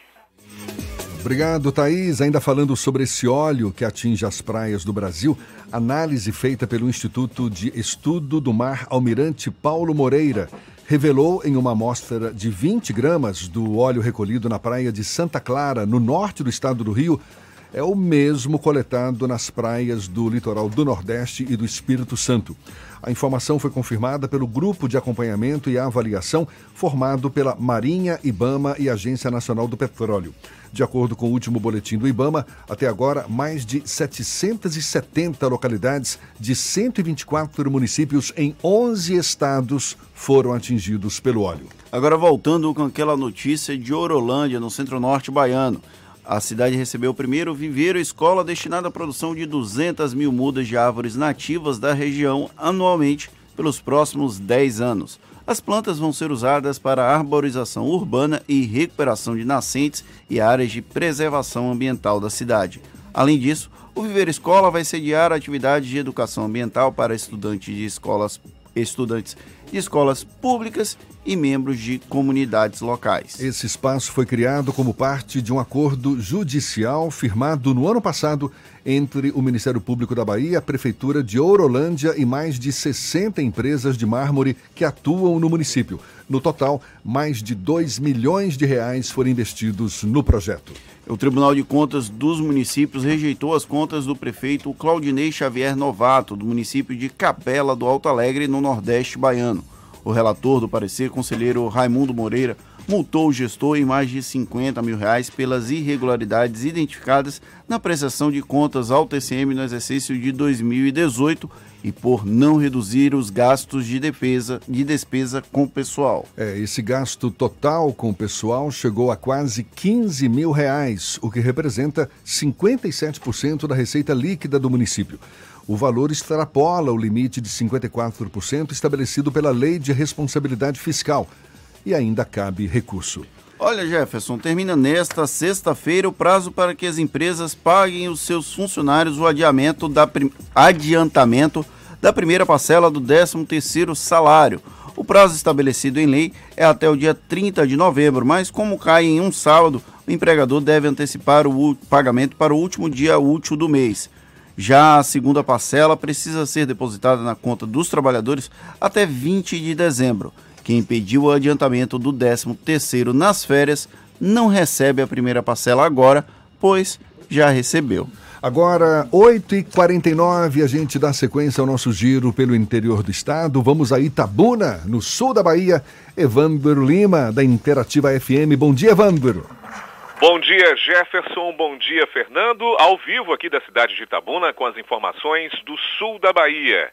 Obrigado, Thaís. Ainda falando sobre esse óleo que atinge as praias do Brasil, análise feita pelo Instituto de Estudo do Mar Almirante Paulo Moreira revelou em uma amostra de vinte gramas do óleo recolhido na praia de Santa Clara, no norte do estado do Rio, é o mesmo coletado nas praias do litoral do Nordeste e do Espírito Santo. A informação foi confirmada pelo Grupo de Acompanhamento e Avaliação formado pela Marinha, IBAMA e Agência Nacional do Petróleo. De acordo com o último boletim do IBAMA, até agora, mais de setecentas e setenta localidades de cento e vinte e quatro municípios em onze estados foram atingidos pelo óleo. Agora voltando com aquela notícia de Orolândia, no centro-norte baiano. A cidade recebeu o primeiro viveiro escola destinado à produção de duzentas mil mudas de árvores nativas da região anualmente pelos próximos dez anos. As plantas vão ser usadas para arborização urbana e recuperação de nascentes e áreas de preservação ambiental da cidade. Além disso, o viveiro escola vai sediar atividades de educação ambiental para estudantes de escolas, estudantes de escolas públicas e membros de comunidades locais. Esse espaço foi criado como parte de um acordo judicial firmado no ano passado entre o Ministério Público da Bahia, a Prefeitura de Orolândia e mais de sessenta empresas de mármore que atuam no município. No total, mais de dois milhões de reais foram investidos no projeto. O Tribunal de Contas dos Municípios rejeitou as contas do prefeito Claudinei Xavier Novato, do município de Capela do Alto Alegre, no Nordeste baiano. O relator do parecer, conselheiro Raimundo Moreira, multou o gestor em mais de cinquenta mil reais pelas irregularidades identificadas na prestação de contas ao T C M no exercício de dois mil e dezoito e por não reduzir os gastos de despesa, de despesa com pessoal. É, esse gasto total com o pessoal chegou a quase quinze mil reais, o que representa cinquenta e sete por cento da receita líquida do município. O valor extrapola o limite de cinquenta e quatro por cento estabelecido pela Lei de Responsabilidade Fiscal e ainda cabe recurso. Olha, Jefferson, termina nesta sexta-feira o prazo para que as empresas paguem os seus funcionários o adiamento da prim... adiantamento da primeira parcela do décimo terceiro salário. O prazo estabelecido em lei é até o dia trinta de novembro, mas como cai em um sábado, o empregador deve antecipar o pagamento para o último dia útil do mês. Já a segunda parcela precisa ser depositada na conta dos trabalhadores até vinte de dezembro. Quem pediu o adiantamento do décimo terceiro nas férias não recebe a primeira parcela agora, pois já recebeu. Agora, oito e quarenta e nove, a gente dá sequência ao nosso giro pelo interior do estado. Vamos a Itabuna, no sul da Bahia. Evandro Lima, da Interativa F M. Bom dia, Evandro. Bom dia, Jefferson. Bom dia, Fernando. Ao vivo aqui da cidade de Itabuna com as informações do sul da Bahia.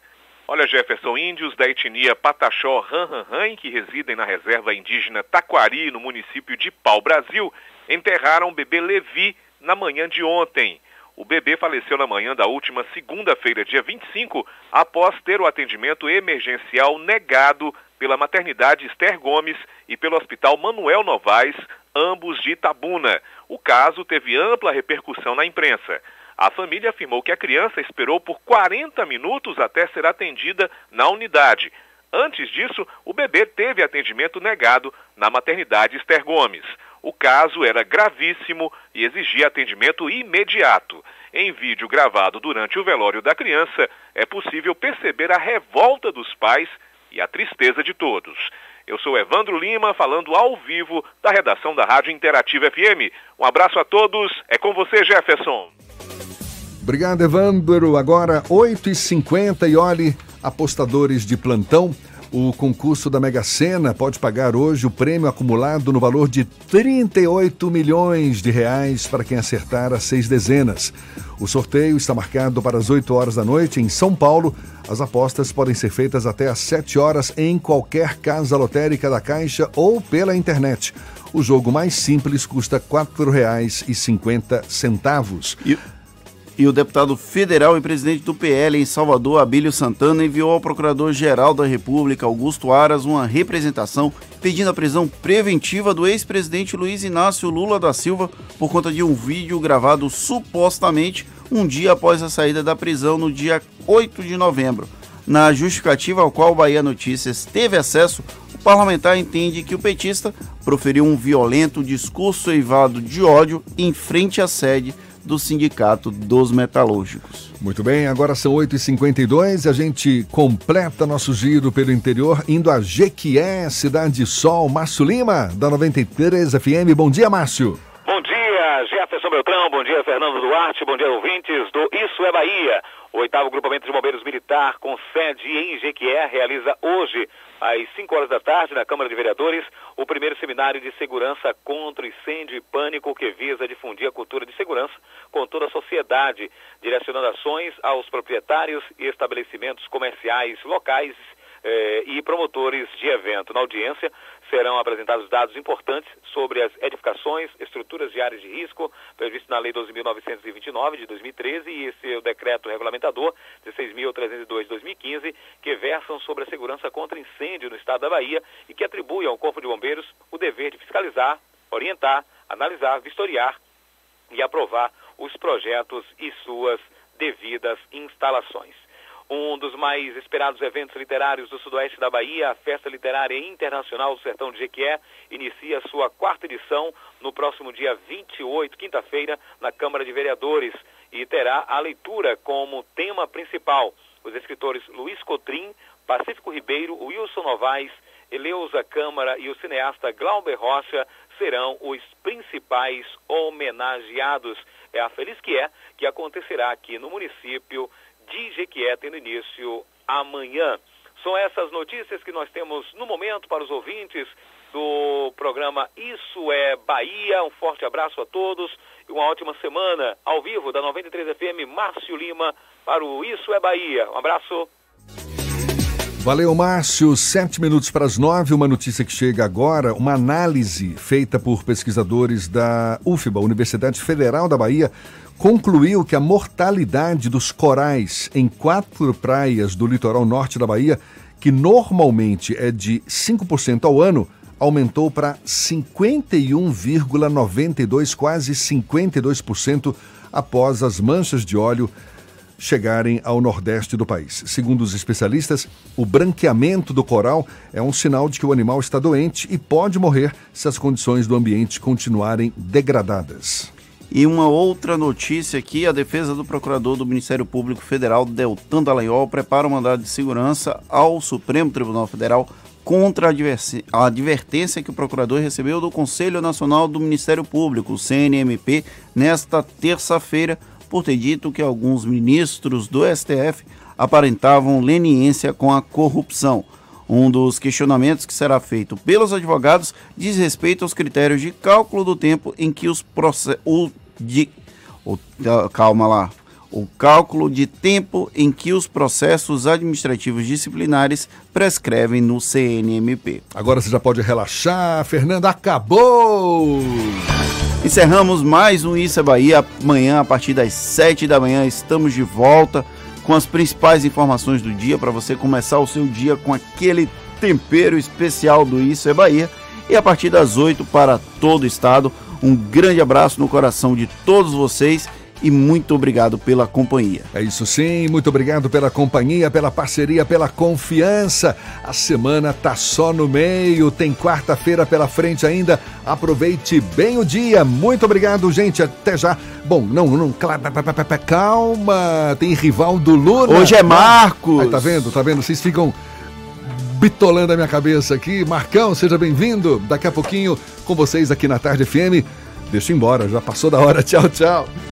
Olha, Jefferson, índios da etnia Pataxó Ranranran, que residem na reserva indígena Taquari, no município de Pau, Brasil, enterraram o bebê Levi na manhã de ontem. O bebê faleceu na manhã da última segunda-feira, dia vinte e cinco, após ter o atendimento emergencial negado pela maternidade Esther Gomes e pelo Hospital Manuel Novaes, ambos de Itabuna. O caso teve ampla repercussão na imprensa. A família afirmou que a criança esperou por quarenta minutos até ser atendida na unidade. Antes disso, o bebê teve atendimento negado na maternidade Esther Gomes. O caso era gravíssimo e exigia atendimento imediato. Em vídeo gravado durante o velório da criança, é possível perceber a revolta dos pais e a tristeza de todos. Eu sou Evandro Lima, falando ao vivo da redação da Rádio Interativa F M. Um abraço a todos. É com você, Jefferson. Obrigado, Evandro. Agora, oito e cinquenta e olhe, apostadores de plantão, o concurso da Mega Sena pode pagar hoje o prêmio acumulado no valor de trinta e oito milhões de reais para quem acertar as seis dezenas. O sorteio está marcado para as oito horas da noite em São Paulo. As apostas podem ser feitas até às sete horas em qualquer casa lotérica da Caixa ou pela internet. O jogo mais simples custa quatro reais e cinquenta centavos. E... E o deputado federal e presidente do P L em Salvador, Abílio Santana, enviou ao Procurador-Geral da República, Augusto Aras, uma representação pedindo a prisão preventiva do ex-presidente Luiz Inácio Lula da Silva por conta de um vídeo gravado supostamente um dia após a saída da prisão no dia oito de novembro. Na justificativa ao qual o Bahia Notícias teve acesso, o parlamentar entende que o petista proferiu um violento discurso eivado de ódio em frente à sede do Sindicato dos Metalúrgicos. Muito bem, agora são oito e cinquenta e dois e a gente completa nosso giro pelo interior indo a Jequié, Cidade Sol. Márcio Lima, da noventa e três F M. Bom dia, Márcio. Bom dia, Jefferson Beltrão. Bom dia, Fernando Duarte. Bom dia, ouvintes do Isso é Bahia. O oitavo Grupamento de Bombeiros Militar, com sede em Jequié, realiza hoje, às cinco horas da tarde, na Câmara de Vereadores, o primeiro seminário de segurança contra incêndio e pânico que visa difundir a cultura de segurança com toda a sociedade, direcionando ações aos proprietários e estabelecimentos comerciais locais eh, e promotores de evento. Na audiência serão apresentados dados importantes sobre as edificações, estruturas de áreas de risco, previsto na Lei doze mil novecentos e vinte e nove de dois mil e treze e esse é o decreto regulamentador dezesseis mil trezentos e dois de dois mil e quinze, que versam sobre a segurança contra incêndio no estado da Bahia e que atribuem ao Corpo de Bombeiros o dever de fiscalizar, orientar, analisar, vistoriar e aprovar os projetos e suas devidas instalações. Um dos mais esperados eventos literários do sudoeste da Bahia, a Festa Literária Internacional do Sertão de Jequié, inicia sua quarta edição no próximo dia vinte e oito, quinta-feira, na Câmara de Vereadores, e terá a leitura como tema principal. Os escritores Luiz Cotrim, Pacífico Ribeiro, Wilson Novaes, Eleusa Câmara e o cineasta Glauber Rocha serão os principais homenageados. É a Feliz que é, que acontecerá aqui no município de Jequié, tendo início amanhã. São essas notícias que nós temos no momento para os ouvintes do programa Isso é Bahia. Um forte abraço a todos e uma ótima semana ao vivo da noventa e três F M. Márcio Lima para o Isso é Bahia. Um abraço. Valeu, Márcio. Sete minutos para as nove. Uma notícia que chega agora, uma análise feita por pesquisadores da U F B A, Universidade Federal da Bahia, concluiu que a mortalidade dos corais em quatro praias do litoral norte da Bahia, que normalmente é de cinco por cento ao ano, aumentou para cinquenta e um vírgula noventa e dois por cento, quase cinquenta e dois por cento, após as manchas de óleo chegarem ao nordeste do país. Segundo os especialistas, o branqueamento do coral é um sinal de que o animal está doente e pode morrer se as condições do ambiente continuarem degradadas. E uma outra notícia aqui, a defesa do procurador do Ministério Público Federal, Deltan Dallagnol, prepara um mandado de segurança ao Supremo Tribunal Federal contra a advertência que o procurador recebeu do Conselho Nacional do Ministério Público, o C N M P, nesta terça-feira, por ter dito que alguns ministros do S T F aparentavam leniência com a corrupção. Um dos questionamentos que será feito pelos advogados diz respeito aos critérios de cálculo do tempo em que os processos... De... Oh, calma lá. o cálculo de tempo em que os processos administrativos disciplinares prescrevem no C N M P. Agora você já pode relaxar, Fernanda, acabou! Encerramos mais um Isso é Bahia. Amanhã, a partir das sete da manhã, estamos de volta com as principais informações do dia para você começar o seu dia com aquele tempero especial do Isso é Bahia. E a partir das oito para todo o estado, um grande abraço no coração de todos vocês e muito obrigado pela companhia. É isso sim, muito obrigado pela companhia, pela parceria, pela confiança. A semana tá só no meio, tem quarta-feira pela frente ainda. Aproveite bem o dia. Muito obrigado, gente. Até já. Bom, não, não, calma. Tem Rivaldo Luna. Hoje é Marcos. Aí, tá vendo? Tá vendo? Vocês ficam bitolando a minha cabeça aqui. Marcão, seja bem-vindo. Daqui a pouquinho com vocês aqui na Tarde F M. Deixa eu ir embora, já passou da hora. Tchau, tchau.